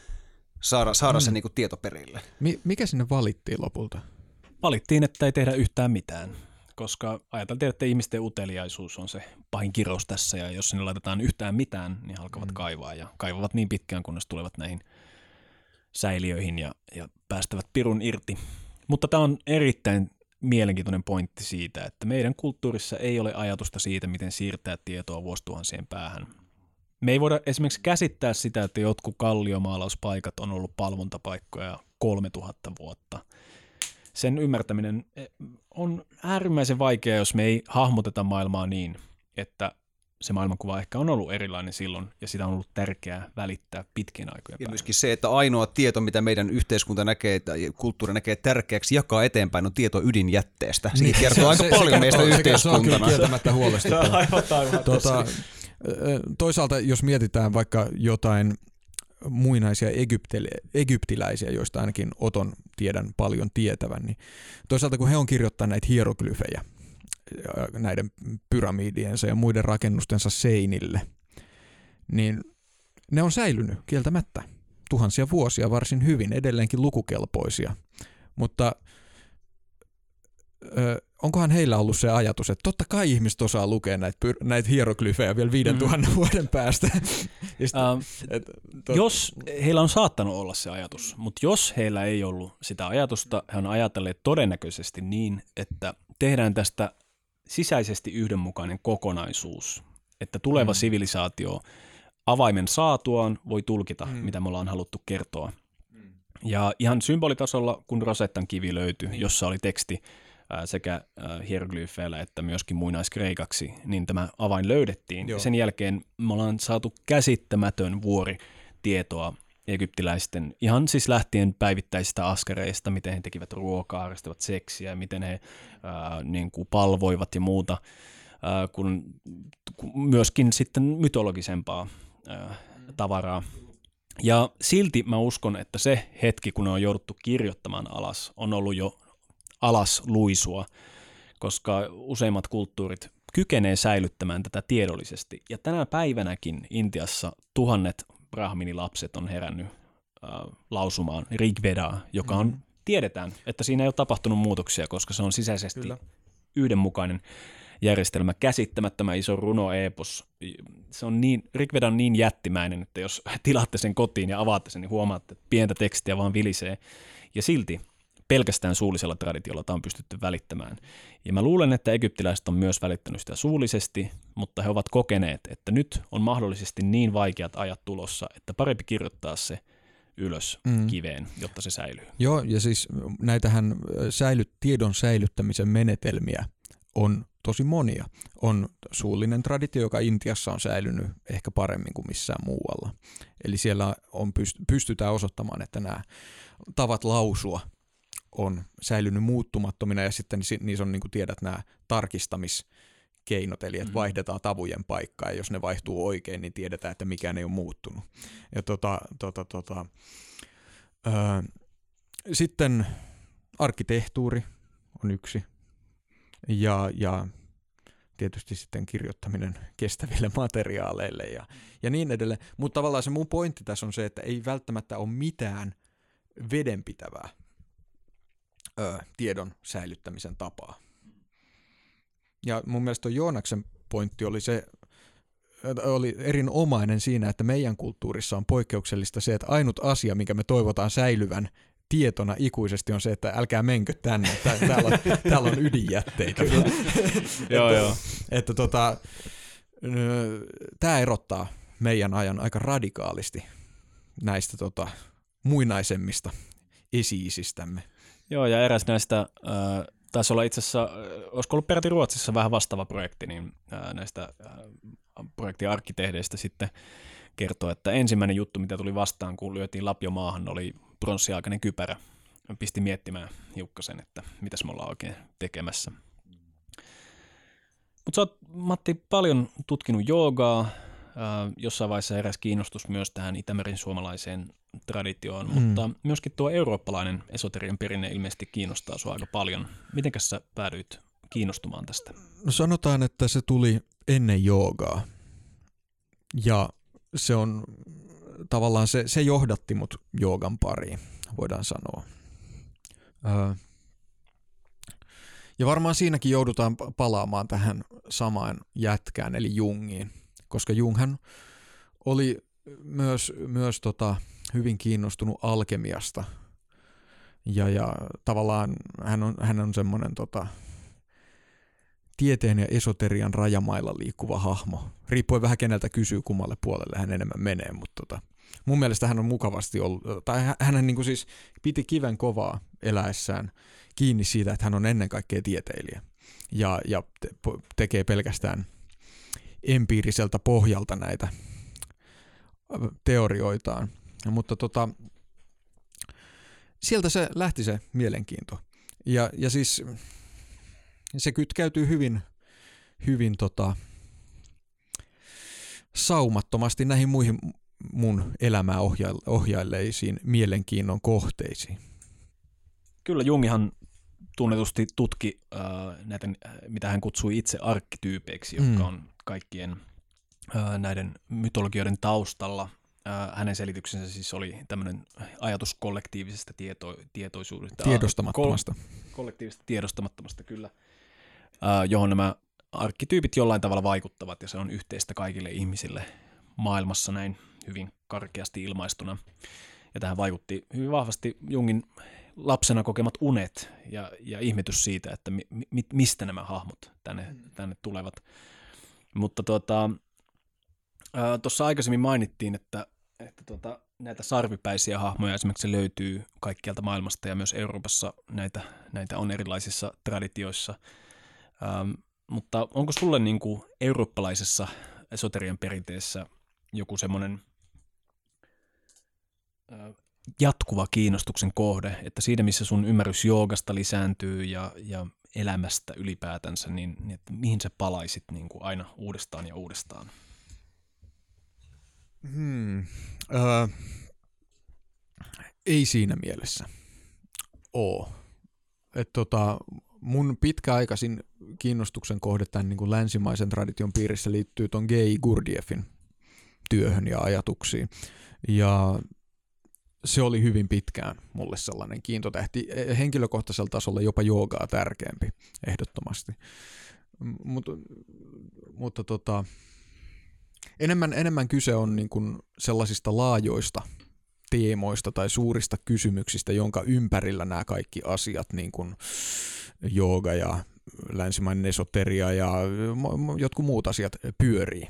saada se niin kuin tieto perille. Mikä sinne valittiin lopulta? Valittiin, että ei tehdä yhtään mitään, koska ajateltiin, että ihmisten uteliaisuus on se pahin kirous tässä, ja jos sinne laitetaan yhtään mitään, niin alkavat kaivaa, ja kaivavat niin pitkään, kunnes tulevat näihin säiliöihin ja päästävät pirun irti. Mutta tämä on erittäin mielenkiintoinen pointti siitä, että meidän kulttuurissa ei ole ajatusta siitä, miten siirtää tietoa vuosituhansien päähän. Me ei voida esimerkiksi käsittää sitä, että jotkut kalliomaalaus-paikat on ollut palvontapaikkoja 3000 vuotta. Sen ymmärtäminen on äärimmäisen vaikeaa, jos me ei hahmoteta maailmaa niin, että se maailmankuva ehkä on ollut erilainen silloin, ja sitä on ollut tärkeää välittää pitkien aikojen Ja päälle. myöskin se, että ainoa tieto, mitä meidän yhteiskunta näkee tai kulttuuri näkee tärkeäksi jakaa eteenpäin, on tieto ydinjätteestä. Se kertoo aika paljon meistä yhteiskuntana. Se on kyllä kieltämättä huolestuttavaa. Toisaalta, jos mietitään vaikka jotain muinaisia egyptiläisiä, joista ainakin Oton tiedän paljon tietävän, niin toisaalta kun he on kirjoittaneet näitä hieroglyfejä näiden pyramidiensa ja muiden rakennustensa seinille, niin ne on säilynyt kieltämättä tuhansia vuosia varsin hyvin, edelleenkin lukukelpoisia, mutta onkohan heillä ollut se ajatus, että totta kai ihmiset osaa lukea näitä hieroglyfejä vielä 5000 vuoden päästä. Jos heillä on saattanut olla se ajatus, mutta jos heillä ei ollut sitä ajatusta, he on ajatelleet todennäköisesti niin, että tehdään tästä sisäisesti yhdenmukainen kokonaisuus, että tuleva sivilisaatio avaimen saatuaan voi tulkita, mitä me ollaan haluttu kertoa. Ja ihan symbolitasolla, kun Rosettan kivi löytyi, jossa oli teksti sekä hieroglyfeillä että myöskin muinaiskreikaksi, niin tämä avain löydettiin. Ja sen jälkeen me ollaan saatu käsittämätön vuori tietoa egyptiläisten, ihan siis lähtien päivittäisistä askareista, miten he tekivät ruokaa, harrastivat seksiä, miten he niin kuin palvoivat ja muuta, kun myöskin sitten mytologisempaa tavaraa. Ja silti mä uskon, että se hetki, kun ne on jouduttu kirjoittamaan alas, on ollut jo alas luisua, koska useimmat kulttuurit kykenee säilyttämään tätä tiedollisesti. Ja tänä päivänäkin Intiassa tuhannet brahminilapset on herännyt lausumaan Rigvedaa, joka on, tiedetään, että siinä ei ole tapahtunut muutoksia, koska se on sisäisesti yhdenmukainen järjestelmä, käsittämättömän iso runoepos. Se on niin, Rigveda on niin jättimäinen, että jos tilaatte sen kotiin ja avaatte sen, niin huomaatte, että pientä tekstiä vaan vilisee. Ja silti pelkästään suullisella traditiolla tämä on pystytty välittämään. Ja mä luulen, että egyptiläiset on myös välittänyt sitä suullisesti, mutta he ovat kokeneet, että nyt on mahdollisesti niin vaikeat ajat tulossa, että parempi kirjoittaa se ylös kiveen, jotta se säilyy. Joo, ja siis näitähän tiedon säilyttämisen menetelmiä on tosi monia. On suullinen traditio, joka Intiassa on säilynyt ehkä paremmin kuin missään muualla. Eli siellä pystytään osoittamaan, että nämä tavat lausua on säilynyt muuttumattomina, ja sitten niissä on, niin kuin tiedät, nämä tarkistamiskeinot, eli että vaihdetaan tavujen paikkaa, ja jos ne vaihtuu oikein, niin tiedetään, että mikään ei ole muuttunut. Ja sitten arkkitehtuuri on yksi, ja tietysti sitten kirjoittaminen kestäville materiaaleille ja niin edelleen. Mutta tavallaan se mun pointti tässä on se, että ei välttämättä ole mitään vedenpitävää tiedon säilyttämisen tapaa. Ja mun mielestä Joonaksen pointti oli erinomainen siinä, että meidän kulttuurissa on poikkeuksellista se, että ainut asia, minkä me toivotaan säilyvän tietona ikuisesti, on se, että älkää menkö tänne, täällä on ydinjätteitä. Joo. Että tämä erottaa meidän ajan aika radikaalisti näistä muinaisemmista esi-isistämme. Joo, ja eräs näistä, taisi olla itse asiassa, olisiko ollut peräti Ruotsissa vähän vastaava projekti, niin näistä projektin arkkitehdeistä sitten kertoo, että ensimmäinen juttu, mitä tuli vastaan, kun lyötiin lapio maahan, oli pronssiaikainen kypärä. Pisti miettimään hiukkasen, että mitäs me ollaan oikein tekemässä. Mutta sä oot, Matti, paljon tutkinut joogaa. Jossain vaiheessa heräsi kiinnostus myös tähän Itämeren suomalaiseen traditioon, mutta myöskin tuo eurooppalainen esoterian perinne ilmeisesti kiinnostaa sua aika paljon. Mitenkäs sä päädyit kiinnostumaan tästä? No sanotaan, että se tuli ennen joogaa. Ja se on tavallaan se johdatti mut joogan pariin, voidaan sanoa. Ja varmaan siinäkin joudutaan palaamaan tähän samaan jätkään, eli Jungiin, koska Junghan oli myös hyvin kiinnostunut alkemiasta. Ja tavallaan hän on semmoinen tieteen ja esoterian rajamailla liikkuva hahmo. Riippuen vähän keneltä kysyy, kummalle puolelle hän enemmän menee, mutta mun mielestä hän on mukavasti ollut, tai hän niin kuin siis piti kiven kovaa eläessään kiinni siitä, että hän on ennen kaikkea tieteilijä ja tekee pelkästään empiiriseltä pohjalta näitä teorioitaan. Mutta sieltä se lähti se mielenkiinto. Ja siis se kytkeytyy hyvin saumattomasti näihin muihin mun elämää ohjailleisiin mielenkiinnon kohteisiin. Kyllä Jungihan tunnetusti tutki näitä, mitä hän kutsui itse arkkityypeiksi, jotka on kaikkien näiden mytologioiden taustalla. Hänen selityksensä siis oli tämmöinen ajatus kollektiivisesta tietoisuudesta. Kollektiivisesta tiedostamattomasta, kyllä, johon nämä arkkityypit jollain tavalla vaikuttavat, ja se on yhteistä kaikille ihmisille maailmassa näin hyvin karkeasti ilmaistuna. Ja tähän vaikutti hyvin vahvasti Jungin lapsena kokemat unet ja ihmetys siitä, että mistä nämä hahmot tänne tulevat. Mutta tuossa aikaisemmin mainittiin, että näitä sarvipäisiä hahmoja esimerkiksi löytyy kaikkialta maailmasta ja myös Euroopassa näitä on erilaisissa traditioissa. Mutta onko sulle niin kuin eurooppalaisessa esoterian perinteessä joku semmoinen jatkuva kiinnostuksen kohde, että siinä missä sun ymmärrys joogasta lisääntyy ja elämästä ylipäätänsä, niin että mihin sä palaisit niin kuin aina uudestaan ja uudestaan? Ei siinä mielessä oo. Mun pitkäaikaisin kiinnostuksen kohde tämän niin kuin länsimaisen tradition piirissä liittyy ton G.I. Gurdjieffin työhön ja ajatuksiin. Ja se oli hyvin pitkään mulle sellainen kiintotähti. Henkilökohtaisella tasolla jopa joogaa tärkeämpi, ehdottomasti. Mutta enemmän kyse on niin kuin sellaisista laajoista teemoista tai suurista kysymyksistä, jonka ympärillä nämä kaikki asiat, niin kuin jooga ja länsimainen esoteria ja jotkut muut asiat pyörii.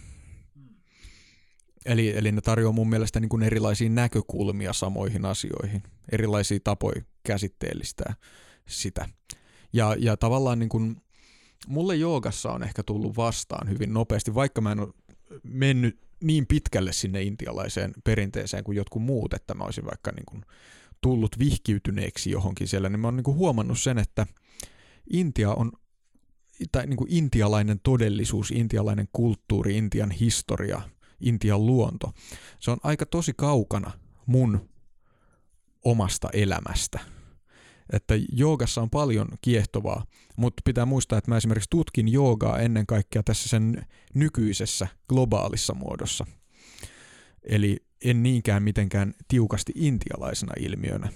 Eli ne tarjoaa mun mielestä niin kuin erilaisia näkökulmia samoihin asioihin, erilaisia tapoja käsitteellistää sitä. Ja tavallaan niin kuin, mulle joogassa on ehkä tullut vastaan hyvin nopeasti, vaikka mä en ole mennyt niin pitkälle sinne intialaiseen perinteeseen kuin jotkut muut, että mä olisin vaikka niin kuin tullut vihkiytyneeksi johonkin siellä, niin mä oon niin kuin huomannut sen, että Intia on, tai niin kuin intialainen todellisuus, intialainen kulttuuri, Intian historia, Intian luonto, se on aika tosi kaukana mun omasta elämästä. Että joogassa on paljon kiehtovaa, mutta pitää muistaa, että mä esimerkiksi tutkin joogaa ennen kaikkea tässä sen nykyisessä globaalissa muodossa. Eli en niinkään mitenkään tiukasti intialaisena ilmiönä.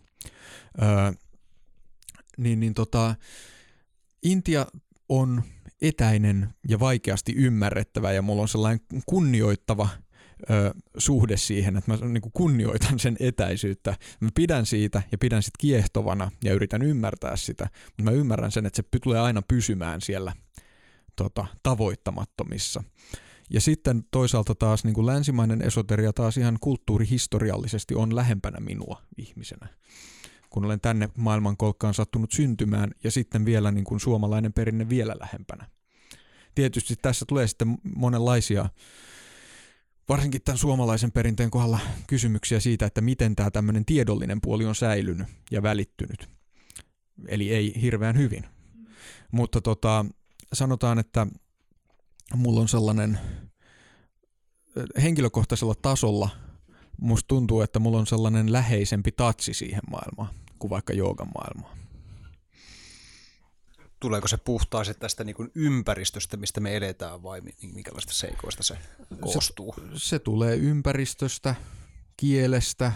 Intia on etäinen ja vaikeasti ymmärrettävä, ja mulla on sellainen kunnioittava suhde siihen, että mä niin kuin kunnioitan sen etäisyyttä. Mä pidän siitä ja pidän sitä kiehtovana ja yritän ymmärtää sitä, mutta mä ymmärrän sen, että se tulee aina pysymään siellä tavoittamattomissa. Ja sitten toisaalta taas niin kuin länsimainen esoteria taas ihan kulttuurihistoriallisesti on lähempänä minua ihmisenä, kun olen tänne maailmankolkkaan sattunut syntymään, ja sitten vielä niin kuin suomalainen perinne vielä lähempänä. Tietysti tässä tulee sitten monenlaisia, varsinkin tämän suomalaisen perinteen kohdalla, kysymyksiä siitä, että miten tämä tämmöinen tiedollinen puoli on säilynyt ja välittynyt. Eli ei hirveän hyvin. Mutta sanotaan, että mulla on sellainen henkilökohtaisella tasolla, musta tuntuu, että mulla on sellainen läheisempi tatsi siihen maailmaan kuin vaikka joogan maailmaan. Tuleeko se puhtaasti tästä niin kuin ympäristöstä, mistä me eletään, vai minkälaista seikoista se koostuu? Se tulee ympäristöstä, kielestä,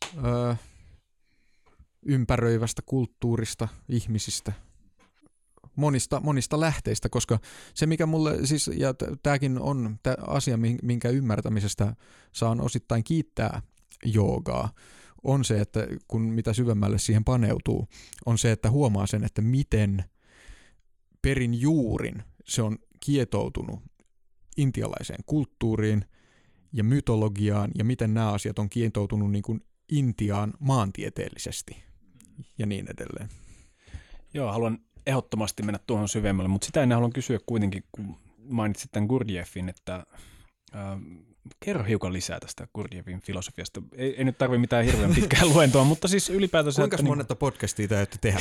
ympäröivästä kulttuurista, ihmisistä, monista lähteistä, koska se mikä mulle, siis, ja tämäkin on asia, minkä ymmärtämisestä saan osittain kiittää joogaa, on se, että kun mitä syvemmälle siihen paneutuu, on se, että huomaa sen, että miten perin juurin se on kietoutunut intialaiseen kulttuuriin ja mytologiaan, ja miten nämä asiat on kietoutunut niin kuin Intiaan maantieteellisesti ja niin edelleen. Joo, haluan ehdottomasti mennä tuohon syvemmälle, mutta sitä ennen haluan kysyä kuitenkin, kun mainitsit tämän Gurdjieffin, että kerro hiukan lisää tästä Gurdjieffin filosofiasta. Ei nyt tarvitse mitään hirveän pitkää luentoa, mutta siis ylipäätänsä... Kuinka monetta podcastia täytyy tehdä?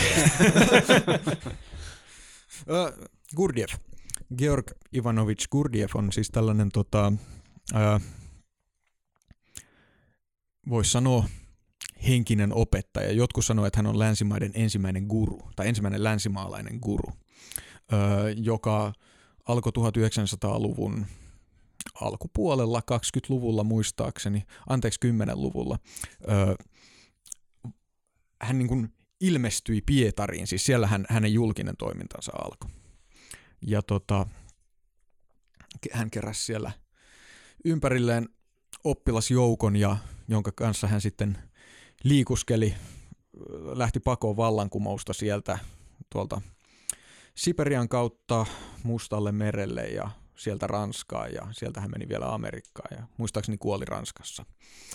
Gurdjieff. Georg Ivanovich Gurdjieff on siis tällainen, voisi sanoa, henkinen opettaja. Jotkut sanoo, että hän on länsimaiden ensimmäinen guru, tai ensimmäinen länsimaalainen guru, joka alkoi 1900-luvun alkupuolella, 20-luvulla muistaakseni, 10-luvulla. Hän niin kuin ilmestyi Pietariin, siis siellä hänen julkinen toimintansa alkoi. Ja hän keräsi siellä ympärilleen oppilasjoukon, jonka kanssa hän sitten liikuskeli, lähti pakoon vallankumousta sieltä tuolta Siperian kautta Mustalle merelle ja sieltä Ranskaan ja sieltä hän meni vielä Amerikkaan ja muistaakseni kuoli Ranskassa.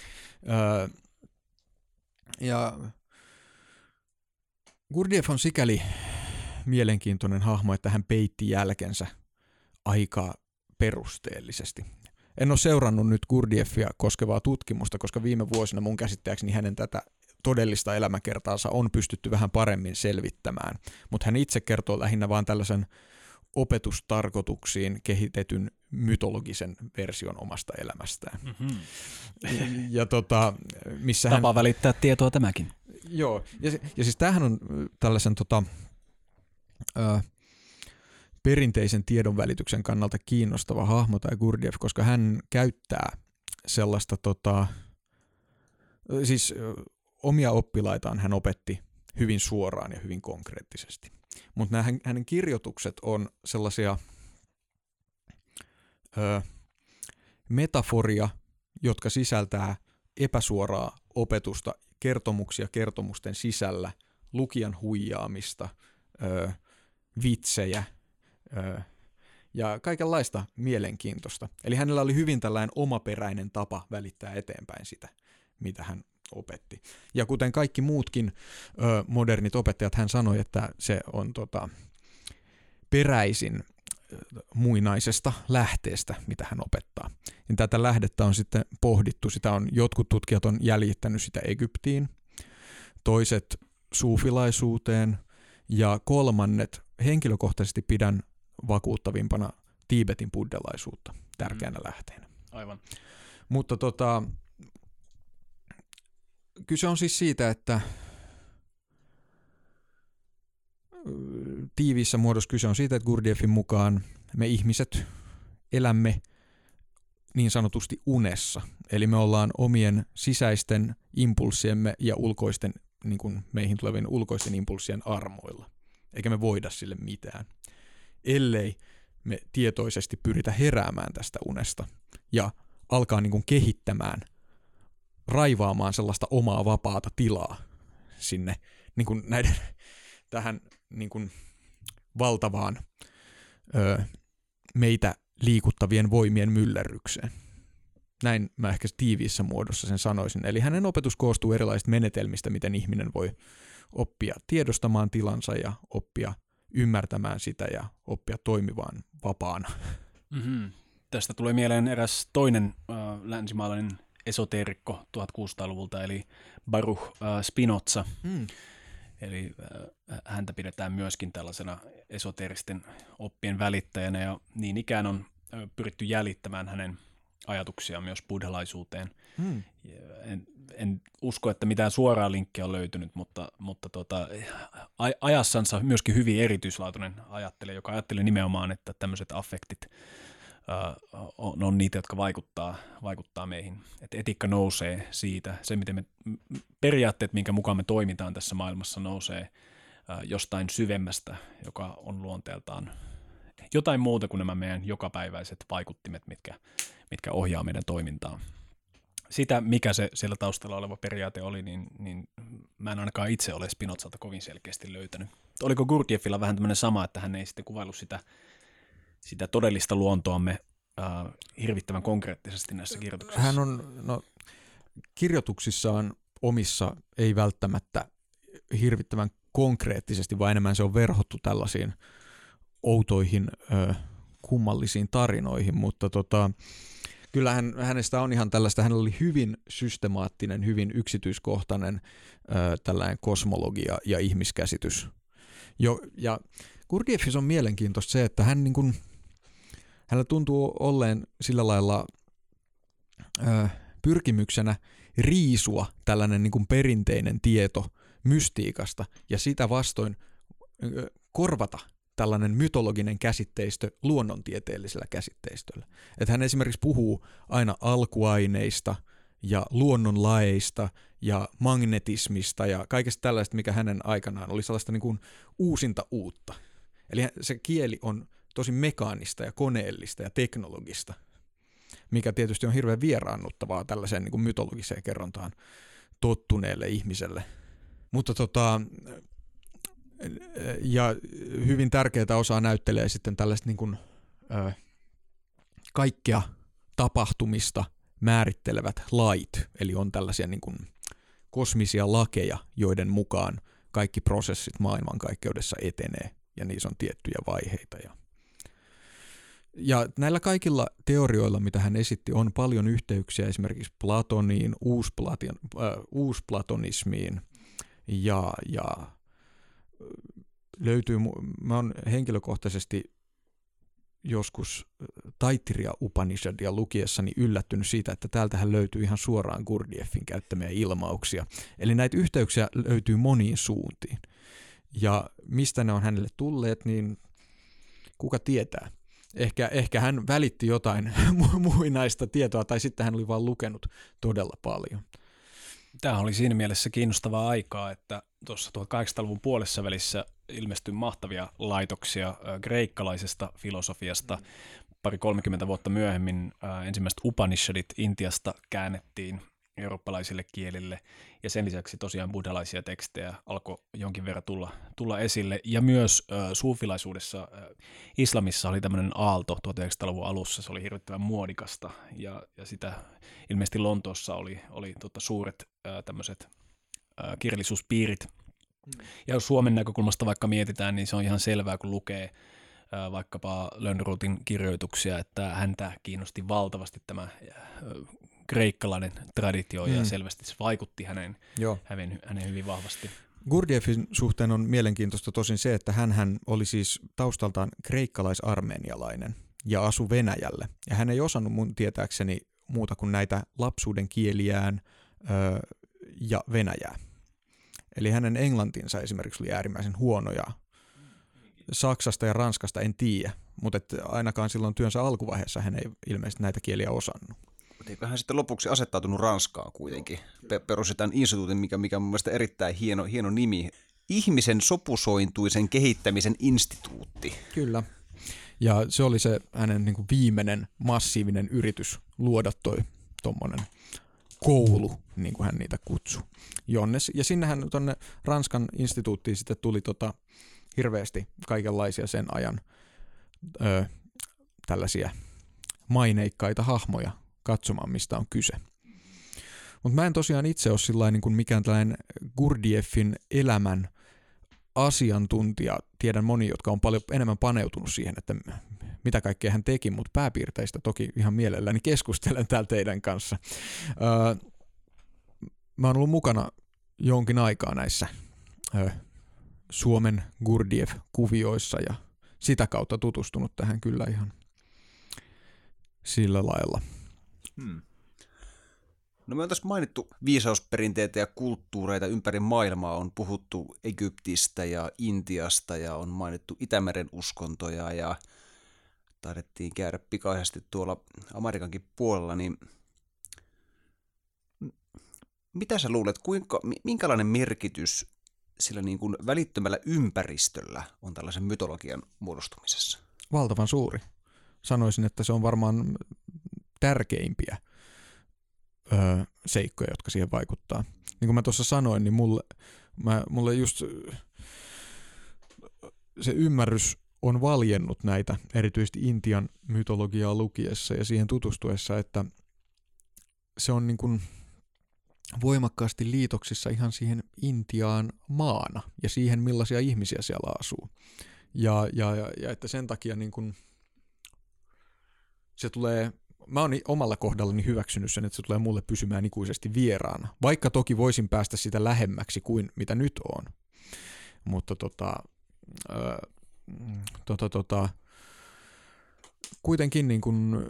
Ja Gurdjieff on sikäli mielenkiintoinen hahmo, että hän peitti jälkensä aika perusteellisesti. En ole seurannut nyt Gurdjieffia koskevaa tutkimusta, koska viime vuosina mun käsittääkseni hänen tätä todellista elämäkertaansa on pystytty vähän paremmin selvittämään, mutta hän itse kertoo lähinnä vaan tällaisen opetustarkoituksiin kehitetyn mytologisen version omasta elämästään. Mm-hmm. Ja missä Tapa välittää tietoa tämäkin. Joo, ja siis tämähän on tällaisen perinteisen tiedonvälityksen kannalta kiinnostava hahmo tai Gurdjieff, koska hän käyttää sellaista siis omia oppilaitaan hän opetti hyvin suoraan ja hyvin konkreettisesti. Mutta nämä hänen kirjoitukset on sellaisia metaforia, jotka sisältää epäsuoraa opetusta, kertomuksia kertomusten sisällä, lukijan huijaamista, vitsejä ja kaikenlaista mielenkiintoista. Eli hänellä oli hyvin tällainen omaperäinen tapa välittää eteenpäin sitä, mitä hän opetti. Ja kuten kaikki muutkin modernit opettajat, hän sanoi, että se on peräisin muinaisesta lähteestä, mitä hän opettaa. Ja tätä lähdettä on sitten pohdittu, jotkut tutkijat on jäljittänyt sitä Egyptiin, toiset suufilaisuuteen ja kolmannet henkilökohtaisesti pidän vakuuttavimpana Tiibetin buddhalaisuutta tärkeänä lähteenä. Aivan. Mutta kyse on siis siitä, että tiiviissä muodossa kyse on siitä, että Gurdjieffin mukaan me ihmiset elämme niin sanotusti unessa. Eli me ollaan omien sisäisten impulssiemme ja ulkoisten, niin kuin meihin tulevien ulkoisten impulssien armoilla. Eikä me voida sille mitään, ellei me tietoisesti pyritä heräämään tästä unesta ja alkaa niin kuin kehittämään, raivaamaan sellaista omaa vapaata tilaa sinne niin kuin tähän niin kuin valtavaan meitä liikuttavien voimien myllerrykseen. Näin mä ehkä tiiviissä muodossa sen sanoisin. Eli hänen opetus koostuu erilaisista menetelmistä, miten ihminen voi oppia tiedostamaan tilansa ja oppia ymmärtämään sitä ja oppia toimimaan vapaana. Mm-hmm. Tästä tulee mieleen eräs toinen länsimaalainen esoteerikko 1600-luvulta, eli Baruch Spinoza. Eli häntä pidetään myöskin tällaisena esoteeristen oppien välittäjänä, ja niin ikään on pyritty jäljittämään hänen ajatuksiaan myös buddhalaisuuteen. En usko, että mitään suoraa linkkiä on löytynyt, mutta ajassansa myöskin hyvin erityislaatuinen ajattelija, joka ajattelee nimenomaan, että tämmöiset affektit on niitä, jotka vaikuttaa meihin. Että etiikka nousee siitä, se miten me periaatteet, minkä mukaan me toimitaan tässä maailmassa, nousee jostain syvemmästä, joka on luonteeltaan jotain muuta kuin nämä meidän jokapäiväiset vaikuttimet, mitkä ohjaa meidän toimintaa. Sitä, mikä se siellä taustalla oleva periaate oli, niin mä en ainakaan itse ole Spinozalta kovin selkeästi löytänyt. Oliko Gurdjieffilla vähän tämmöinen sama, että hän ei sitten kuvaillut sitä todellista luontoamme hirvittävän konkreettisesti näissä kirjoituksissa? Hän on kirjoituksissaan omissa ei välttämättä hirvittävän konkreettisesti, vaan enemmän se on verhottu tällaisiin outoihin kummallisiin tarinoihin, mutta kyllähän hänestä on ihan tällaista, hänellä oli hyvin systemaattinen, hyvin yksityiskohtainen tällainen kosmologia ja ihmiskäsitys. Ja Gurdjieffissa on mielenkiintoista se, että hänellä tuntuu olleen sillä lailla pyrkimyksenä riisua tällainen niin kuin perinteinen tieto mystiikasta ja sitä vastoin korvata tällainen mytologinen käsitteistö luonnontieteellisellä käsitteistöllä. Että hän esimerkiksi puhuu aina alkuaineista ja luonnonlaeista ja magnetismista ja kaikesta tällaista, mikä hänen aikanaan oli sellaista niin kuin uusinta uutta. Eli se kieli on tosi mekaanista ja koneellista ja teknologista, mikä tietysti on hirveän vieraannuttavaa tällaiseen niin kuin mytologiseen kerrontaan tottuneelle ihmiselle. Mutta ja hyvin tärkeää osaa näyttelee sitten tällaista niin kuin, kaikkea tapahtumista määrittelevät lait, eli on tällaisia niin kuin kosmisia lakeja, joiden mukaan kaikki prosessit maailmankaikkeudessa etenee, ja niissä on tiettyjä vaiheita. Ja näillä kaikilla teorioilla, mitä hän esitti, on paljon yhteyksiä esimerkiksi Platoniin, uusplatonismiin, ja löytyy, mä oon henkilökohtaisesti joskus Taittiriya Upanishadia lukiessani yllättynyt siitä, että täältähän löytyy ihan suoraan Gurdjieffin käyttämiä ilmauksia. Eli näitä yhteyksiä löytyy moniin suuntiin. Ja mistä ne on hänelle tulleet, niin kuka tietää. Ehkä hän välitti jotain muinaista tietoa, tai sitten hän oli vaan lukenut todella paljon. Tämä oli siinä mielessä kiinnostavaa aikaa, että tuossa 1800-luvun puolessa välissä ilmestyi mahtavia laitoksia kreikkalaisesta filosofiasta. 30 vuotta myöhemmin ensimmäiset Upanishadit Intiasta käännettiin eurooppalaisille kielille, ja sen lisäksi tosiaan buddhalaisia tekstejä alkoi jonkin verran tulla esille, ja myös suufilaisuudessa, islamissa oli tämmöinen aalto 1900-luvun alussa, se oli hirvittävän muodikasta, ja sitä ilmeisesti Lontoossa oli suuret tämmöiset kirjallisuuspiirit, ja jos Suomen näkökulmasta vaikka mietitään, niin se on ihan selvää, kun lukee vaikkapa Lönnrotin kirjoituksia, että häntä kiinnosti valtavasti tämä kreikkalainen traditio, ja selvästi se vaikutti häneen hyvin vahvasti. Gurdjieffin suhteen on mielenkiintoista tosin se, että hän oli siis taustaltaan kreikkalais-armenialainen ja asui Venäjällä. Ja hän ei osannut mun tietääkseni muuta kuin näitä lapsuuden kieliään ja venäjää. Eli hänen englantinsa esimerkiksi oli äärimmäisen huonoja. Saksasta ja Ranskasta en tiedä, mutta ainakaan silloin työnsä alkuvaiheessa hän ei ilmeisesti näitä kieliä osannut. Eikö hän sitten lopuksi asettautunut Ranskaan kuitenkin? Perusi tämän instituutin, mikä on mun mielestä erittäin hieno nimi. Ihmisen sopusointuisen kehittämisen instituutti. Kyllä. Ja se oli se hänen niin kuin viimeinen massiivinen yritys luoda tuommoinen koulu, niin kuin hän niitä kutsui. Ja sinnehän tuonne Ranskan instituuttiin sitten tuli hirveästi kaikenlaisia sen ajan tällaisia maineikkaita hahmoja katsomaan, mistä on kyse. Mutta mä en tosiaan itse ole sillain niin kuin mikään tällainen Gurdjieffin elämän asiantuntija. Tiedän moni, jotka on paljon enemmän paneutunut siihen, että mitä kaikkea hän teki, mutta pääpiirteistä toki ihan mielelläni keskustelen täällä teidän kanssa. Mä oon ollut mukana jonkin aikaa näissä Suomen Gurdjieff-kuvioissa ja sitä kautta tutustunut tähän kyllä ihan sillä lailla. No me on tässä mainittu viisausperinteitä ja kulttuureita ympäri maailmaa. On puhuttu Egyptistä ja Intiasta ja on mainittu Itämeren uskontoja ja taidettiin käydä pikaisesti tuolla Amerikankin puolella. Niin mitä sä luulet, minkälainen merkitys sillä niin kuin välittömällä ympäristöllä on tällaisen mytologian muodostumisessa? Valtavan suuri. Sanoisin, että se on varmaan tärkeimpiä seikkoja, jotka siihen vaikuttaa. Niin kuin mä tuossa sanoin, niin mulle just se ymmärrys on valjennut näitä, erityisesti Intian mytologiaa lukiessa ja siihen tutustuessa, että se on niin kuin voimakkaasti liitoksissa ihan siihen Intiaan maana ja siihen, millaisia ihmisiä siellä asuu. Ja että sen takia niin kuin mä oon omalla kohdallani hyväksynyt sen, että se tulee mulle pysymään ikuisesti vieraana. Vaikka toki voisin päästä sitä lähemmäksi kuin mitä nyt on. Mutta kuitenkin niin kun,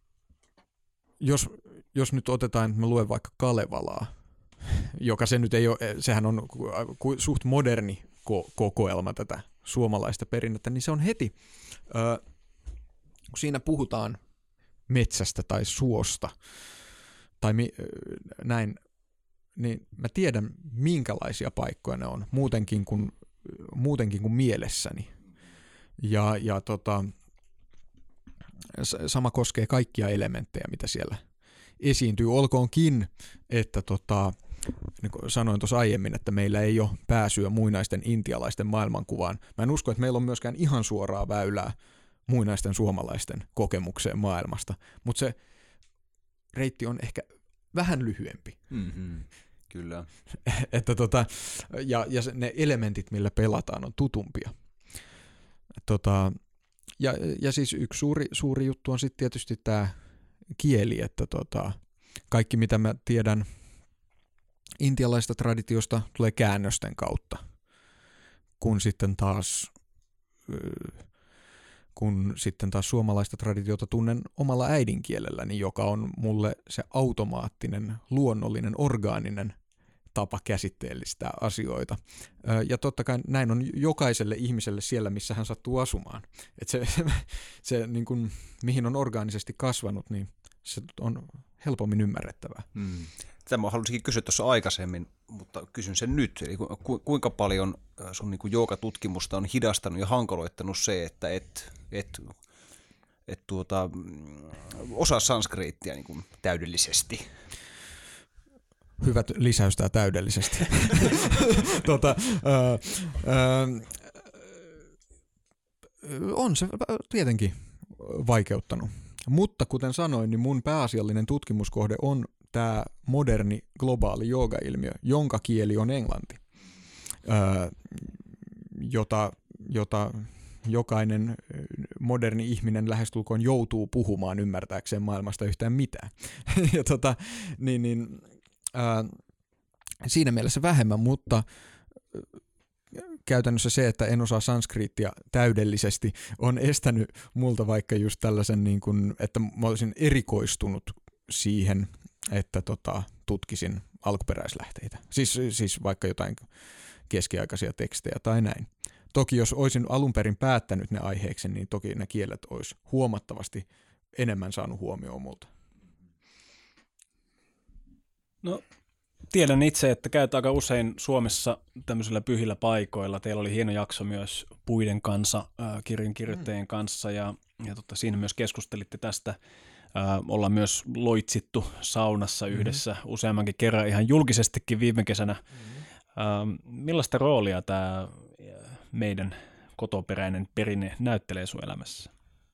jos nyt otetaan, että mä luen vaikka Kalevalaa, joka se nyt ei ole, sehän on suht moderni kokoelma tätä suomalaista perinnettä, niin se on heti, kun siinä puhutaan metsästä tai suosta tai näin, niin mä tiedän minkälaisia paikkoja ne on muutenkin kuin mielessäni. Ja sama koskee kaikkia elementtejä, mitä siellä esiintyy. Olkoonkin, että niin kuin sanoin tuossa aiemmin, että meillä ei ole pääsyä muinaisten intialaisten maailmankuvaan. Mä en usko, että meillä on myöskään ihan suoraa väylää muinaisten suomalaisten kokemukseen maailmasta, mutta se reitti on ehkä vähän lyhyempi. Mm-hmm. Kyllä. Että ja ne elementit, millä pelataan, on tutumpia. Ja siis yksi suuri juttu on sitten tietysti tämä kieli, että kaikki mitä mä tiedän intialaisesta traditiosta tulee käännösten kautta, kun sitten taas suomalaista traditiota tunnen omalla äidinkielelläni, joka on mulle se automaattinen, luonnollinen, orgaaninen tapa käsitteellistää asioita. Ja totta kai näin on jokaiselle ihmiselle siellä, missä hän sattuu asumaan. Että se niin kuin, mihin on orgaanisesti kasvanut, niin se on helpommin ymmärrettävää. Tämä halusinkin kysyä tuossa aikaisemmin, mutta kysyn sen nyt. Eli kuinka paljon sun niin kuin joogatutkimusta on hidastanut ja hankaloittanut se, että et osaa sanskriittia niin kuin täydellisesti? Hyvät lisäystää täydellisesti. On se tietenkin vaikeuttanut. Mutta kuten sanoin, niin mun pääasiallinen tutkimuskohde on tämä moderni globaali joogailmiö, jonka kieli on englanti, jota jokainen moderni ihminen lähestulkoon joutuu puhumaan ymmärtääkseen maailmasta yhtään mitään. Ja siinä mielessä vähemmän, mutta käytännössä se, että en osaa sanskriittia täydellisesti, on estänyt multa vaikka just tällaisen, niin kuin, että mä olisin erikoistunut siihen, että tutkisin alkuperäislähteitä. Siis vaikka jotain keskiaikaisia tekstejä tai näin. Toki jos olisin alun perin päättänyt ne aiheeksi, niin toki ne kielet olisi huomattavasti enemmän saanut huomioon multa. No, tiedän itse, että käyt aika usein Suomessa tämmöisillä pyhillä paikoilla. Teillä oli hieno jakso myös Puiden kanssa, kirjan kirjoittajien kanssa, ja siinä myös keskustelitte tästä. Ollaan myös loitsittu saunassa yhdessä useammankin kerran ihan julkisestikin viime kesänä. Millaista roolia tämä meidän kotoperäinen perinne näyttelee sun elämässä?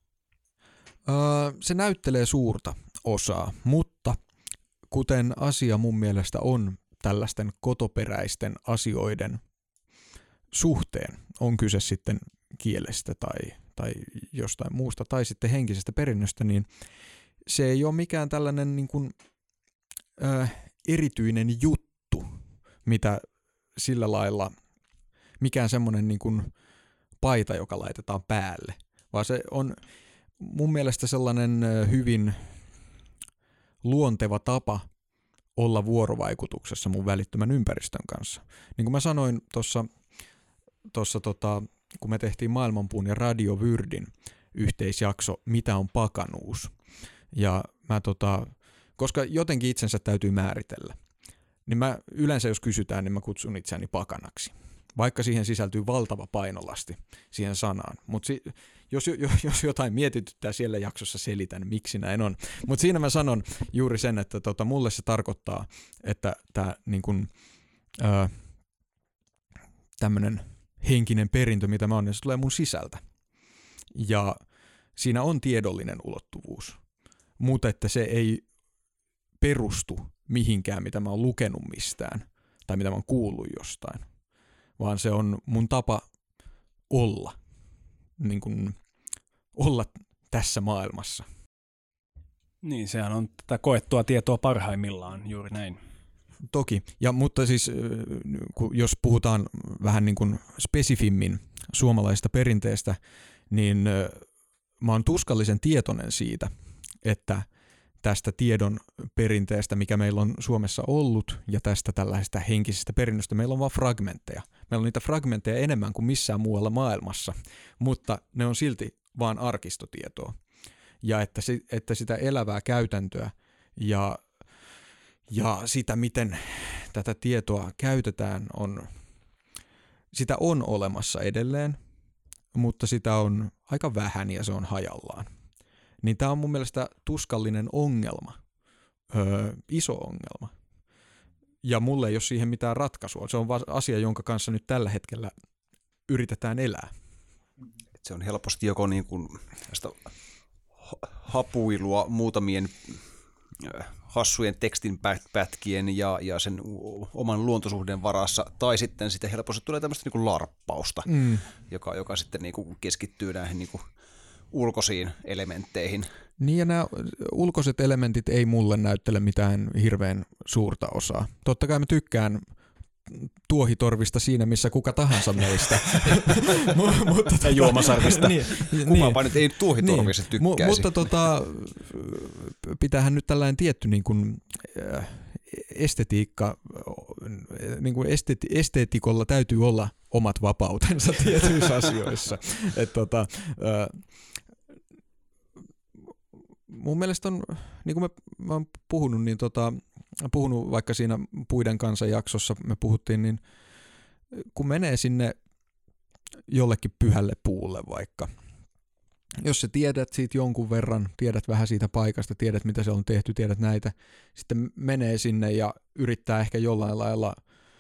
Se näyttelee suurta osaa, mutta kuten asia mun mielestä on tällaisten kotoperäisten asioiden suhteen, on kyse sitten kielestä tai jostain muusta tai sitten henkisestä perinnöstä, niin se ei ole mikään tällainen niin kuin, erityinen juttu, mitä sillä lailla, mikään semmoinen niin kuin paita, joka laitetaan päälle, vaan se on mun mielestä sellainen hyvin luonteva tapa olla vuorovaikutuksessa mun välittömän ympäristön kanssa. Niin kuin mä sanoin tuossa kun me tehtiin Maailmanpuun ja Radio Vyrdin yhteisjakso, mitä on pakanuus. Ja mä koska jotenkin itsensä täytyy määritellä, niin mä yleensä jos kysytään, niin mä kutsun itseäni pakanaksi. Vaikka siihen sisältyy valtava painolasti siihen sanaan. Mutta jos jotain mietityttää siellä jaksossa, selitän, miksi näin on. Mutta siinä mä sanon juuri sen, että mulle se tarkoittaa, että tämä niin kun tämmöinen henkinen perintö, mitä mä oon, niin se tulee mun sisältä. Ja siinä on tiedollinen ulottuvuus, mutta että se ei perustu mihinkään, mitä mä oon lukenut mistään tai mitä mä oon kuullut jostain, vaan se on mun tapa olla, niin kuin olla tässä maailmassa. Niin, sehän on tätä koettua tietoa parhaimmillaan, juuri näin. Toki, mutta siis jos puhutaan vähän niin kuin spesifimmin suomalaisesta perinteestä, niin mä oon tuskallisen tietoinen siitä, että tästä tiedon perinteestä, mikä meillä on Suomessa ollut, ja tästä tällaisesta henkisestä perinnöstä, meillä on vaan fragmentteja. Meillä on niitä fragmentteja enemmän kuin missään muualla maailmassa, mutta ne on silti vaan arkistotietoa. Ja että sitä elävää käytäntöä ja sitä, miten tätä tietoa käytetään, sitä on olemassa edelleen, mutta sitä on aika vähän ja se on hajallaan. Niin tämä on mun mielestä tuskallinen ongelma, iso ongelma. Ja mulle ei ole siihen mitään ratkaisua. Se on vaan asia, jonka kanssa nyt tällä hetkellä yritetään elää. Se on helposti joko niin kuin hapuilua muutamien hassujen tekstinpätkien ja sen oman luontosuhteen varassa, tai sitten helposti tulee tämmöistä niin kuin larppausta, joka sitten niin kuin keskittyy näihin niin kuin ulkoisiin elementteihin. Niin, ja nämä ulkoiset elementit ei mulle näyttele mitään hirveän suurta osaa. Totta kai mä tykkään tuohitorvista siinä, missä kuka tahansa meistä. Ja juomasarvista. Kumaanpa nyt ei tuohitorvista tykkäisi. Mutta pitäähän nyt tällainen tietty niin kuin, estetiikka, niin kuin esteetikolla täytyy olla omat vapautensa tietyissä asioissa. Mun mielestä on, niin kuin mä oon puhunut, niin puhunut vaikka siinä Puiden kanssa jaksossa me puhuttiin, niin kun menee sinne jollekin pyhälle puulle vaikka, jos sä tiedät siitä jonkun verran, tiedät vähän siitä paikasta, tiedät mitä se on tehty, tiedät näitä, sitten menee sinne ja yrittää ehkä jollain lailla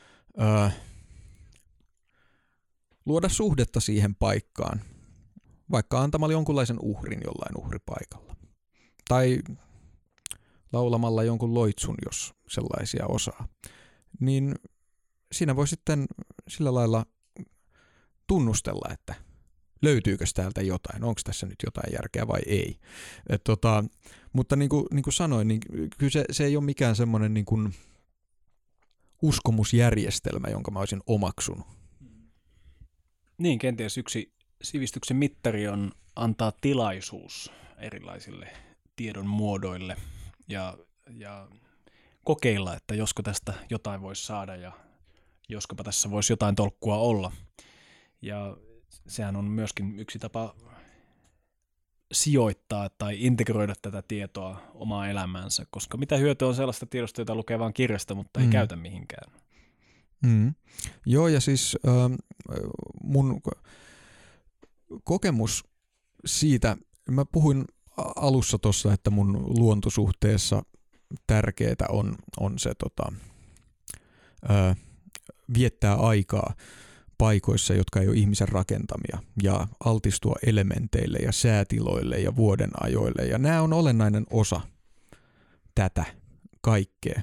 luoda suhdetta siihen paikkaan, vaikka antamalla jonkunlaisen uhrin jollain uhripaikalla. Tai laulamalla jonkun loitsun, jos sellaisia osaa. Niin siinä voi sitten sillä lailla tunnustella, että löytyykö täältä jotain, onko tässä nyt jotain järkeä vai ei. Mutta niin kuin sanoin, niin kyllä se ei ole mikään semmoinen niin kuin uskomusjärjestelmä, jonka mä olisin omaksunut. Niin, kenties yksi sivistyksen mittari on antaa tilaisuus erilaisille tiedon muodoille ja kokeilla, että josko tästä jotain voisi saada ja joskopa tässä voisi jotain tolkkua olla. Ja sehän on myöskin yksi tapa sijoittaa tai integroida tätä tietoa omaan elämäänsä, koska mitä hyötyä on sellaista tiedosta, jota lukee vain kirjasta, mutta ei käytä mihinkään. Joo, ja siis mun kokemus siitä, mä puhuin alussa tuossa, että mun luontosuhteessa tärkeää on se viettää aikaa paikoissa, jotka ei ole ihmisen rakentamia, ja altistua elementeille ja säätiloille ja vuodenajoille, ja nämä on olennainen osa tätä kaikkea.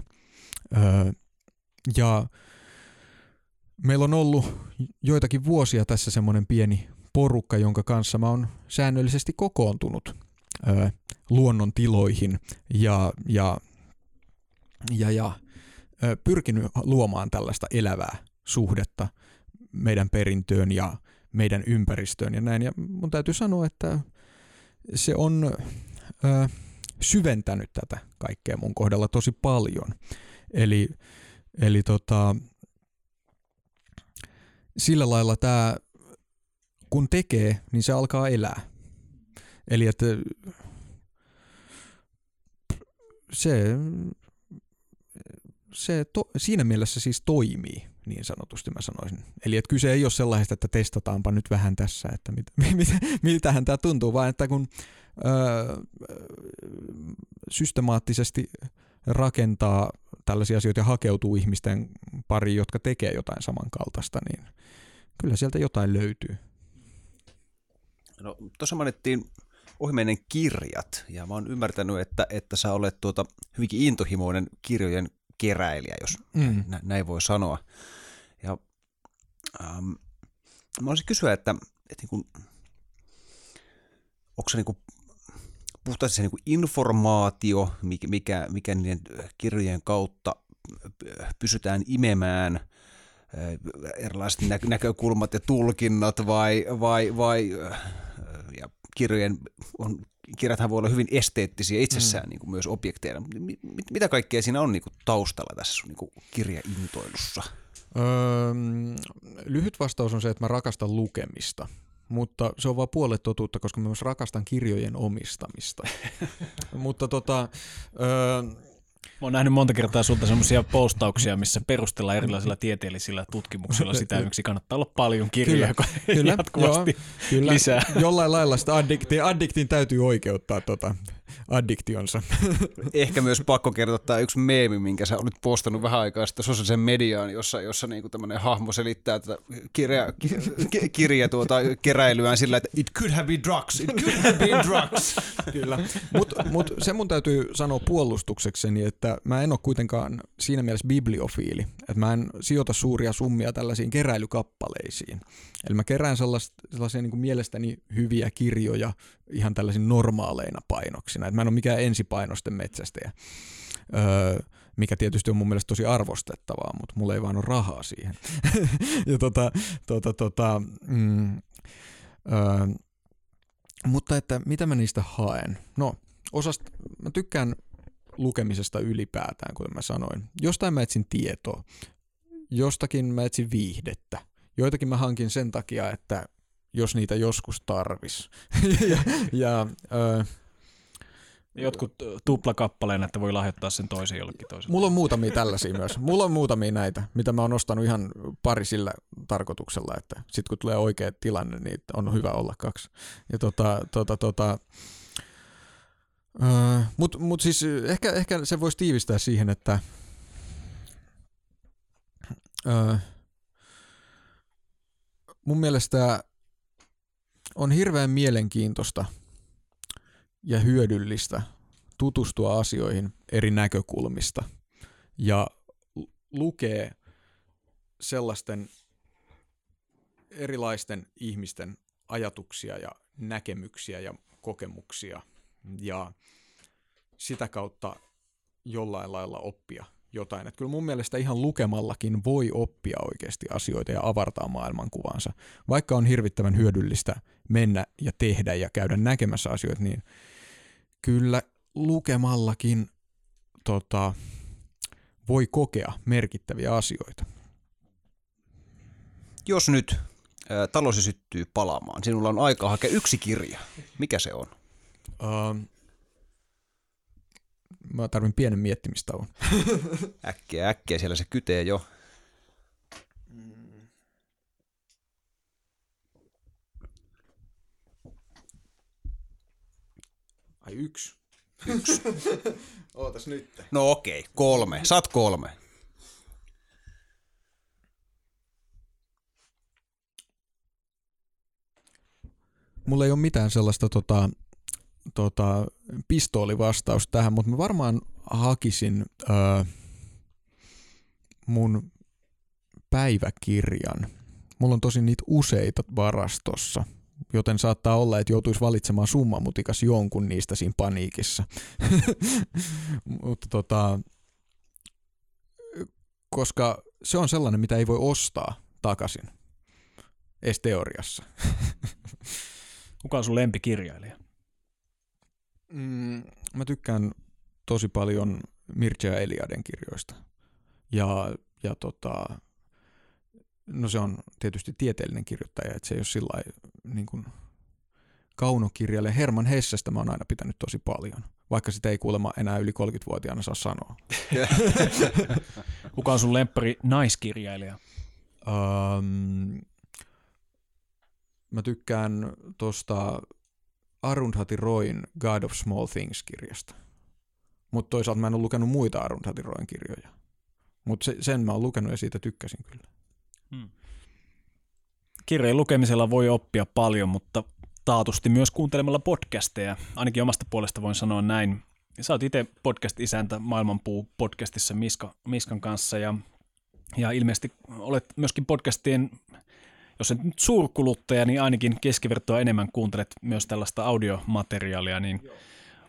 Ja meillä on ollut joitakin vuosia tässä semmoinen pieni porukka, jonka kanssa mä oon säännöllisesti kokoontunut luonnon tiloihin ja pyrkinyt luomaan tällaista elävää suhdetta meidän perintöön ja meidän ympäristöön ja näin. Ja mun täytyy sanoa, että se on syventänyt tätä kaikkea mun kohdalla tosi paljon. Eli sillä lailla tämä, kun tekee, niin se alkaa elää. Eli että siinä mielessä siis toimii, niin sanotusti mä sanoisin. Eli että kyse ei ole sellaista, että testataanpa nyt vähän tässä, että miltähän tämä tuntuu, vaan että kun systemaattisesti rakentaa tällaisia asioita ja hakeutuu ihmisten pariin, jotka tekee jotain samankaltaista, niin kyllä sieltä jotain löytyy. No, tuossa mainittiin ohimennen kirjat, ja mä oon ymmärtänyt, että sä olet hyvinkin intohimoinen kirjojen keräilijä, jos näin voi sanoa. Ja mä olisin kysyä, että niin kun, onko se niin kun puhtaasti se niin kuin informaatio, mikä niiden kirjojen kautta pysytään imemään, erilaiset näkökulmat ja tulkinnat vai ja kirjathan voi olla hyvin esteettisiä itsessään niin kuin myös objekteina. Mitä kaikkea siinä on niin kuin taustalla tässä sun niin kuin kirjaintoilussa? Lyhyt vastaus on se, että mä rakastan lukemista, mutta se on vaan puolet totuutta, koska mä myös rakastan kirjojen omistamista. Mutta mä oon nähnyt monta kertaa sulta semmoisia postauksia, missä perustellaan erilaisilla tieteellisillä tutkimuksilla sitä, miksi kannattaa olla paljon kirjoja kyllä, jatkuvasti kyllä. lisää. Jollain lailla sitä addiktin täytyy oikeuttaa addiktionsa. Ehkä myös pakko kertoa yksi meemi, minkä sä olit postannut vähän aikaa sitten sosiaalisen mediaan, jossa niinku tämmöinen hahmo selittää tätä kirja keräilyään sillä, että it could have been drugs, it could have been drugs. Kyllä, mutta se mun täytyy sanoa puolustuksekseni, että mä en ole kuitenkaan siinä mielessä bibliofiili, että mä en sijoita suuria summia tällaisiin keräilykappaleisiin. Eli mä kerään sellaisia niin kuin mielestäni hyviä kirjoja ihan tällaisiin normaaleina painoksina. Et mä en ole mikään ensipainosten metsästäjä, mikä tietysti on mun mielestä tosi arvostettavaa, mutta mulla ei vaan ole rahaa siihen. Ja mutta että mitä mä niistä haen? No, mä tykkään lukemisesta ylipäätään, kuten mä sanoin. Jostain mä etsin tietoa, jostakin mä etsin viihdettä. Joitakin mä hankin sen takia, että jos niitä joskus tarvis. Jotkut tuplakappaleen, että voi lahjoittaa sen toisen jollekin toiselle. Mulla on muutamia tällaisia myös. Mulla on muutamia näitä, mitä mä oon ostanut ihan pari sillä tarkoituksella, että sit kun tulee oikea tilanne, niin on hyvä olla kaksi. Ja mut siis ehkä se voisi tiivistää siihen, että mun mielestä on hirveän mielenkiintoista ja hyödyllistä tutustua asioihin eri näkökulmista ja lukee sellaisten erilaisten ihmisten ajatuksia ja näkemyksiä ja kokemuksia ja sitä kautta jollain lailla oppia jotain. Että kyllä mun mielestä ihan lukemallakin voi oppia oikeasti asioita ja avartaa maailmankuvansa. Vaikka on hirvittävän hyödyllistä mennä ja tehdä ja käydä näkemässä asioita, niin kyllä lukemallakin voi kokea merkittäviä asioita. Jos nyt talosi syttyy palaamaan, sinulla on aikaa hakea yksi kirja. Mikä se on? Mä tarvin pienen miettimistauon. Äkkiä, siellä se kytee jo. Ai yksi. Ootas nyt. No okei, 3. Saat 3. Mulla ei ole mitään sellaista pistoolivastausta tähän, mutta mä varmaan hakisin mun päiväkirjan. Mulla on tosin niitä useita varastossa, joten saattaa olla, että joutuisi valitsemaan summamutikas jonkun niistä siinä paniikissa. Mutta koska se on sellainen, mitä ei voi ostaa takaisin, edes teoriassa. Kuka on sun lempikirjailija? Mä tykkään tosi paljon Mircea Eliaden kirjoista. Ja no se on tietysti tieteellinen kirjoittaja, että se ei ole sillä niin kuin kaunokirjailija. Herman Hessestä mä oon aina pitänyt tosi paljon, vaikka sitä ei kuulemma enää yli 30-vuotiaana saa sanoa. Kuka on sun lemppari naiskirjailija? Mä tykkään tosta Arundhati Royn God of Small Things-kirjasta. Mutta toisaalta mä en ole lukenut muita Arundhati Royn kirjoja. Mutta sen mä oon lukenut ja siitä tykkäsin kyllä. Kirjojen lukemisella voi oppia paljon, mutta taatusti myös kuuntelemalla podcasteja. Ainakin omasta puolesta voin sanoa näin. Sä oot itse podcast-isäntä Maailmanpuu podcastissa Miskan kanssa ja ilmeisesti olet myöskin podcastien, jos et nyt suurkuluttaja, niin ainakin keskivertoa enemmän kuuntelet myös tällaista audiomateriaalia, niin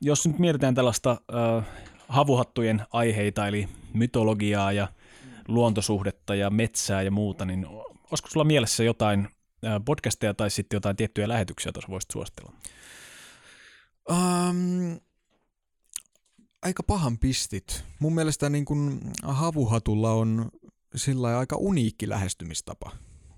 jos nyt mietitään tällaista havuhattujen aiheita, eli mytologiaa ja luontosuhdetta ja metsää ja muuta, niin olisiko sulla mielessä jotain podcasteja tai sitten jotain tiettyjä lähetyksiä tuossa voisit suositella? Aika pahan pistit. Mun mielestä niin kun havuhatulla on sillä aika uniikki lähestymistapa.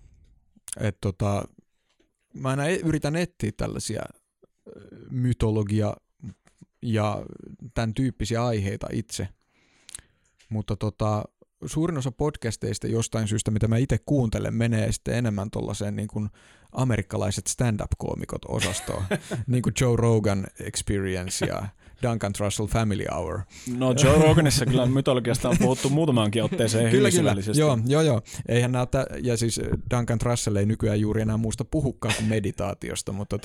Mä aina yritän etsiä tällaisia mytologia- ja tämän tyyppisiä aiheita itse. Mutta suurin osa podcasteista jostain syystä, mitä mä itse kuuntelen, menee sitten enemmän tuollaiseen niin kuin amerikkalaiset stand-up-koomikot osastoon, niin kuin Joe Rogan Experience ja Duncan Trussell Family Hour. No Joe Roganissa kyllä mytologiasta on puhuttu muutamaankin otteeseen hyvin syvällisesti. Joo. Eihän näytä, ja siis Duncan Trussell ei nykyään juuri enää muusta puhukaan kuin meditaatiosta, mutta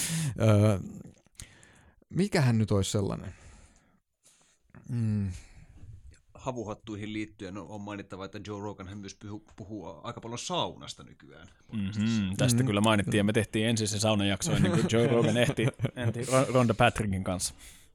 mikähän nyt olisi sellainen? Havuhattuihin liittyen on mainittava, että Joe Rogan hän myös puhuu aika paljon saunasta nykyään. Tästä kyllä mainittiin, ja me tehtiin ensin se saunajakso ennen kuin Joe Rogan ehti Rhonda Patrickin kanssa.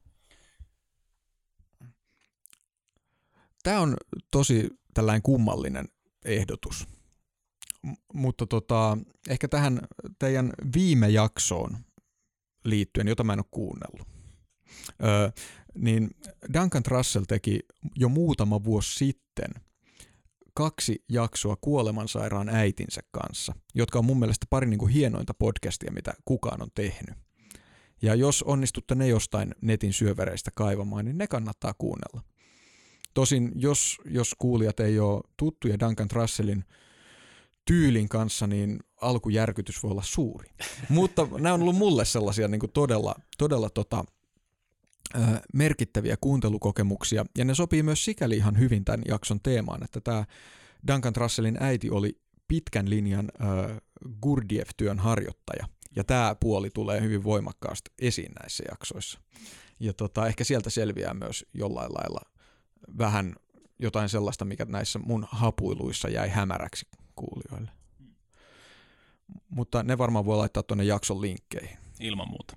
Tämä on tosi tällainen kummallinen ehdotus, mutta ehkä tähän teidän viime jaksoon liittyen, jota mä en ole kuunnellut, niin Duncan Trussell teki jo muutama vuosi sitten 2 jaksoa kuolemansairaan äitinsä kanssa, jotka on mun mielestä pari niin kuin hienointa podcastia, mitä kukaan on tehnyt. Ja jos onnistutte ne jostain netin syövereistä kaivamaan, niin ne kannattaa kuunnella. Tosin jos kuulijat ei ole tuttuja Duncan Trussellin tyylin kanssa, niin alkujärkytys voi olla suuri. Mutta nämä on ollut mulle sellaisia niin kuin todella merkittäviä kuuntelukokemuksia, ja ne sopii myös sikäli ihan hyvin tämän jakson teemaan, että tämä Duncan Trussellin äiti oli pitkän linjan Gurdjieff-työn harjoittaja, ja tämä puoli tulee hyvin voimakkaasti esiin näissä jaksoissa. Ja ehkä sieltä selviää myös jollain lailla vähän jotain sellaista, mikä näissä mun hapuiluissa jäi hämäräksi kuulijoille. Mutta ne varmaan voi laittaa tuonne jakson linkkeihin. Ilman muuta.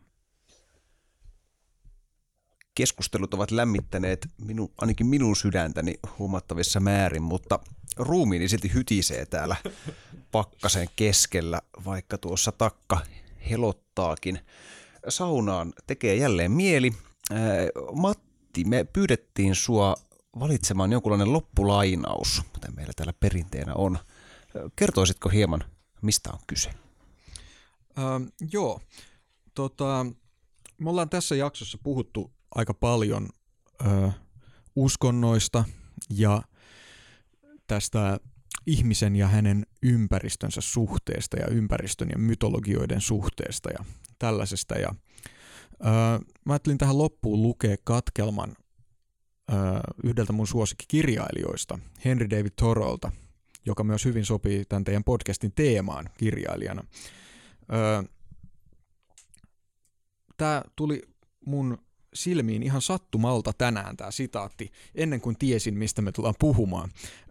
Keskustelut ovat lämmittäneet ainakin minun sydäntäni huomattavissa määrin, mutta ruumiini silti hytisee täällä pakkasen keskellä, vaikka tuossa takka helottaakin. Saunaan tekee jälleen mieli. Matti, me pyydettiin sua valitsemaan jonkunlainen loppulainaus, kuten meillä täällä perinteenä on. Kertoisitko hieman, mistä on kyse? Joo. Me ollaan tässä jaksossa puhuttu aika paljon uskonnoista ja tästä ihmisen ja hänen ympäristönsä suhteesta ja ympäristön ja mytologioiden suhteesta ja tällaisesta. Ja, mä ajattelin tähän loppuun lukea katkelman yhdeltä mun suosikkikirjailijoista, Henry David Thoreaulta, joka myös hyvin sopii tämän teidän podcastin teemaan kirjailijana. Tämä tuli mun silmiin ihan sattumalta tänään tämä sitaatti, ennen kuin tiesin, mistä me tullaan puhumaan.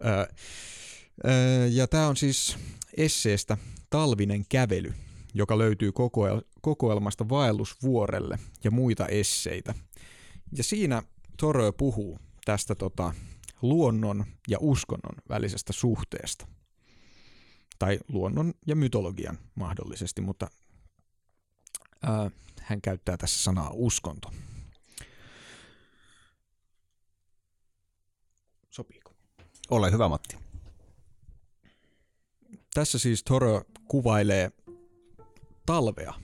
Ja tämä on siis esseestä Talvinen kävely, joka löytyy kokoelmasta Vaellusvuorelle ja muita esseitä. Ja siinä Thoreau puhuu tästä luonnon ja uskonnon välisestä suhteesta. Tai luonnon ja mytologian mahdollisesti, mutta hän käyttää tässä sanaa uskonto. Sopiiko? Ole hyvä, Matti. Tässä siis Thoreau kuvailee talvea.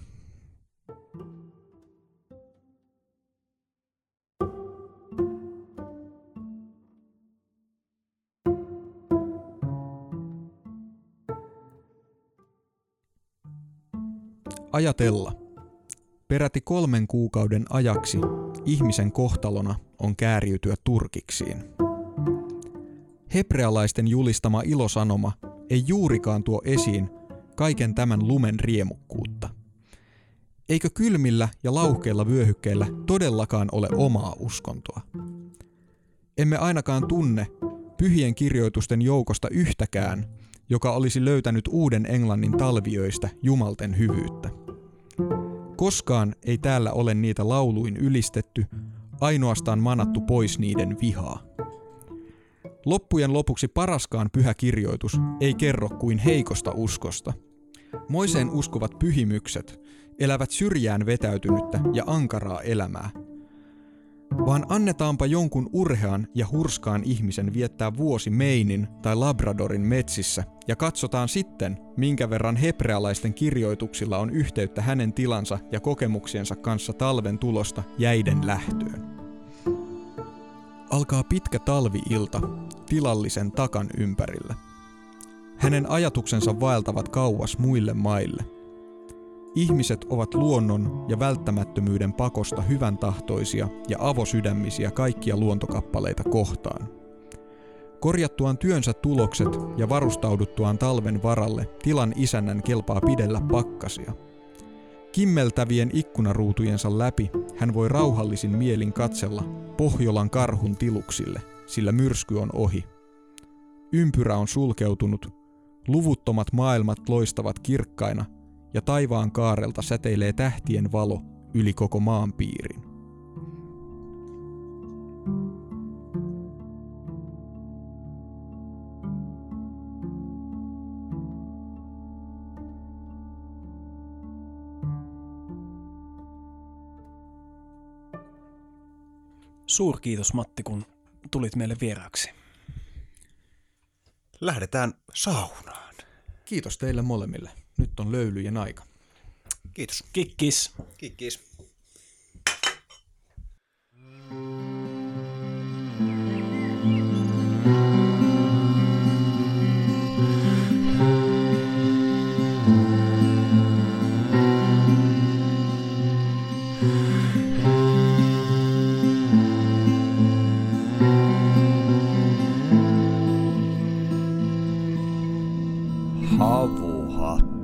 Ajatella. Peräti 3 kuukauden ajaksi ihmisen kohtalona on kääriytyä turkiksiin. Hebrealaisten julistama ilosanoma ei juurikaan tuo esiin kaiken tämän lumen riemukkuutta. Eikö kylmillä ja lauhkeilla vyöhykkeillä todellakaan ole omaa uskontoa? Emme ainakaan tunne pyhien kirjoitusten joukosta yhtäkään, joka olisi löytänyt Uuden Englannin talviöistä jumalten hyvyyttä. Koskaan ei täällä ole niitä lauluin ylistetty, ainoastaan manattu pois niiden vihaa. Loppujen lopuksi paraskaan pyhä kirjoitus ei kerro kuin heikosta uskosta. Moiseen uskovat pyhimykset elävät syrjään vetäytynyttä ja ankaraa elämää. Vaan annetaanpa jonkun urhean ja hurskaan ihmisen viettää vuosi Mainen tai Labradorin metsissä ja katsotaan sitten, minkä verran hebrealaisten kirjoituksilla on yhteyttä hänen tilansa ja kokemuksiensa kanssa talven tulosta jäiden lähtöön. Alkaa pitkä talvi-ilta tilallisen takan ympärillä. Hänen ajatuksensa vaeltavat kauas muille maille. Ihmiset ovat luonnon ja välttämättömyyden pakosta hyvän tahtoisia ja avosydämisiä kaikkia luontokappaleita kohtaan. Korjattuaan työnsä tulokset ja varustauduttuaan talven varalle tilan isännän kelpaa pidellä pakkasia. Kimmeltävien ikkunaruutujensa läpi hän voi rauhallisin mielin katsella Pohjolan karhun tiluksille, sillä myrsky on ohi. Ympyrä on sulkeutunut, luvuttomat maailmat loistavat kirkkaina ja taivaan kaarelta säteilee tähtien valo yli koko maan piirin. Suurkiitos Matti, kun tulit meille vieraaksi. Lähdetään saunaan. Kiitos teille molemmille. Nyt on löylyjen aika. Kiitos. Kikkis. Kikkis. Havuhattu.